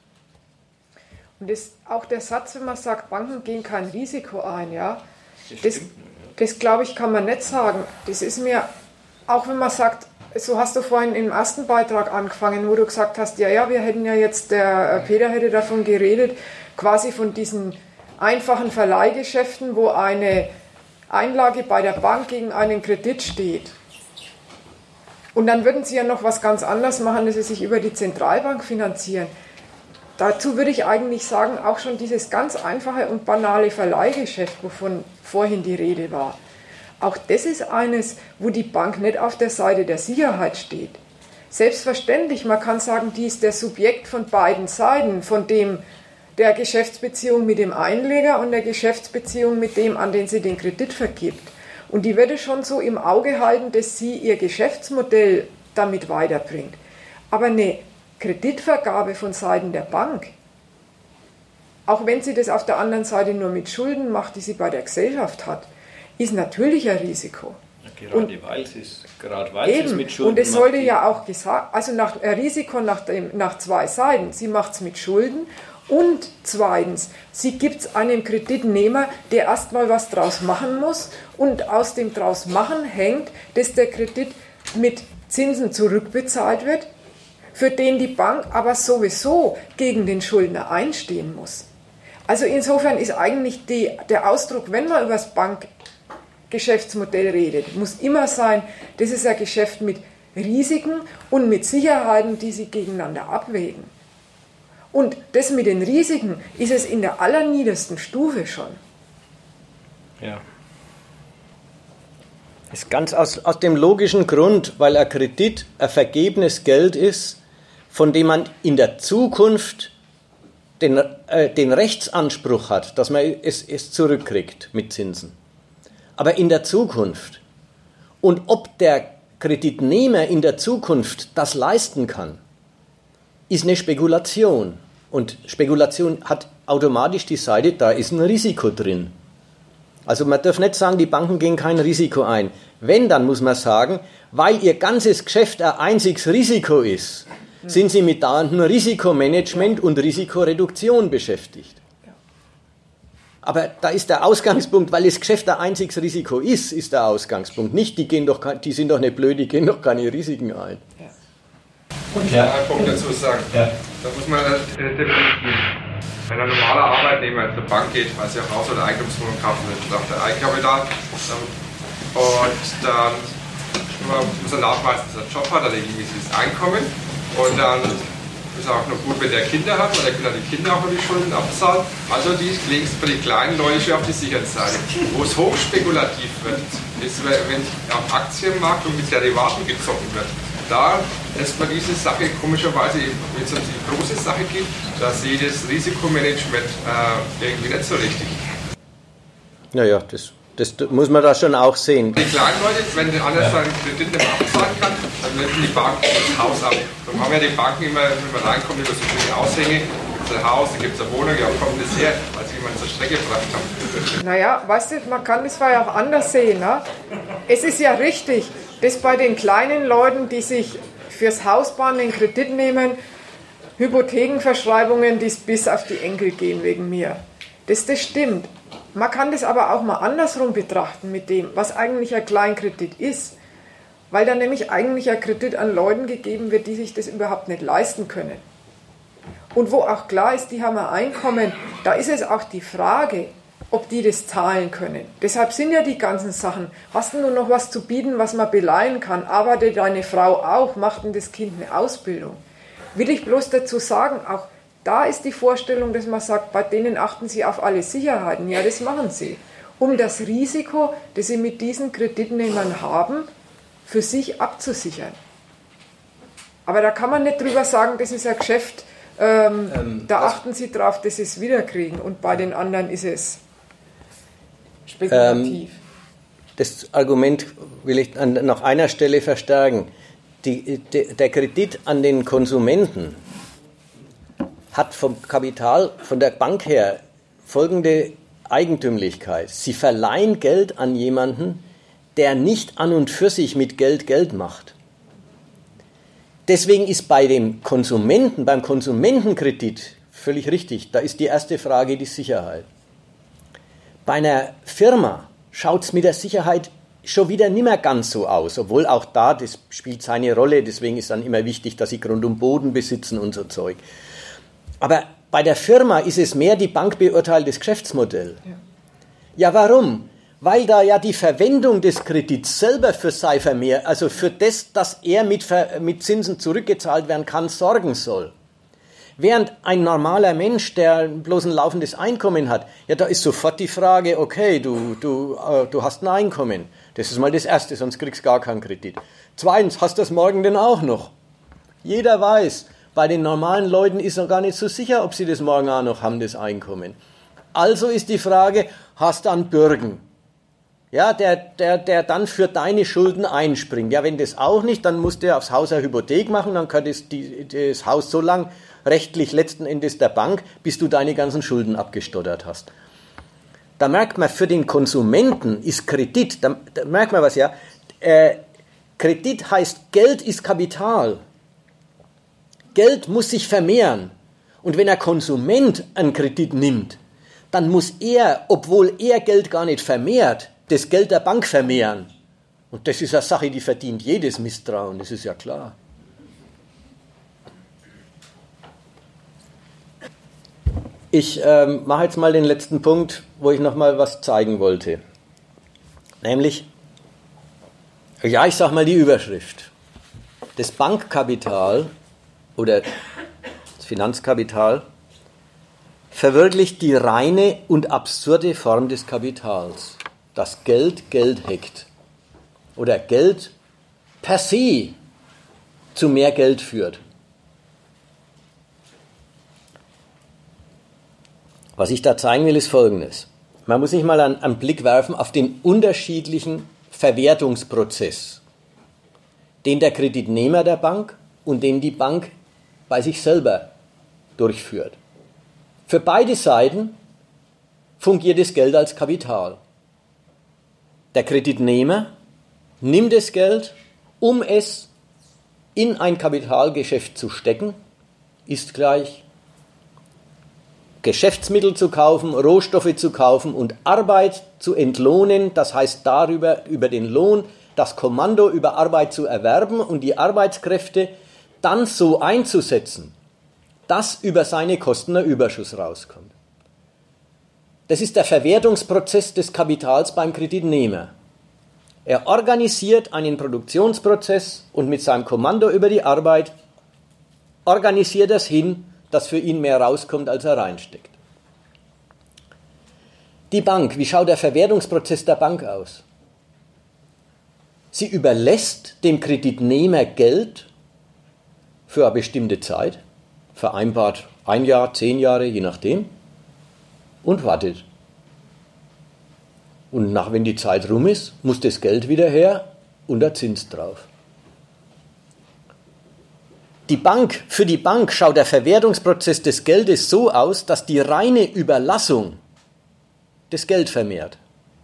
Und das, auch der Satz, wenn man sagt, Banken gehen kein Risiko ein, ja, das, das glaube ich, kann man nicht sagen. Das ist mir, auch wenn man sagt, so hast du vorhin im ersten Beitrag angefangen, wo du gesagt hast, ja, ja, wir hätten ja jetzt, der Peter hätte davon geredet, quasi von diesen einfachen Verleihgeschäften, wo eine Einlage bei der Bank gegen einen Kredit steht. Und dann würden sie ja noch was ganz anderes machen, dass sie sich über die Zentralbank finanzieren. Dazu würde ich eigentlich sagen, auch schon dieses ganz einfache und banale Verleihgeschäft, wovon vorhin die Rede war, auch das ist eines, wo die Bank nicht auf der Seite der Sicherheit steht. Selbstverständlich, man kann sagen, die ist der Subjekt von beiden Seiten, von dem der Geschäftsbeziehung mit dem Einleger und der Geschäftsbeziehung mit dem, an den sie den Kredit vergibt. Und die würde schon so im Auge halten, dass sie ihr Geschäftsmodell damit weiterbringt. Aber eine Kreditvergabe von Seiten der Bank, auch wenn sie das auf der anderen Seite nur mit Schulden macht, die sie bei der Gesellschaft hat, ist natürlich ein Risiko. Ja, gerade und weil sie es, gerade weil eben, sie es mit Schulden und es sollte macht, ja auch gesagt, also nach, ein Risiko nach, dem, nach zwei Seiten. Sie macht es mit Schulden. Und zweitens, sie gibt es einem Kreditnehmer, der erstmal was draus machen muss und aus dem draus machen hängt, dass der Kredit mit Zinsen zurückbezahlt wird, für den die Bank aber sowieso gegen den Schuldner einstehen muss. Also insofern ist eigentlich die, der Ausdruck, wenn man über das Bankgeschäftsmodell redet, muss immer sein, das ist ein Geschäft mit Risiken und mit Sicherheiten, die sie gegeneinander abwägen. Und das mit den Risiken ist es in der allerniedersten Stufe schon. Ja. Ist ganz aus, aus dem logischen Grund, weil ein Kredit ein vergebenes Geld ist, von dem man in der Zukunft den, äh, den Rechtsanspruch hat, dass man es, es zurückkriegt mit Zinsen. Aber in der Zukunft. Und ob der Kreditnehmer in der Zukunft das leisten kann, ist eine Spekulation. Und Spekulation hat automatisch die Seite, da ist ein Risiko drin. Also man darf nicht sagen, die Banken gehen kein Risiko ein. Wenn, dann muss man sagen, weil ihr ganzes Geschäft ein einziges Risiko ist, sind sie mit dauerndem Risikomanagement und Risikoreduktion beschäftigt. Aber da ist der Ausgangspunkt, weil das Geschäft ein einziges Risiko ist, ist der Ausgangspunkt. Nicht, die, gehen doch, die sind doch nicht blöd, die gehen doch keine Risiken ein. Und ja. einen Punkt dazu sagen. Ja. Da muss man äh, definitiv, wenn ein normaler Arbeitnehmer zur Bank geht, weil sie auch Haus- oder Eigentumswohnung kaufen will, sagt er Eigenkapital. Und dann muss er nachweisen, dass er einen Job hat, er hat ein gewisses Einkommen. Und dann Ist auch noch gut, wenn der Kinder hat, weil der kann die Kinder auch noch die Schulden abzahlen. Also die links für die kleinen Leute schon auf die sichere Seite. Wo es hochspekulativ wird, ist, wenn am Aktienmarkt und mit Derivaten gezogen wird. Da lässt man diese Sache komischerweise, wenn es um die große Sache geht, da sehe ich das Risikomanagement äh, irgendwie nicht so richtig. Naja, das, das muss man da schon auch sehen. Die kleinen Leute, wenn der andere seinen Kredit nicht abzahlen kann, dann lösen die Banken das Haus ab. Dann haben ja die Banken immer, wenn man reinkommt, über so viele Aushänge, gibt es ein Haus, da gibt es eine Wohnung, ja, kommt das her, weil sie jemanden zur Strecke gebracht haben. Naja, weißt du, man kann das ja auch anders sehen. Ne? Es ist ja richtig, dass bei den kleinen Leuten, die sich fürs Haus bauen, den Kredit nehmen, Hypothekenverschreibungen, die bis auf die Enkel gehen wegen mir. Das, das stimmt. Man kann das aber auch mal andersrum betrachten mit dem, was eigentlich ein Kleinkredit ist. Weil dann nämlich eigentlich ein Kredit an Leuten gegeben wird, die sich das überhaupt nicht leisten können. Und wo auch klar ist, die haben ein Einkommen, da ist es auch die Frage, ob die das zahlen können. Deshalb sind ja die ganzen Sachen, hast du nur noch was zu bieten, was man beleihen kann, arbeitet deine Frau auch, macht denn das Kind eine Ausbildung. Will ich bloß dazu sagen, auch da ist die Vorstellung, dass man sagt, bei denen achten sie auf alle Sicherheiten. Ja, das machen sie, um das Risiko, das sie mit diesen Kreditnehmern haben, für sich abzusichern. Aber da kann man nicht drüber sagen, das ist ein Geschäft, ähm, ähm, da achten sie drauf, dass sie es wiederkriegen. Und bei den anderen ist es spekulativ. Ähm, das Argument will ich an noch einer Stelle verstärken. Die, de, der Kredit an den Konsumenten hat vom Kapital, von der Bank her, folgende Eigentümlichkeit. Sie verleihen Geld an jemanden, der nicht an und für sich mit Geld Geld macht. Deswegen ist bei dem Konsumenten, beim Konsumentenkredit völlig richtig, da ist die erste Frage die Sicherheit. Bei einer Firma schaut es mit der Sicherheit schon wieder nicht mehr ganz so aus, obwohl auch da, das spielt seine Rolle, deswegen ist dann immer wichtig, dass sie Grund und Boden besitzen und so Zeug. Aber bei der Firma ist es mehr die Bank beurteilt das Geschäftsmodell. Ja, ja warum? Weil da ja die Verwendung des Kredits selber für sei vermehrt, also für das, dass er mit, mit Zinsen zurückgezahlt werden kann, sorgen soll. Während ein normaler Mensch, der bloß ein laufendes Einkommen hat, ja, da ist sofort die Frage, okay, du, du, äh, du hast ein Einkommen. Das ist mal das Erste, sonst kriegst du gar keinen Kredit. Zweitens, hast du das morgen denn auch noch? Jeder weiß, bei den normalen Leuten ist noch gar nicht so sicher, ob sie das morgen auch noch haben, das Einkommen. Also ist die Frage, hast du einen Bürgen? Ja, der, der, der dann für deine Schulden einspringt. Ja, wenn das auch nicht, dann musst du aufs Haus eine Hypothek machen, dann kann das, die, das Haus so lang rechtlich letzten Endes der Bank, bis du deine ganzen Schulden abgestottert hast. Da merkt man, für den Konsumenten ist Kredit, da, da merkt man was, ja, äh, Kredit heißt, Geld ist Kapital. Geld muss sich vermehren. Und wenn ein Konsument einen Kredit nimmt, dann muss er, obwohl er Geld gar nicht vermehrt, das Geld der Bank vermehren. Und das ist eine Sache, die verdient jedes Misstrauen, das ist ja klar. Ich ähm, mache jetzt mal den letzten Punkt, wo ich noch mal was zeigen wollte. Nämlich, ja, ich sage mal die Überschrift. Das Bankkapital oder das Finanzkapital verwirklicht die reine und absurde Form des Kapitals, dass Geld Geld hackt oder Geld per se zu mehr Geld führt. Was ich da zeigen will, ist Folgendes. Man muss sich mal einen, einen Blick werfen auf den unterschiedlichen Verwertungsprozess, den der Kreditnehmer der Bank und den die Bank bei sich selber durchführt. Für beide Seiten fungiert das Geld als Kapital. Der Kreditnehmer nimmt das Geld, um es in ein Kapitalgeschäft zu stecken, ist gleich Geschäftsmittel zu kaufen, Rohstoffe zu kaufen und Arbeit zu entlohnen, das heißt darüber, über den Lohn, das Kommando über Arbeit zu erwerben und die Arbeitskräfte dann so einzusetzen, dass über seine Kosten ein Überschuss rauskommt. Das ist der Verwertungsprozess des Kapitals beim Kreditnehmer. Er organisiert einen Produktionsprozess und mit seinem Kommando über die Arbeit organisiert das hin, dass für ihn mehr rauskommt, als er reinsteckt. Die Bank, wie schaut der Verwertungsprozess der Bank aus? Sie überlässt dem Kreditnehmer Geld für eine bestimmte Zeit, vereinbart ein Jahr, zehn Jahre, je nachdem, und wartet. Und nach, wenn die Zeit rum ist, muss das Geld wieder her und der Zins drauf. Die Bank, für die Bank schaut der Verwertungsprozess des Geldes so aus, dass die reine Überlassung das Geld vermehrt.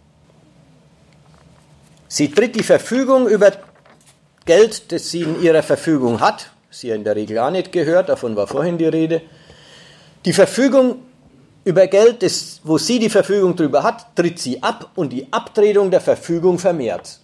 Sie tritt die Verfügung über Geld, das sie in ihrer Verfügung hat, sie ja in der Regel auch nicht gehört, davon war vorhin die Rede, die Verfügung über Geld, das, wo sie die Verfügung darüber hat, tritt sie ab und die Abtretung der Verfügung vermehrt.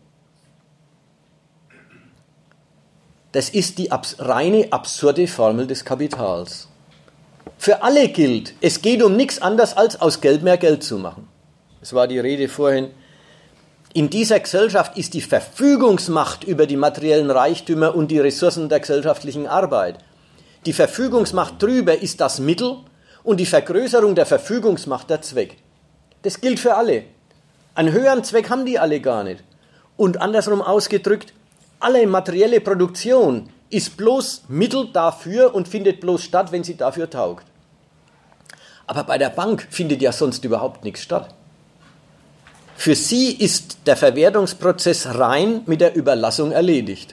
Das ist die abs- reine, absurde Formel des Kapitals. Für alle gilt, es geht um nichts anderes, als aus Geld mehr Geld zu machen. Es war die Rede vorhin. In dieser Gesellschaft ist die Verfügungsmacht über die materiellen Reichtümer und die Ressourcen der gesellschaftlichen Arbeit. Die Verfügungsmacht drüber ist das Mittel und die Vergrößerung der Verfügungsmacht der Zweck. Das gilt für alle. Einen höheren Zweck haben die alle gar nicht. Und andersrum ausgedrückt, alle materielle Produktion ist bloß Mittel dafür und findet bloß statt, wenn sie dafür taugt. Aber bei der Bank findet ja sonst überhaupt nichts statt. Für sie ist der Verwertungsprozess rein mit der Überlassung erledigt.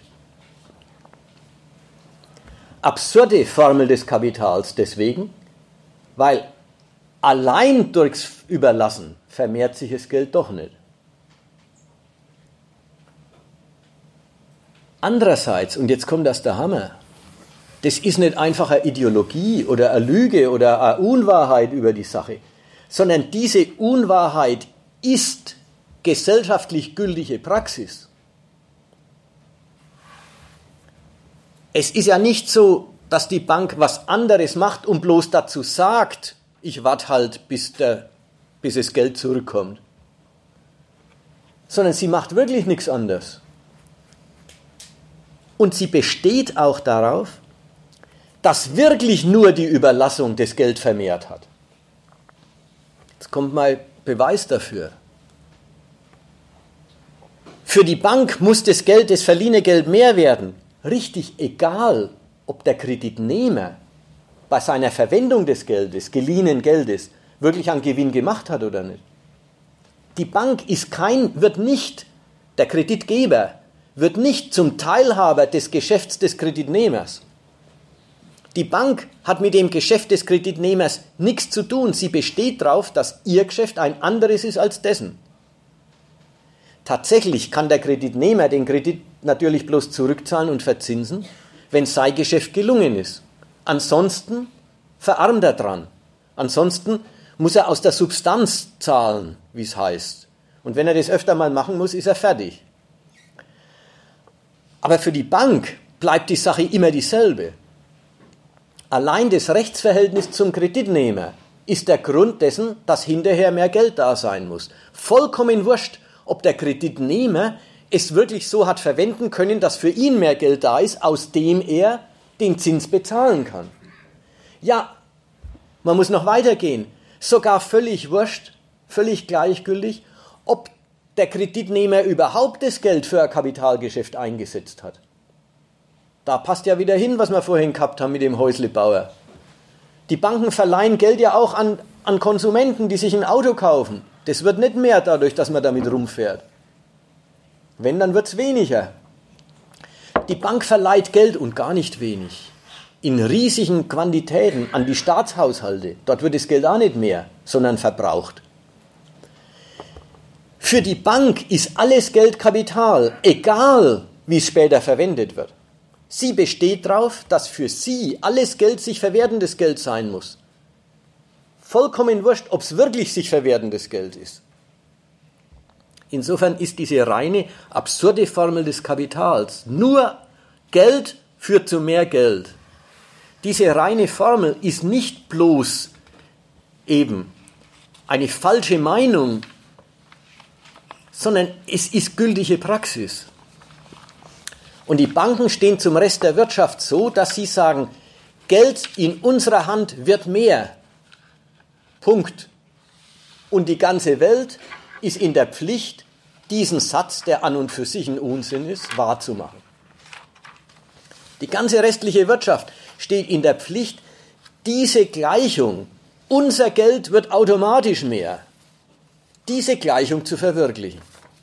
Absurde Formel des Kapitals deswegen, weil allein durchs Überlassen vermehrt sich das Geld doch nicht. Andererseits, und jetzt kommt das der Hammer, das ist nicht einfach eine Ideologie oder eine Lüge oder eine Unwahrheit über die Sache, sondern diese Unwahrheit ist gesellschaftlich gültige Praxis. Es ist ja nicht so, dass die Bank was anderes macht und bloß dazu sagt, ich warte halt, bis, der, bis das Geld zurückkommt. Sondern sie macht wirklich nichts anderes. Und sie besteht auch darauf, dass wirklich nur die Überlassung das Geld vermehrt hat. Jetzt kommt mal Beweis dafür. Für die Bank muss das Geld, das verliehene Geld mehr werden. Richtig, egal, ob der Kreditnehmer bei seiner Verwendung des Geldes, geliehenen Geldes, wirklich einen Gewinn gemacht hat oder nicht. Die Bank ist kein, wird nicht, der Kreditgeber wird nicht zum Teilhaber des Geschäfts des Kreditnehmers. Die Bank hat mit dem Geschäft des Kreditnehmers nichts zu tun. Sie besteht darauf, dass ihr Geschäft ein anderes ist als dessen. Tatsächlich kann der Kreditnehmer den Kredit natürlich bloß zurückzahlen und verzinsen, wenn sein Geschäft gelungen ist. Ansonsten verarmt er dran. Ansonsten muss er aus der Substanz zahlen, wie es heißt. Und wenn er das öfter mal machen muss, ist er fertig. Aber für die Bank bleibt die Sache immer dieselbe. Allein das Rechtsverhältnis zum Kreditnehmer ist der Grund dessen, dass hinterher mehr Geld da sein muss. Vollkommen wurscht, ob der Kreditnehmer es wirklich so hat verwenden können, dass für ihn mehr Geld da ist, aus dem er den Zins bezahlen kann. Ja, man muss noch weitergehen. Sogar völlig wurscht, völlig gleichgültig, ob der Kreditnehmer überhaupt das Geld für ein Kapitalgeschäft eingesetzt hat. Da passt ja wieder hin, was wir vorhin gehabt haben mit dem Häuslebauer. Die Banken verleihen Geld ja auch an, an Konsumenten, die sich ein Auto kaufen. Das wird nicht mehr dadurch, dass man damit rumfährt. Wenn, dann wird es weniger. Die Bank verleiht Geld und gar nicht wenig. In riesigen Quantitäten an die Staatshaushalte. Dort wird das Geld auch nicht mehr, sondern verbraucht. Für die Bank ist alles Geld Kapital, egal wie es später verwendet wird. Sie besteht darauf, dass für sie alles Geld sich verwertendes Geld sein muss. Vollkommen wurscht, ob es wirklich sich verwertendes Geld ist. Insofern ist diese reine, absurde Formel des Kapitals, nur Geld führt zu mehr Geld. Diese reine Formel ist nicht bloß eben eine falsche Meinung, sondern es ist gültige Praxis. Und die Banken stehen zum Rest der Wirtschaft so, dass sie sagen, Geld in unserer Hand wird mehr. Punkt. Und die ganze Welt ist in der Pflicht, diesen Satz, der an und für sich ein Unsinn ist, wahrzumachen. Die ganze restliche Wirtschaft steht in der Pflicht, diese Gleichung, unser Geld wird automatisch mehr, diese Gleichung zu verwirklichen.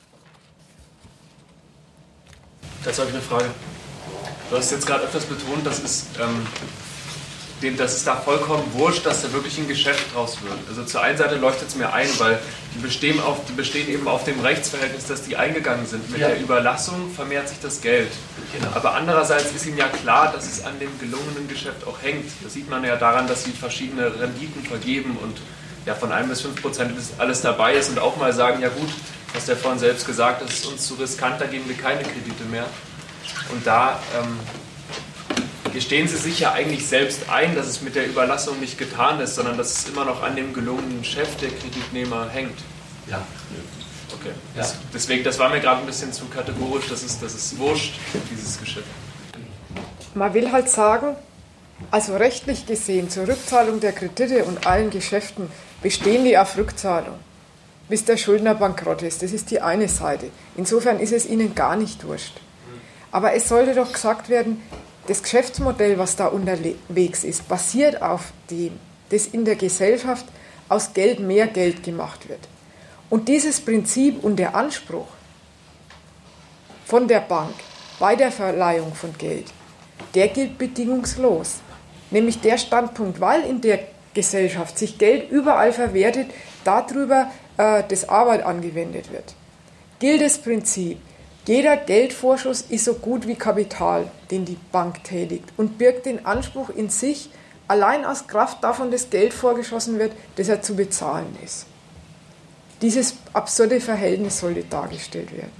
Dazu habe ich eine Frage. Du hast jetzt gerade öfters betont, dass es, ähm, dem, dass es da vollkommen wurscht, dass da wirklich ein Geschäft draus wird. Also zur einen Seite leuchtet es mir ein, weil die bestehen, auf, die bestehen eben auf dem Rechtsverhältnis, dass die eingegangen sind. Mit ja. der Überlassung vermehrt sich das Geld. Genau. Aber andererseits ist ihnen ja klar, dass es an dem gelungenen Geschäft auch hängt. Das sieht man ja daran, dass sie verschiedene Renditen vergeben und ja, von ein bis fünf Prozent alles dabei ist und auch mal sagen, ja gut, hast du ja vorhin selbst gesagt, das ist uns zu riskant, da geben wir keine Kredite mehr. Und da ähm, gestehen Sie sich ja eigentlich selbst ein, dass es mit der Überlassung nicht getan ist, sondern dass es immer noch an dem gelungenen Chef der Kreditnehmer hängt. Ja. Okay. Ja. Das, deswegen, das war mir gerade ein bisschen zu kategorisch, dass es, dass es wurscht, dieses Geschäft. Man will halt sagen, also rechtlich gesehen, zur Rückzahlung der Kredite und allen Geschäften bestehen die auf Rückzahlung, bis der Schuldner bankrott ist. Das ist die eine Seite. Insofern ist es Ihnen gar nicht wurscht. Aber es sollte doch gesagt werden, das Geschäftsmodell, was da unterwegs ist, basiert auf dem, dass in der Gesellschaft aus Geld mehr Geld gemacht wird. Und dieses Prinzip und der Anspruch von der Bank bei der Verleihung von Geld, der gilt bedingungslos. Nämlich der Standpunkt, weil in der Gesellschaft sich Geld überall verwertet, darüber äh, das Arbeit angewendet wird. Gilt das Prinzip, jeder Geldvorschuss ist so gut wie Kapital, den die Bank tätigt und birgt den Anspruch in sich, allein aus Kraft davon, dass Geld vorgeschossen wird, dass er zu bezahlen ist. Dieses absurde Verhältnis sollte dargestellt werden.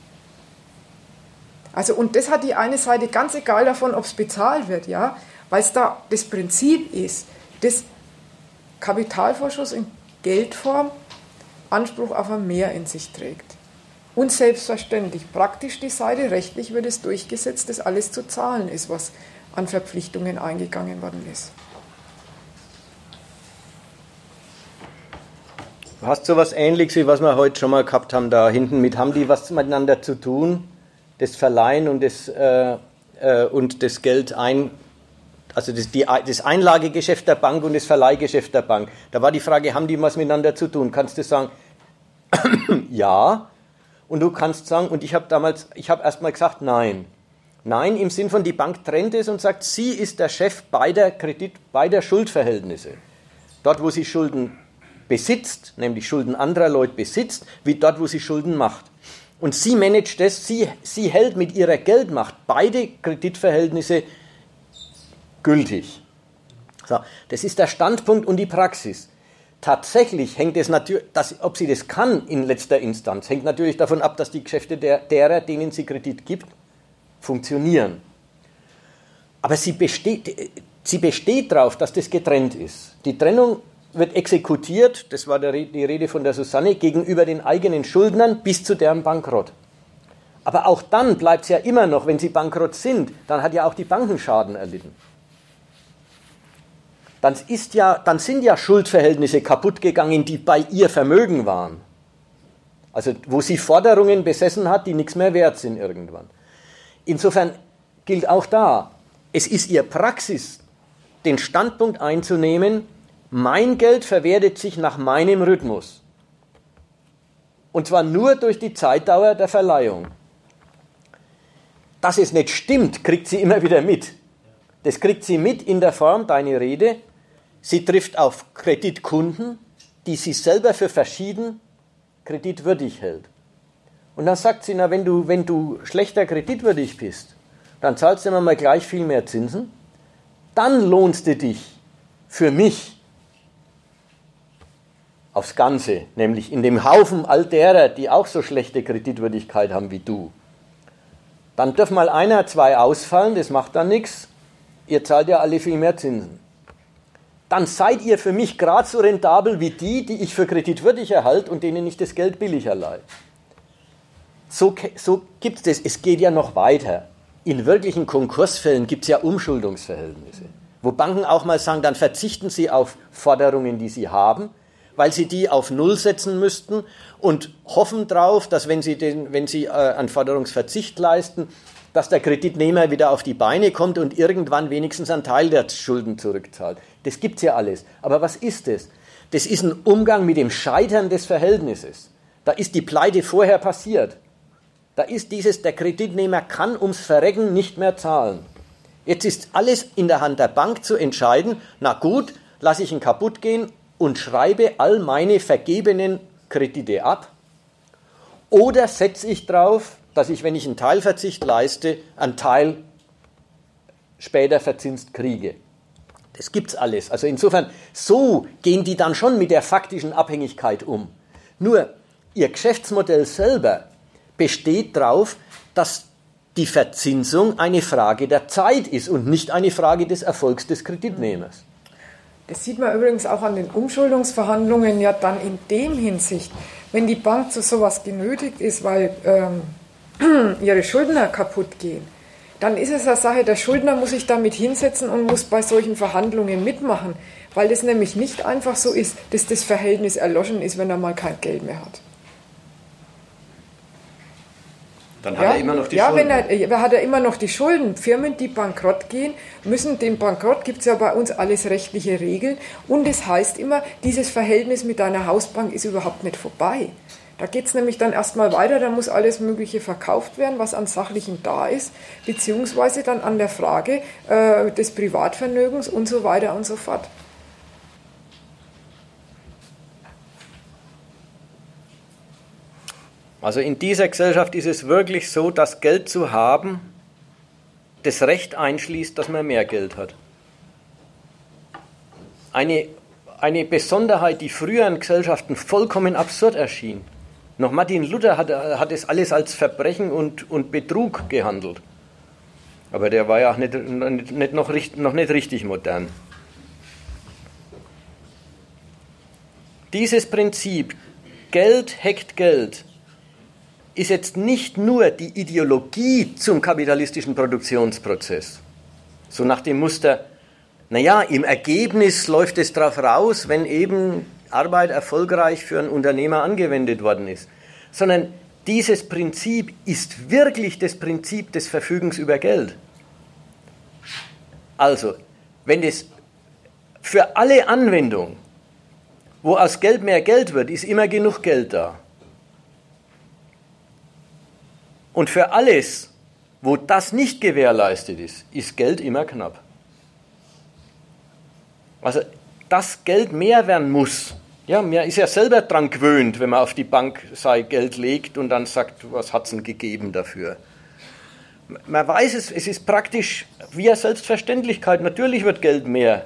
Also, und das hat die eine Seite, ganz egal davon, ob es bezahlt wird, ja, weil es da das Prinzip ist, dass Kapitalvorschuss in Geldform Anspruch auf ein Mehr in sich trägt. Und selbstverständlich, praktisch die Seite, rechtlich wird es durchgesetzt, dass alles zu zahlen ist, was an Verpflichtungen eingegangen worden ist. Du hast so etwas Ähnliches, wie was wir heute schon mal gehabt haben, da hinten mit. Haben die was miteinander zu tun? Das Verleihen und das, äh, äh, und das Geld ein, also das, die, das Einlagegeschäft der Bank und das Verleihgeschäft der Bank. Da war die Frage, haben die was miteinander zu tun? Kannst du sagen, ja. Und du kannst sagen, und ich habe damals, ich habe erstmal gesagt, nein. Nein, im Sinn von, die Bank trennt es und sagt, sie ist der Chef beider Kredit, beider Schuldverhältnisse. Dort, wo sie Schulden besitzt, nämlich Schulden anderer Leute besitzt, wie dort, wo sie Schulden macht. Und sie managt das, sie, sie hält mit ihrer Geldmacht beide Kreditverhältnisse gültig. So, das ist der Standpunkt und die Praxis. Tatsächlich hängt es natürlich, dass, ob sie das kann in letzter Instanz, hängt natürlich davon ab, dass die Geschäfte der, derer, denen sie Kredit gibt, funktionieren. Aber sie besteht, sie besteht darauf, dass das getrennt ist. Die Trennung wird exekutiert, das war der, die Rede von der Susanne, gegenüber den eigenen Schuldnern bis zu deren Bankrott. Aber auch dann bleibt es ja immer noch, wenn sie bankrott sind, dann hat ja auch die Banken Schaden erlitten. Dann, ist ja, dann sind ja Schuldverhältnisse kaputt gegangen, die bei ihr Vermögen waren. Also wo sie Forderungen besessen hat, die nichts mehr wert sind irgendwann. Insofern gilt auch da, es ist ihr Praxis, den Standpunkt einzunehmen, mein Geld verwertet sich nach meinem Rhythmus. Und zwar nur durch die Zeitdauer der Verleihung. Dass es nicht stimmt, kriegt sie immer wieder mit. Das kriegt sie mit in der Form, deine Rede, sie trifft auf Kreditkunden, die sie selber für verschieden kreditwürdig hält. Und dann sagt sie, na, wenn du, wenn du schlechter kreditwürdig bist, dann zahlst du immer mal gleich viel mehr Zinsen, dann lohnst du dich für mich aufs Ganze, nämlich in dem Haufen all derer, die auch so schlechte Kreditwürdigkeit haben wie du. Dann dürfen mal einer, zwei ausfallen, das macht dann nichts, ihr zahlt ja alle viel mehr Zinsen. Dann seid ihr für mich gerade so rentabel wie die, die ich für kreditwürdig erhalte und denen ich das Geld billig erleihe. So, so gibt es das. Es geht ja noch weiter. In wirklichen Konkursfällen gibt es ja Umschuldungsverhältnisse. Wo Banken auch mal sagen, dann verzichten sie auf Forderungen, die sie haben, weil sie die auf Null setzen müssten und hoffen darauf, dass wenn sie, den, wenn sie äh, einen Forderungsverzicht leisten, dass der Kreditnehmer wieder auf die Beine kommt und irgendwann wenigstens einen Teil der Schulden zurückzahlt. Das gibt es ja alles. Aber was ist das? Das ist ein Umgang mit dem Scheitern des Verhältnisses. Da ist die Pleite vorher passiert. Da ist dieses, der Kreditnehmer kann ums Verrecken nicht mehr zahlen. Jetzt ist alles in der Hand der Bank zu entscheiden, na gut, lasse ich ihn kaputt gehen und schreibe all meine vergebenen Kredite ab. Oder setze ich drauf, dass ich, wenn ich einen Teilverzicht leiste, einen Teil später verzinst kriege. Das gibt's alles. Also insofern, so gehen die dann schon mit der faktischen Abhängigkeit um. Nur, ihr Geschäftsmodell selber besteht darauf, dass die Verzinsung eine Frage der Zeit ist und nicht eine Frage des Erfolgs des Kreditnehmers. Das sieht man übrigens auch an den Umschuldungsverhandlungen ja dann in dem Hinsicht, wenn die Bank zu sowas genötigt ist, weil ähm, ihre Schuldner kaputt gehen, dann ist es eine Sache, der Schuldner muss sich damit hinsetzen und muss bei solchen Verhandlungen mitmachen, weil es nämlich nicht einfach so ist, dass das Verhältnis erloschen ist, wenn er mal kein Geld mehr hat. Dann hat ja, er immer noch die ja, Schulden. Ja, wenn er, hat er immer noch die Schulden. Firmen, die bankrott gehen, müssen den Bankrott, gibt es ja bei uns alles rechtliche Regeln. Und es heißt immer, dieses Verhältnis mit deiner Hausbank ist überhaupt nicht vorbei. Da geht es nämlich dann erstmal weiter, da muss alles Mögliche verkauft werden, was an Sachlichem da ist, beziehungsweise dann an der Frage äh, des Privatvermögens und so weiter und so fort. Also in dieser Gesellschaft ist es wirklich so, dass Geld zu haben das Recht einschließt, dass man mehr Geld hat. Eine, eine Besonderheit, die früher in Gesellschaften vollkommen absurd erschien. Noch Martin Luther hat, hat es alles als Verbrechen und, und Betrug gehandelt. Aber der war ja auch nicht, nicht, noch, noch nicht richtig modern. Dieses Prinzip, Geld hackt Geld, ist jetzt nicht nur die Ideologie zum kapitalistischen Produktionsprozess. So nach dem Muster, naja, im Ergebnis läuft es darauf raus, wenn eben Arbeit erfolgreich für einen Unternehmer angewendet worden ist. Sondern dieses Prinzip ist wirklich das Prinzip des Verfügens über Geld. Also, wenn es für alle Anwendungen, wo aus Geld mehr Geld wird, ist immer genug Geld da. Und für alles, wo das nicht gewährleistet ist, ist Geld immer knapp. Also, dass Geld mehr werden muss, ja, man ist ja selber dran gewöhnt, wenn man auf die Bank sein Geld legt und dann sagt, was hat es denn gegeben dafür? Man weiß es, es ist praktisch wie eine Selbstverständlichkeit, natürlich wird Geld mehr.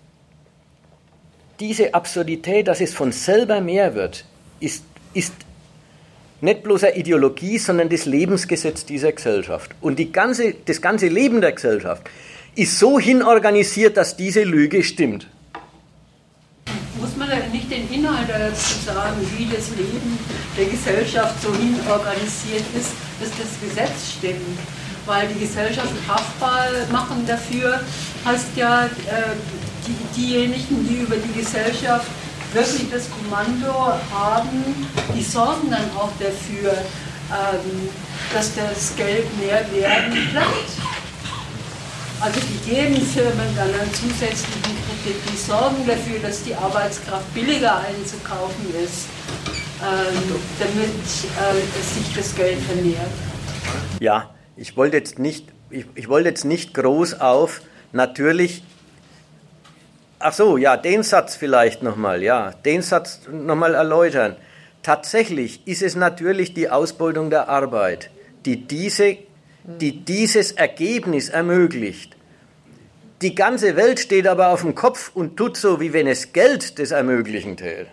Diese Absurdität, dass es von selber mehr wird, ist, ist nicht bloß eine Ideologie, sondern das Lebensgesetz dieser Gesellschaft. Und die ganze, das ganze Leben der Gesellschaft ist so hinorganisiert, dass diese Lüge stimmt. Muss man da nicht den Inhalt dazu sagen, wie das Leben der Gesellschaft so hinorganisiert ist, dass das Gesetz stimmt? Weil die Gesellschaften haftbar machen dafür, heißt ja, die, diejenigen, die über die Gesellschaft wirklich das Kommando haben, die sorgen dann auch dafür, dass das Geld mehr werden bleibt. Also die geben Firmen dann einen zusätzlichen Kredit, die sorgen dafür, dass die Arbeitskraft billiger einzukaufen ist, damit sich das Geld vermehrt. Ja, ich wollte jetzt nicht, ich, ich wollte jetzt nicht groß auf, natürlich. Ach so, ja, den Satz vielleicht nochmal, ja, den Satz nochmal erläutern. Tatsächlich ist es natürlich die Ausbeutung der Arbeit, die, diese, die dieses Ergebnis ermöglicht. Die ganze Welt steht aber auf dem Kopf und tut so, wie wenn es Geld das ermöglichen täte.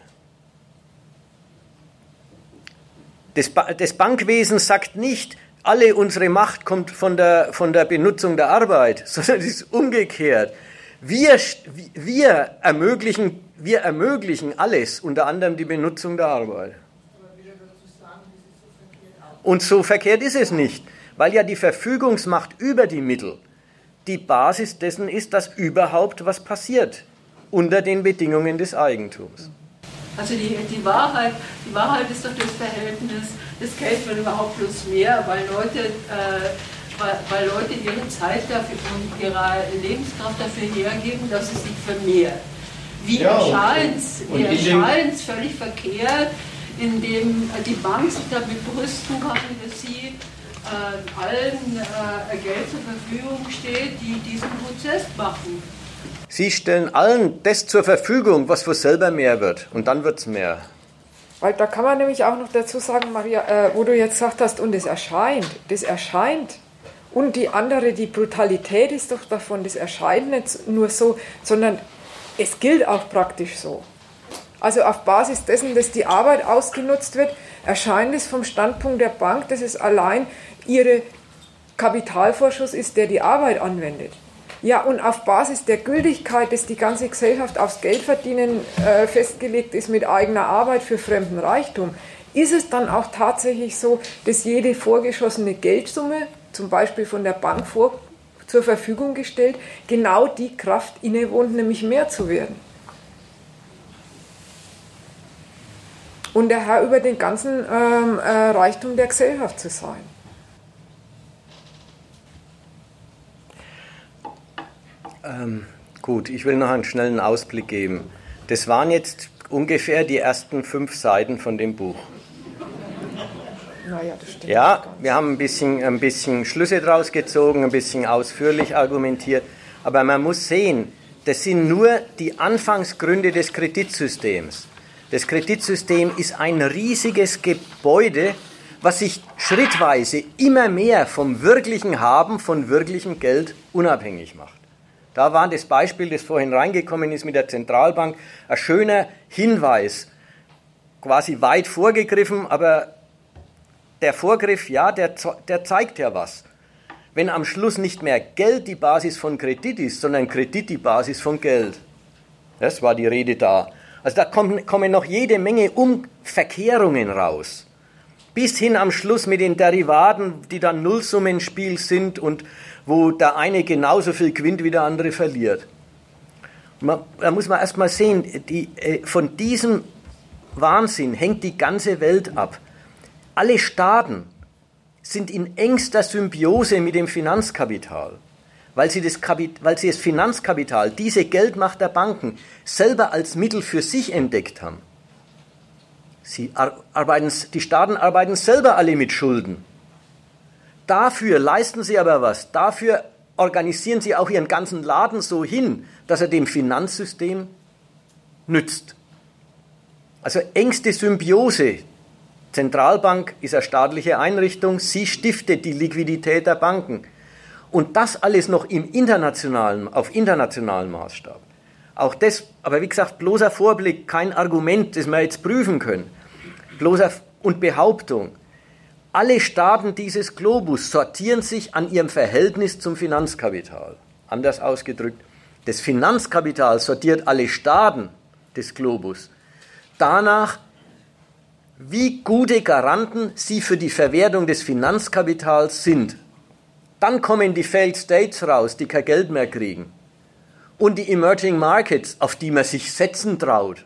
Das, ba- das Bankwesen sagt nicht, alle unsere Macht kommt von der, von der Benutzung der Arbeit, sondern es ist umgekehrt. Wir, wir, ermöglichen, wir ermöglichen alles, unter anderem die Benutzung der Arbeit. Und so verkehrt ist es nicht, weil ja die Verfügungsmacht über die Mittel, die Basis dessen ist, dass überhaupt was passiert unter den Bedingungen des Eigentums. Also die, die, Wahrheit, die Wahrheit ist doch das Verhältnis, das Geld wird überhaupt bloß mehr, weil Leute, äh, weil, weil Leute ihre Zeit dafür und ihre Lebenskraft dafür hergeben, dass es sich vermehrt. Wie ja, erscheint es völlig verkehrt, indem die Bank sich damit brüsten kann, dass sie äh, allen äh, Geld zur Verfügung steht, die diesen Prozess machen. Sie stellen allen das zur Verfügung, was für selber mehr wird. Und dann wird es mehr. Weil da kann man nämlich auch noch dazu sagen, Maria, äh, wo du jetzt gesagt hast, und es erscheint, das erscheint. Und die andere, die Brutalität ist doch davon, das erscheint nicht nur so, sondern es gilt auch praktisch so. Also auf Basis dessen, dass die Arbeit ausgenutzt wird, erscheint es vom Standpunkt der Bank, dass es allein ihre Kapitalvorschuss ist, der die Arbeit anwendet. Ja, und auf Basis der Gültigkeit, dass die ganze Gesellschaft aufs Geldverdienen äh, festgelegt ist mit eigener Arbeit für fremden Reichtum, ist es dann auch tatsächlich so, dass jede vorgeschossene Geldsumme, zum Beispiel von der Bank vor, zur Verfügung gestellt, genau die Kraft innewohnt, nämlich mehr zu werden. Und der Herr über den ganzen ähm, äh, Reichtum der Gesellschaft zu sein. Ähm, gut, ich will noch einen schnellen Ausblick geben. Das waren jetzt ungefähr die ersten fünf Seiten von dem Buch. Naja, das stimmt. Ja, wir haben ein bisschen, ein bisschen Schlüsse draus gezogen, ein bisschen ausführlich argumentiert. Aber man muss sehen, das sind nur die Anfangsgründe des Kreditsystems. Das Kreditsystem ist ein riesiges Gebäude, was sich schrittweise immer mehr vom wirklichen Haben, von wirklichem Geld unabhängig macht. Da war das Beispiel, das vorhin reingekommen ist mit der Zentralbank, ein schöner Hinweis, quasi weit vorgegriffen, aber der Vorgriff, ja, der, der zeigt ja was. Wenn am Schluss nicht mehr Geld die Basis von Kredit ist, sondern Kredit die Basis von Geld. Das war die Rede da. Also da kommen, kommen noch jede Menge Umverkehrungen raus. Bis hin am Schluss mit den Derivaten, die dann Nullsummenspiel sind und wo der eine genauso viel gewinnt, wie der andere verliert. Man, da muss man erst mal sehen, die, äh, von diesem Wahnsinn hängt die ganze Welt ab. Alle Staaten sind in engster Symbiose mit dem Finanzkapital, weil sie das, Kapit- weil sie das Finanzkapital, diese Geldmacht der Banken, selber als Mittel für sich entdeckt haben. Sie arbeiten, die Staaten arbeiten selber alle mit Schulden. Dafür leisten sie aber was. Dafür organisieren sie auch ihren ganzen Laden so hin, dass er dem Finanzsystem nützt. Also engste Symbiose. Zentralbank ist eine staatliche Einrichtung, sie stiftet die Liquidität der Banken. Und das alles noch im internationalen, auf internationalem Maßstab. Auch das, aber wie gesagt, bloßer Vorblick, kein Argument, das wir jetzt prüfen können. Bloßer und Behauptung. Alle Staaten dieses Globus sortieren sich an ihrem Verhältnis zum Finanzkapital. Anders ausgedrückt, das Finanzkapital sortiert alle Staaten des Globus danach, wie gute Garanten sie für die Verwertung des Finanzkapitals sind. Dann kommen die Failed States raus, die kein Geld mehr kriegen. Und die Emerging Markets, auf die man sich setzen traut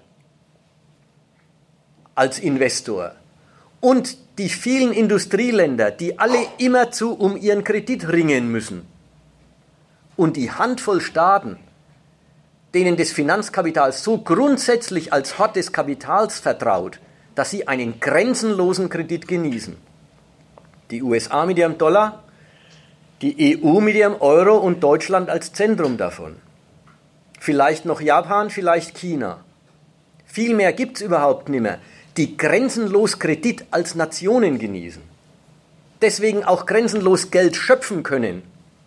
als Investor. Und die vielen Industrieländer, die alle immerzu um ihren Kredit ringen müssen. Und die Handvoll Staaten, denen das Finanzkapital so grundsätzlich als Hort des Kapitals vertraut, dass sie einen grenzenlosen Kredit genießen. Die U S A mit ihrem Dollar, die E U mit ihrem Euro und Deutschland als Zentrum davon. Vielleicht noch Japan, vielleicht China. Viel mehr gibt es überhaupt nicht mehr, die grenzenlos Kredit als Nationen genießen. Deswegen auch grenzenlos Geld schöpfen können,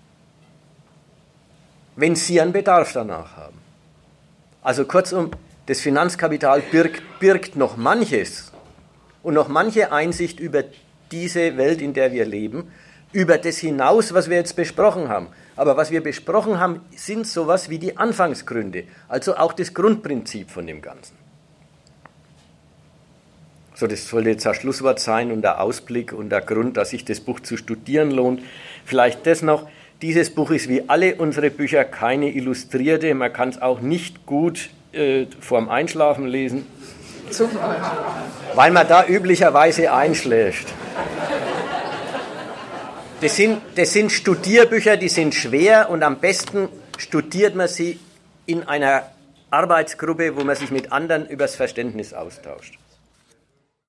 wenn sie einen Bedarf danach haben. Also kurzum, das Finanzkapital birgt, birgt noch manches und noch manche Einsicht über diese Welt, in der wir leben, über das hinaus, was wir jetzt besprochen haben. Aber was wir besprochen haben, sind sowas wie die Anfangsgründe, also auch das Grundprinzip von dem Ganzen. So, das sollte jetzt das Schlusswort sein und der Ausblick und der Grund, dass sich das Buch zu studieren lohnt. Vielleicht das noch, Dieses Buch ist wie alle unsere Bücher keine Illustrierte. Man kann es auch nicht gut äh, vorm Einschlafen lesen, Zum weil man da üblicherweise einschläft. Das sind, das sind Studierbücher, die sind schwer und am besten studiert man sie in einer Arbeitsgruppe, wo man sich mit anderen übers Verständnis austauscht.